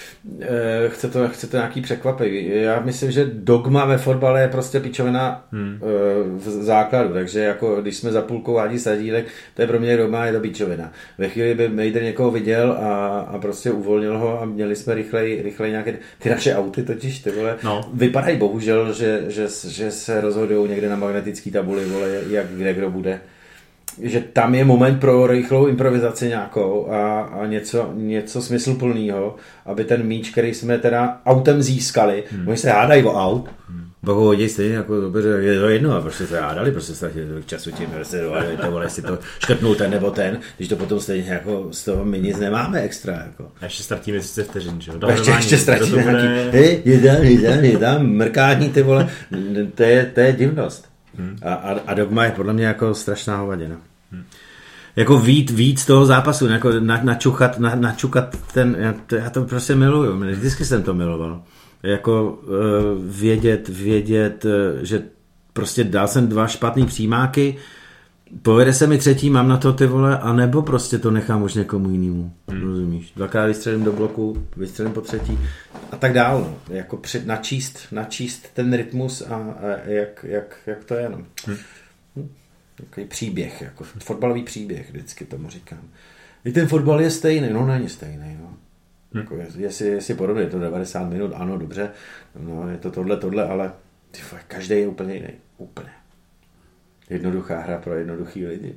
e, chce, to, chce to nějaký překvapivý. Já myslím, že dogma ve fotbale je prostě pičovina hmm. e, v základu, takže jako když jsme za půlkou Ádí Sadílek, to je pro mě dogma, je to pičovina. Ve chvíli by Mejder někoho viděl a, a prostě uvolnil ho a měli jsme rychlej, rychlej nějaké, ty naše auty totiž, ty vole, no. vypadají bohužel, že, že, že se rozhodují někde na magnetický tabuli, vole, jak kde kdo bude. Že tam je moment pro rychlou improvizaci nějakou a, a něco, něco smysluplného, aby ten míč, který jsme teda autem získali, hmm. oni se hádají o aut, hmm. pak ho hodí stejně jako dobře, je to jedno, a prostě se hádali, prostě ztratili tolik času tím, prostě to vole, jestli to škrtnul ten nebo ten, když to potom stejně jako z toho my nic nemáme extra. Jako. A ještě ztratíme třicet vteřin, že jo? Ještě, ještě ztratíme nějaký, hej, je tam, je tam, je tam, mrkání, ty vole, to je, to je divnost. Hmm. A, a, a dogma je podle mě jako strašná hovadina. Hmm. Jako víc, víc toho zápasu, jako na, načuchat, na, načukat ten, já to, já to prostě miluju, vždycky jsem to miloval. Jako uh, vědět, vědět, uh, že prostě dal jsem dva špatný přímáky, povede se mi třetí, mám na to ty vole, anebo prostě to nechám už někomu jinému, hmm. rozumíš? Dvakrát vystřelím do bloku, vystřelím po třetí a tak dál, no. Jako před, načíst, načíst ten rytmus a, a jak, jak, jak to je, no. Hmm. Hm? Takový příběh, jako fotbalový příběh, vždycky tomu říkám. I ten fotbal je stejný, no není stejný, no. Hmm. Jako jestli, jestli podobně, je to devadesát minut, ano, dobře, no je to tohle, tohle, ale ty, každý je úplně jiný, úplně. Jednoduchá hra pro jednoduchý lidi.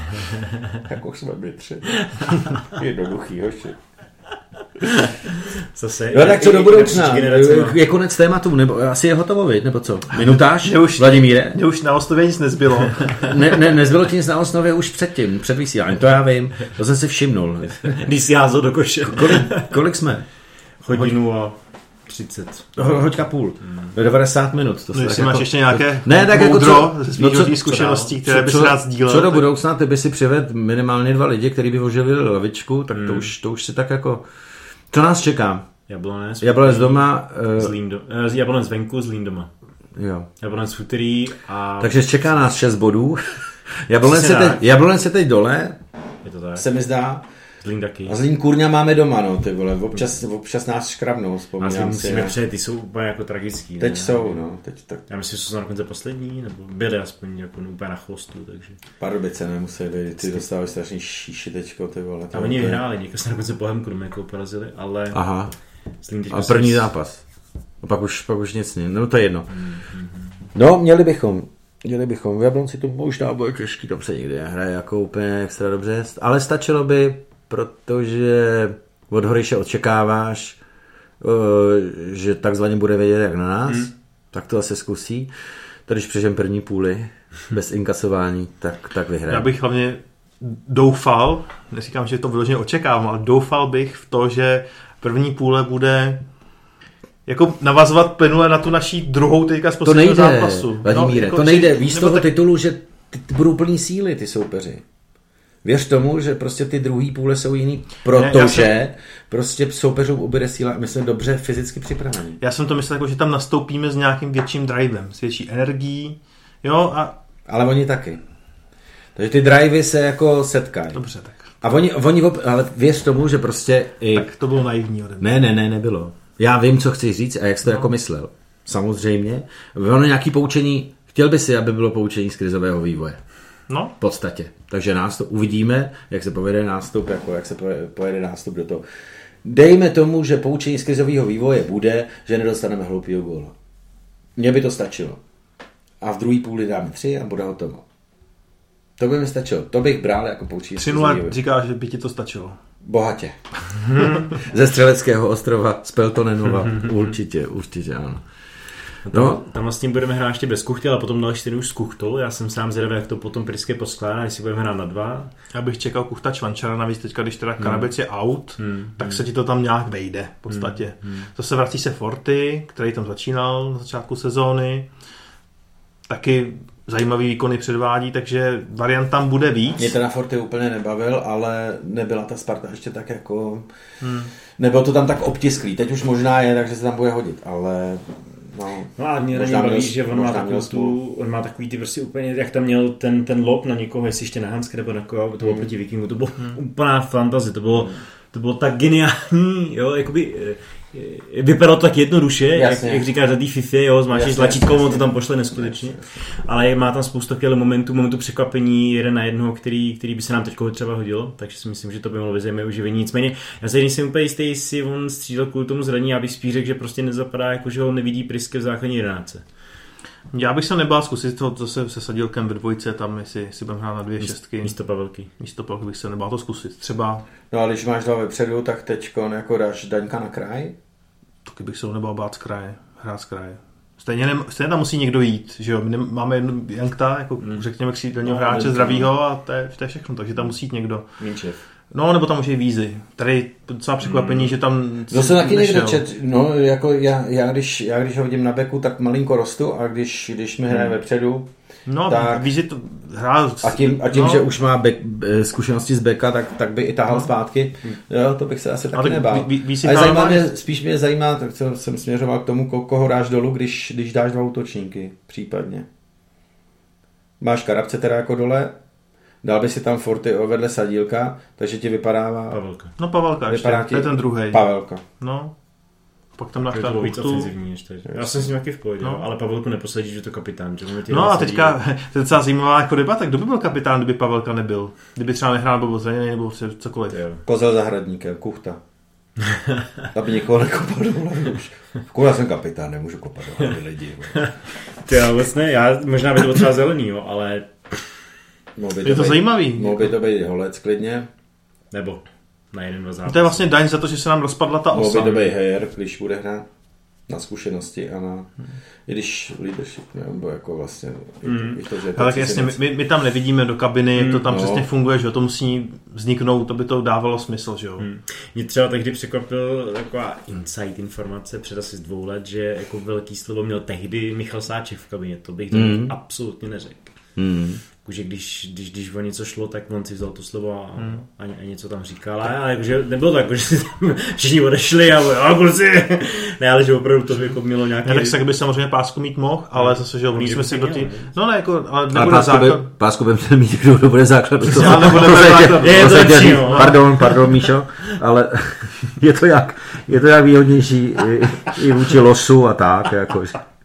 Jako jsme my tři. Jednoduchý hoši. Zase, no tak co do budoucna? Je konec tématu, nebo asi je hotovo, viď, nebo co? Minutáž, už, Vladimíre? Mně už na Osnově nic nezbylo. ne, ne, nezbylo ti nic na Osnově už předtím, před vysíláním, to já vím, to jsem si všimnul. Když si házel do koše. Kolik, kolik jsme? Hodinu a třicet. Ho, hoďka půl. Hmm. devadesát minut. To no, jestli jako, máš ještě nějaké ne, tak moudro jako ze svých no, zkušeností, které bys rád sdílel. Co do budoucna, ty by si přivedl minimálně dva lidi, kteří by oživili lavičku, tak hmm. to, už, to už si tak jako... Co nás čeká? Jablonec. Jablonec doma. Uh... Do... Jablonec venku, Zlín doma. Jo. Jablonec v úterý a... Takže čeká nás šest bodů. Jablonec je, teď, Jablonec je teď dole. Je to tak. Se mi zdá. Zlín taky. A Zlín kurňa máme doma, no, ty vole. Občas, občas nás škrabnou, vzpomínám si. Musíme přejet, ty jsou úplně jako tragický. Teď ne? jsou, no. Teď, tak... Já myslím, že jsou nakonec poslední, nebo byli aspoň jako úplně na chvostu, takže... Pardubice nemuseli, ty dostávají strašný šíši teďko, ty vole. A oni vyhráli, někdo se nakonec Bohemku jako porazili, ale... Aha. A první se... zápas. A pak už, pak už nic ne, no to je jedno. Mm-hmm. No, měli bychom. Měli bychom. V Jablonci to možná bude těžký, tam se nikdy hraje jako úplně extra dobře, ale stačilo by, protože od Horiše očekáváš, že takzvaně bude vědět jak na nás, mm. tak to asi zkusí. To když přežem první půli bez inkasování, tak, tak vyhraje. Já bych hlavně doufal, neříkám, že to vyloženě očekávám, ale doufal bych v to, že první půle bude jako navazovat plynule na tu naší druhou teďka z posledního zápasu. Vladimíre, no, jako, to nejde. Víš z toho tak... titulu, že ty, ty budou plný síly, ty soupeři. Věř tomu, že prostě ty druhý půle jsou jiný, protože ne, jsem... prostě soupeřů ubyde síla a my jsme dobře fyzicky připraveni. Já jsem to myslel, jako, že tam nastoupíme s nějakým větším drivem, s větší energií, jo, a... Ale oni taky. Takže ty drivey se jako setkají. Dobře, tak. A oni, oni, ale věř tomu, že prostě i... Tak to bylo naivní ode mě. Ne, ne, ne, nebylo. Já vím, co chci říct a jak jsi to no. jako myslel. Samozřejmě. Ono nějaký poučení, chtěl by si, aby bylo poučení z krizového vývoje. No. V podstatě. Takže nástup, uvidíme, jak se povede nástup, jako jak se pojede nástup do toho. dejme tomu, že poučení z krizového vývoje bude, že nedostaneme hloupýho góla. Mně by to stačilo. A v druhé půli dáme tři a bude hotovo. To by mi stačilo. To bych bral jako poučení z krizového vývoje. Říká, že by ti to stačilo. Bohatě. Ze Střeleckého ostrova z Peltonenova. Určitě, určitě ano. No. Tam, tam vlastně budeme hrát ještě bez kuchty, ale potom další už z kuchtol. Já jsem sám zvědavý, jak to potom Priske poskládá, jestli budeme hrát na dva. Já bych čekal Kuchta Čvančara, navíc teďka, když teda Kanabec je out, hmm. tak se ti to tam nějak vejde v podstatě. Hmm. Zase vrací se Forty, který tam začínal na začátku sezóny. Taky zajímavý výkony předvádí, takže variant tam bude víc. Mě teda Forty úplně nebavil, ale nebyla ta Sparta ještě tak jako... Hmm. Nebylo to tam tak obtisklý. Teď už možná je, takže se tam bude hodit, ale... No, no a mě na něm baví, že on má, takovou tu, on má takový ty prostě úplně, jak tam měl ten, ten lob na někoho, jestli ještě na Hanska nebo na koho, to bylo hmm. proti Vikingu, to bylo hmm. úplná fantazie, to bylo, to bylo tak geniální, jo, jakoby vypadalo to tak jednoduše, jak, jak říkáš za té FIFA, jo, zmáčíš tlačítko, on to tam pošle neskutečně, ale má tam spoustu chvíli momentů, momentu překvapení, jeden na jednoho, který, který by se nám teď třeba hodilo, takže si myslím, že to by mohlo být zajímavé uživení. Nicméně, já se nejsem úplně jistý, jestli on střídal kvůli tomu zranění, já bych spíš řekl, že prostě nezapadá, jako že ho nevidí Priske v základní jedenáctce. Já bych se nebál zkusit to zase se Sadílkem ve dvojce, tam jestli si budeme hrát na dvě šestky. Místo Pavelky. Místo Pavelky bych se nebál to zkusit. Třeba... No a když máš dva vepředu, tak teďko jako dáš Daňka na kraj? Taky bych se ho nebál bát z kraje, hrát z kraje. Stejně, ne, stejně tam musí někdo jít, že jo? My máme jednu Jankta, jako hmm. řekněme křídelního no, hráče zdravýho a to je, to je všechno, takže tam musí jít někdo. Minčev. No, nebo tam už je Vízy. Tady docela překvapení, hmm. že tam... To se taky někdo čet, no, jako já, já, když, já když ho vidím na beku, tak malinko rostu a když, když mi hraje hmm. vepředu, no, tak... Vízy to hrál... A tím, a tím no. že už má back, zkušenosti z beka, tak, tak by i tahal no. zpátky. Jo, to bych se asi taky nebál. Ví, ví, Ale zajímá mě, spíš mě zajímá, tak jsem směřoval k tomu, koho dáš dolů, když, když dáš dva útočníky, případně. Máš Karabce teda jako dole, dal by si tam Forty vedle Sadílka, takže ti vypadává... Pavelka. No Pavelka ještě, to je ten druhej. Pavelka. No. Pak tam dáš to víc ofenzivní než teď. Já jsem s ním taky v pohodě, no. Ale Pavelku neposadíš, že to kapitán. Že no a teďka, to je docela zajímavá jako debata, kdo by byl kapitán, kdyby Pavelka nebyl? Kdyby třeba nehrál, nebo byl zraněný, nebo cokoliv. Kozel zahradníkem, Kuchta. Aby někoho nekopal dole už. Já jsem kapitán, nemůžu kopat dole lidi. Ty já vlastně, já možná by to třeba zelený, jo, ale... Je to, to být, zajímavý. Mohl by to být Holec klidně. Nebo na jeden, dva zápasy. To je vlastně daň za to, že se nám rozpadla ta osa. Mohl by to být Heyer, když bude hrát na zkušenosti a na... Hmm. I když leadership, nebo jako vlastně... Hmm. To, že ale tak jasně, my, my tam nevidíme do kabiny, hmm. jak to tam no. přesně funguje, že to musí vzniknout, to by to dávalo smysl, že jo. Hmm. Mě třeba tehdy překvapil taková insight informace před asi z dvou let, že jako velký slovo měl tehdy Michal Sáček v kabině, to bych to hmm. absolutně neřekl. Hmm. Že když, když, když o něco šlo, tak on si vzal to slovo a, hmm. a, a něco tam říkal. Ale jakože nebylo to jako, že si tam všichni odešli a jo, kluci. Ne, ale že opravdu to by jako mělo nějaký... Ne, tak se by samozřejmě pásku mít mohl, ale zase, že jsme si do ty... No ne, jako, ale nebude pásku základ. By, pásku by měl mít, kdo bude základ. Do toho. Ale nebude základ. Je to lepší, no. Pardon, pardon, Míšo, ale je to jak, je to jak výhodnější i, i vůči losu a tak, jako...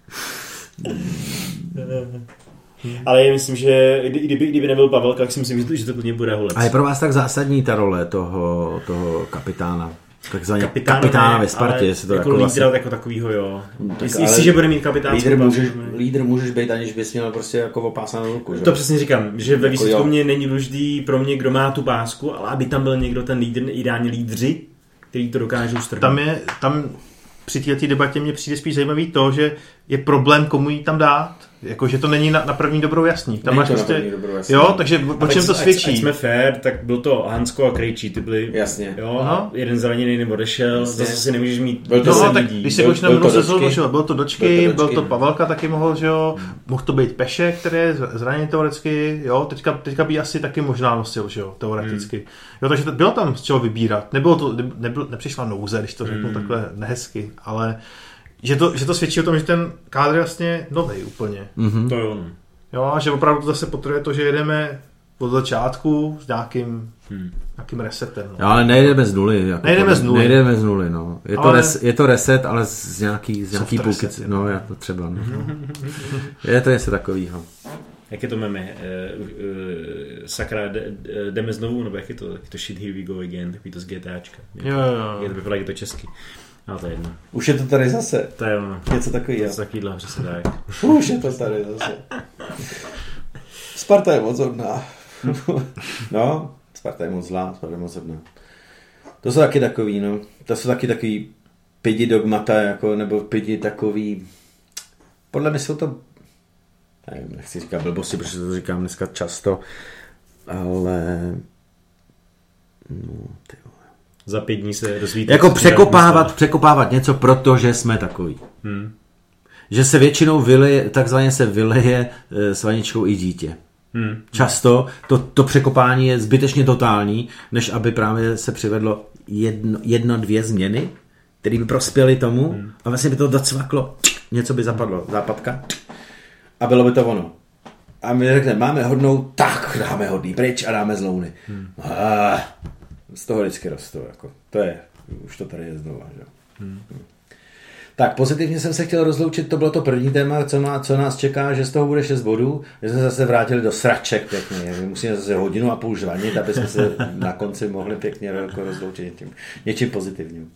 Ale já myslím, že kdyby, kdyby nebyl Pavelka, tak si myslím, že to klidně bude Holec. A je pro vás tak zásadní ta role toho, toho kapitána? Takzvaně kapitána, kapitána ve Spartě. Ale to jako jako lídra vlastně... jako takovýho, jo. Myslíš si, že bude mít kapitán? Lídr můžeš, lídr můžeš být, aniž bys měl prostě jako opásanou ruku. Že? To přesně říkám, že ve výsledku jako mě není důležitý pro mě, kdo má tu pásku, ale aby tam byl někdo ten lídr, ideálně lídři, který to dokážou strhnout. Tam je, tam při této debatě mě přijde spíš zajímavý to, že je problém, komu jí tam dát. Jako, že to není na, na první dobrou jasný. Tam máš prostě, jo, takže o čem to svědčí? Ať jsme fair, tak byl to Hansko a Krejčí, ty byli, jasně. Jo, a jeden zraněný nebo odešel, zase si nemůžeš mít byl to no, tak lidí. Když se už nebudu sezónu, byl to Dočky, byl to Pavelka taky mohl, že jo, mohl to být Pešek, který je zraněný teoreticky, jo, teďka, teďka by asi taky možná nosil, že jo, teoreticky. Hmm. Jo, takže to, bylo tam z čeho vybírat. Nebylo to, nebylo, nepřišla nouze, když to řeknu hmm. takhle nehezky, ale Že to, že to svědčí o tom, že ten kádr je vlastně novej úplně. Mm-hmm. To jo. Jo, a že opravdu to zase potvrduje to, že jedeme od začátku s nějakým, hmm. nějakým resetem. No. Jo, ale nejdeme z nuly. Jako nejdeme z nuly. Nejdeme z nuly, no. Je, ale... to res, je to reset, ale z nějaký, z nějaký půlky. No, já to třeba. No. je to něco takovýho. jak je to meme, uh, uh, sakra, de, jdeme znovu, nebo jak je to, jak to shit here we go again, takový to z GTAčka. Jo, jo. Je to vypadá, jak je to česky. No to je jedno. Už je to tady zase. To je ono. Něco takový. To takovýhle hře se dá. Už je to tady zase. Sparta je moc hodná. No, Sparta je moc zlá, Sparta je moc hodná. To jsou taky takový, no. To jsou taky takový pidi dogmata, jako, nebo pidi takový... Podle mě jsou to... Nevím, nechci říkat blbosti, protože to říkám dneska často, ale... No, ty vole. Za pět dní se dozvíte. Jako překopávat, překopávat něco, protože jsme takový. Hmm. Že se většinou vyleje, takzvaně se vyleje s vaničkou i dítě. Hmm. Často to, to překopání je zbytečně totální, než aby právě se přivedlo jedno, jedno dvě změny, které by prospěly tomu hmm. a vlastně by to docvaklo, něco by zapadlo, západka a bylo by to ono. A my řekneme, máme hodnou, tak dáme hodný pryč a dáme zlouny. Hmm. A z toho vždycky rostou. Jako. To je, už to tady je znova. Že? Hmm. Tak, pozitivně jsem se chtěl rozloučit, to bylo to první téma, co, má, co nás čeká, že z toho bude šest bodů, že jsme zase vrátili do sraček pěkně, my musíme zase hodinu a půl žvanit, aby jsme se na konci mohli pěkně jako rozloučit něčím, něčím pozitivním.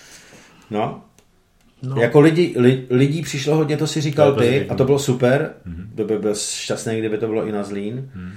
No, no. Jako lidi, li, lidí přišlo hodně, to si říkal to ty, a to bylo super, mm-hmm. to by byl šťastný, kdyby to bylo i na Zlín. Mm.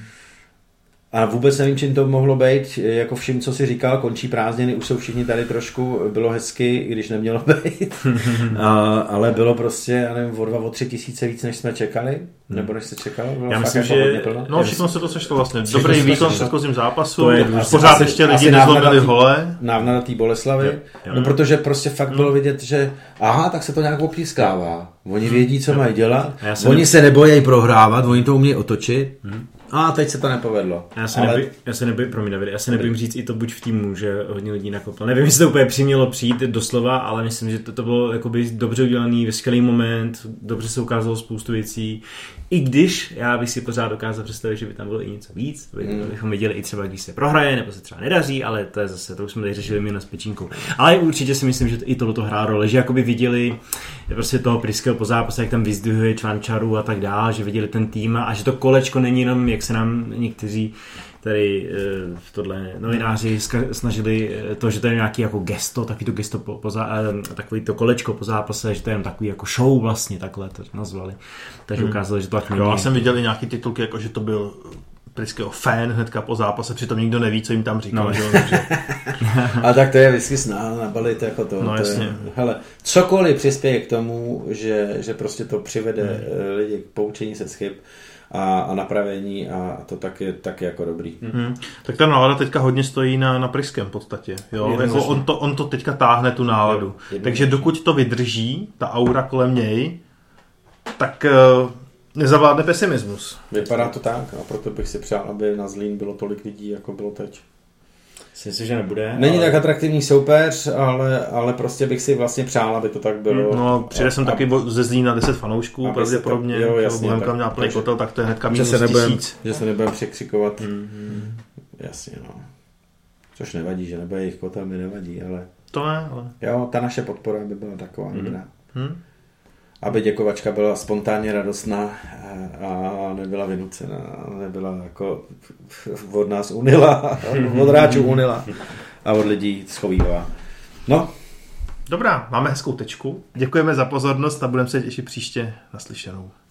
A vůbec nevím, čím to mohlo být, jako všim, co si říkal, končí prázdniny, už jsou všichni tady trošku, bylo hezky, i když nemělo být, a, ale bylo prostě, já nevím, o dva, o tři tisíce víc, než jsme čekali, nebo než se čekalo, bylo já fakt myslím, jako že, hodně plno. No všechno se to sešlo vlastně, dobrý výkon v předchozím zápasu, asi, pořád asi, ještě lidi nezlomili hole. Návnada té Boleslavy, jo, jo. No protože prostě fakt hmm. bylo vidět, že aha, tak se to nějak opískává, oni vědí, co mají dělat, oni ne... se nebojí prohrávat, oni to umějí otočit. Hmm. A teď se to nepovedlo. Já se, ale... neboj, já se nebojím, promiň David, já se nebojím říct i to buď v týmu, že hodně lidí nakoplo. Nevím, jestli to úplně přimělo přijít doslova, ale myslím, že to, to bylo jakoby dobře udělaný, skvělý moment, dobře se ukázalo spoustu věcí. I když já bych si pořád dokázal představit, že by tam bylo i něco víc, mm. bychom viděli i třeba, když se prohraje, nebo se třeba nedaří, ale to je zase, to už jsme tady řešili my s Pečínkou. Ale určitě si myslím, že to, i tohle to hrá roli, že jakoby viděli prostě toho Pryského po zápase, jak tam vyzdvihuje Čvančaru a tak dále, že viděli ten tým a že to kolečko není jenom, jak se nám někteří tady v tohle novináři snažili to, že to je nějaký jako gesto, takový to gesto po, po zá, takový to kolečko po zápase, že to je jen takový jako show vlastně, takhle to nazvali. Takže hmm. ukázali, že to tak není. Já jsem viděl nějaký titulky, jako že to byl Pryského fan hnedka po zápase, přitom nikdo neví, co jim tam říkal. No. Že? A tak to je vždycky snaha nabalit jako to. No, to jasně. Je, hele, cokoliv přispěje k tomu, že, že prostě to přivede hmm. lidi k poučení se z chyb, A, a napravení a to tak je, tak je jako dobrý. Mm-hmm. Tak ta nálada teďka hodně stojí na, na Pryském v podstatě. Jo? Jako on, to, on to teďka táhne tu náladu. Je, Takže dokud to vydrží, ta aura kolem něj, tak uh, nezavládne pesimismus. Vypadá to tak a proto bych si přál, aby na Zlín bylo tolik lidí, jako bylo teď. Myslím, že nebude. Není ale... tak atraktivní soupeř, ale, ale prostě bych si vlastně přál, aby to tak bylo. No, přijde jsem a, taky ze Zlína deset fanoušků, pravděpodobně. Jo, jasně. Bohemka měla plný kotel, tak to je hnedka minus tisíc. Že se nebudeme překřikovat. Mm-hmm. Jasně, no. Což nevadí, že nebude jejich kotel, mi nevadí, ale... To ne, ale... Jo, ta naše podpora by byla taková mm-hmm. dobrá. Mm-hmm. Aby děkovačka byla spontánně radostná a nebyla vynucená, nebyla jako od nás unila, od hráčů unila a od lidí schovívá. No. Dobrá, máme hezkou tečku. Děkujeme za pozornost a budeme se těšit příště naslyšenou.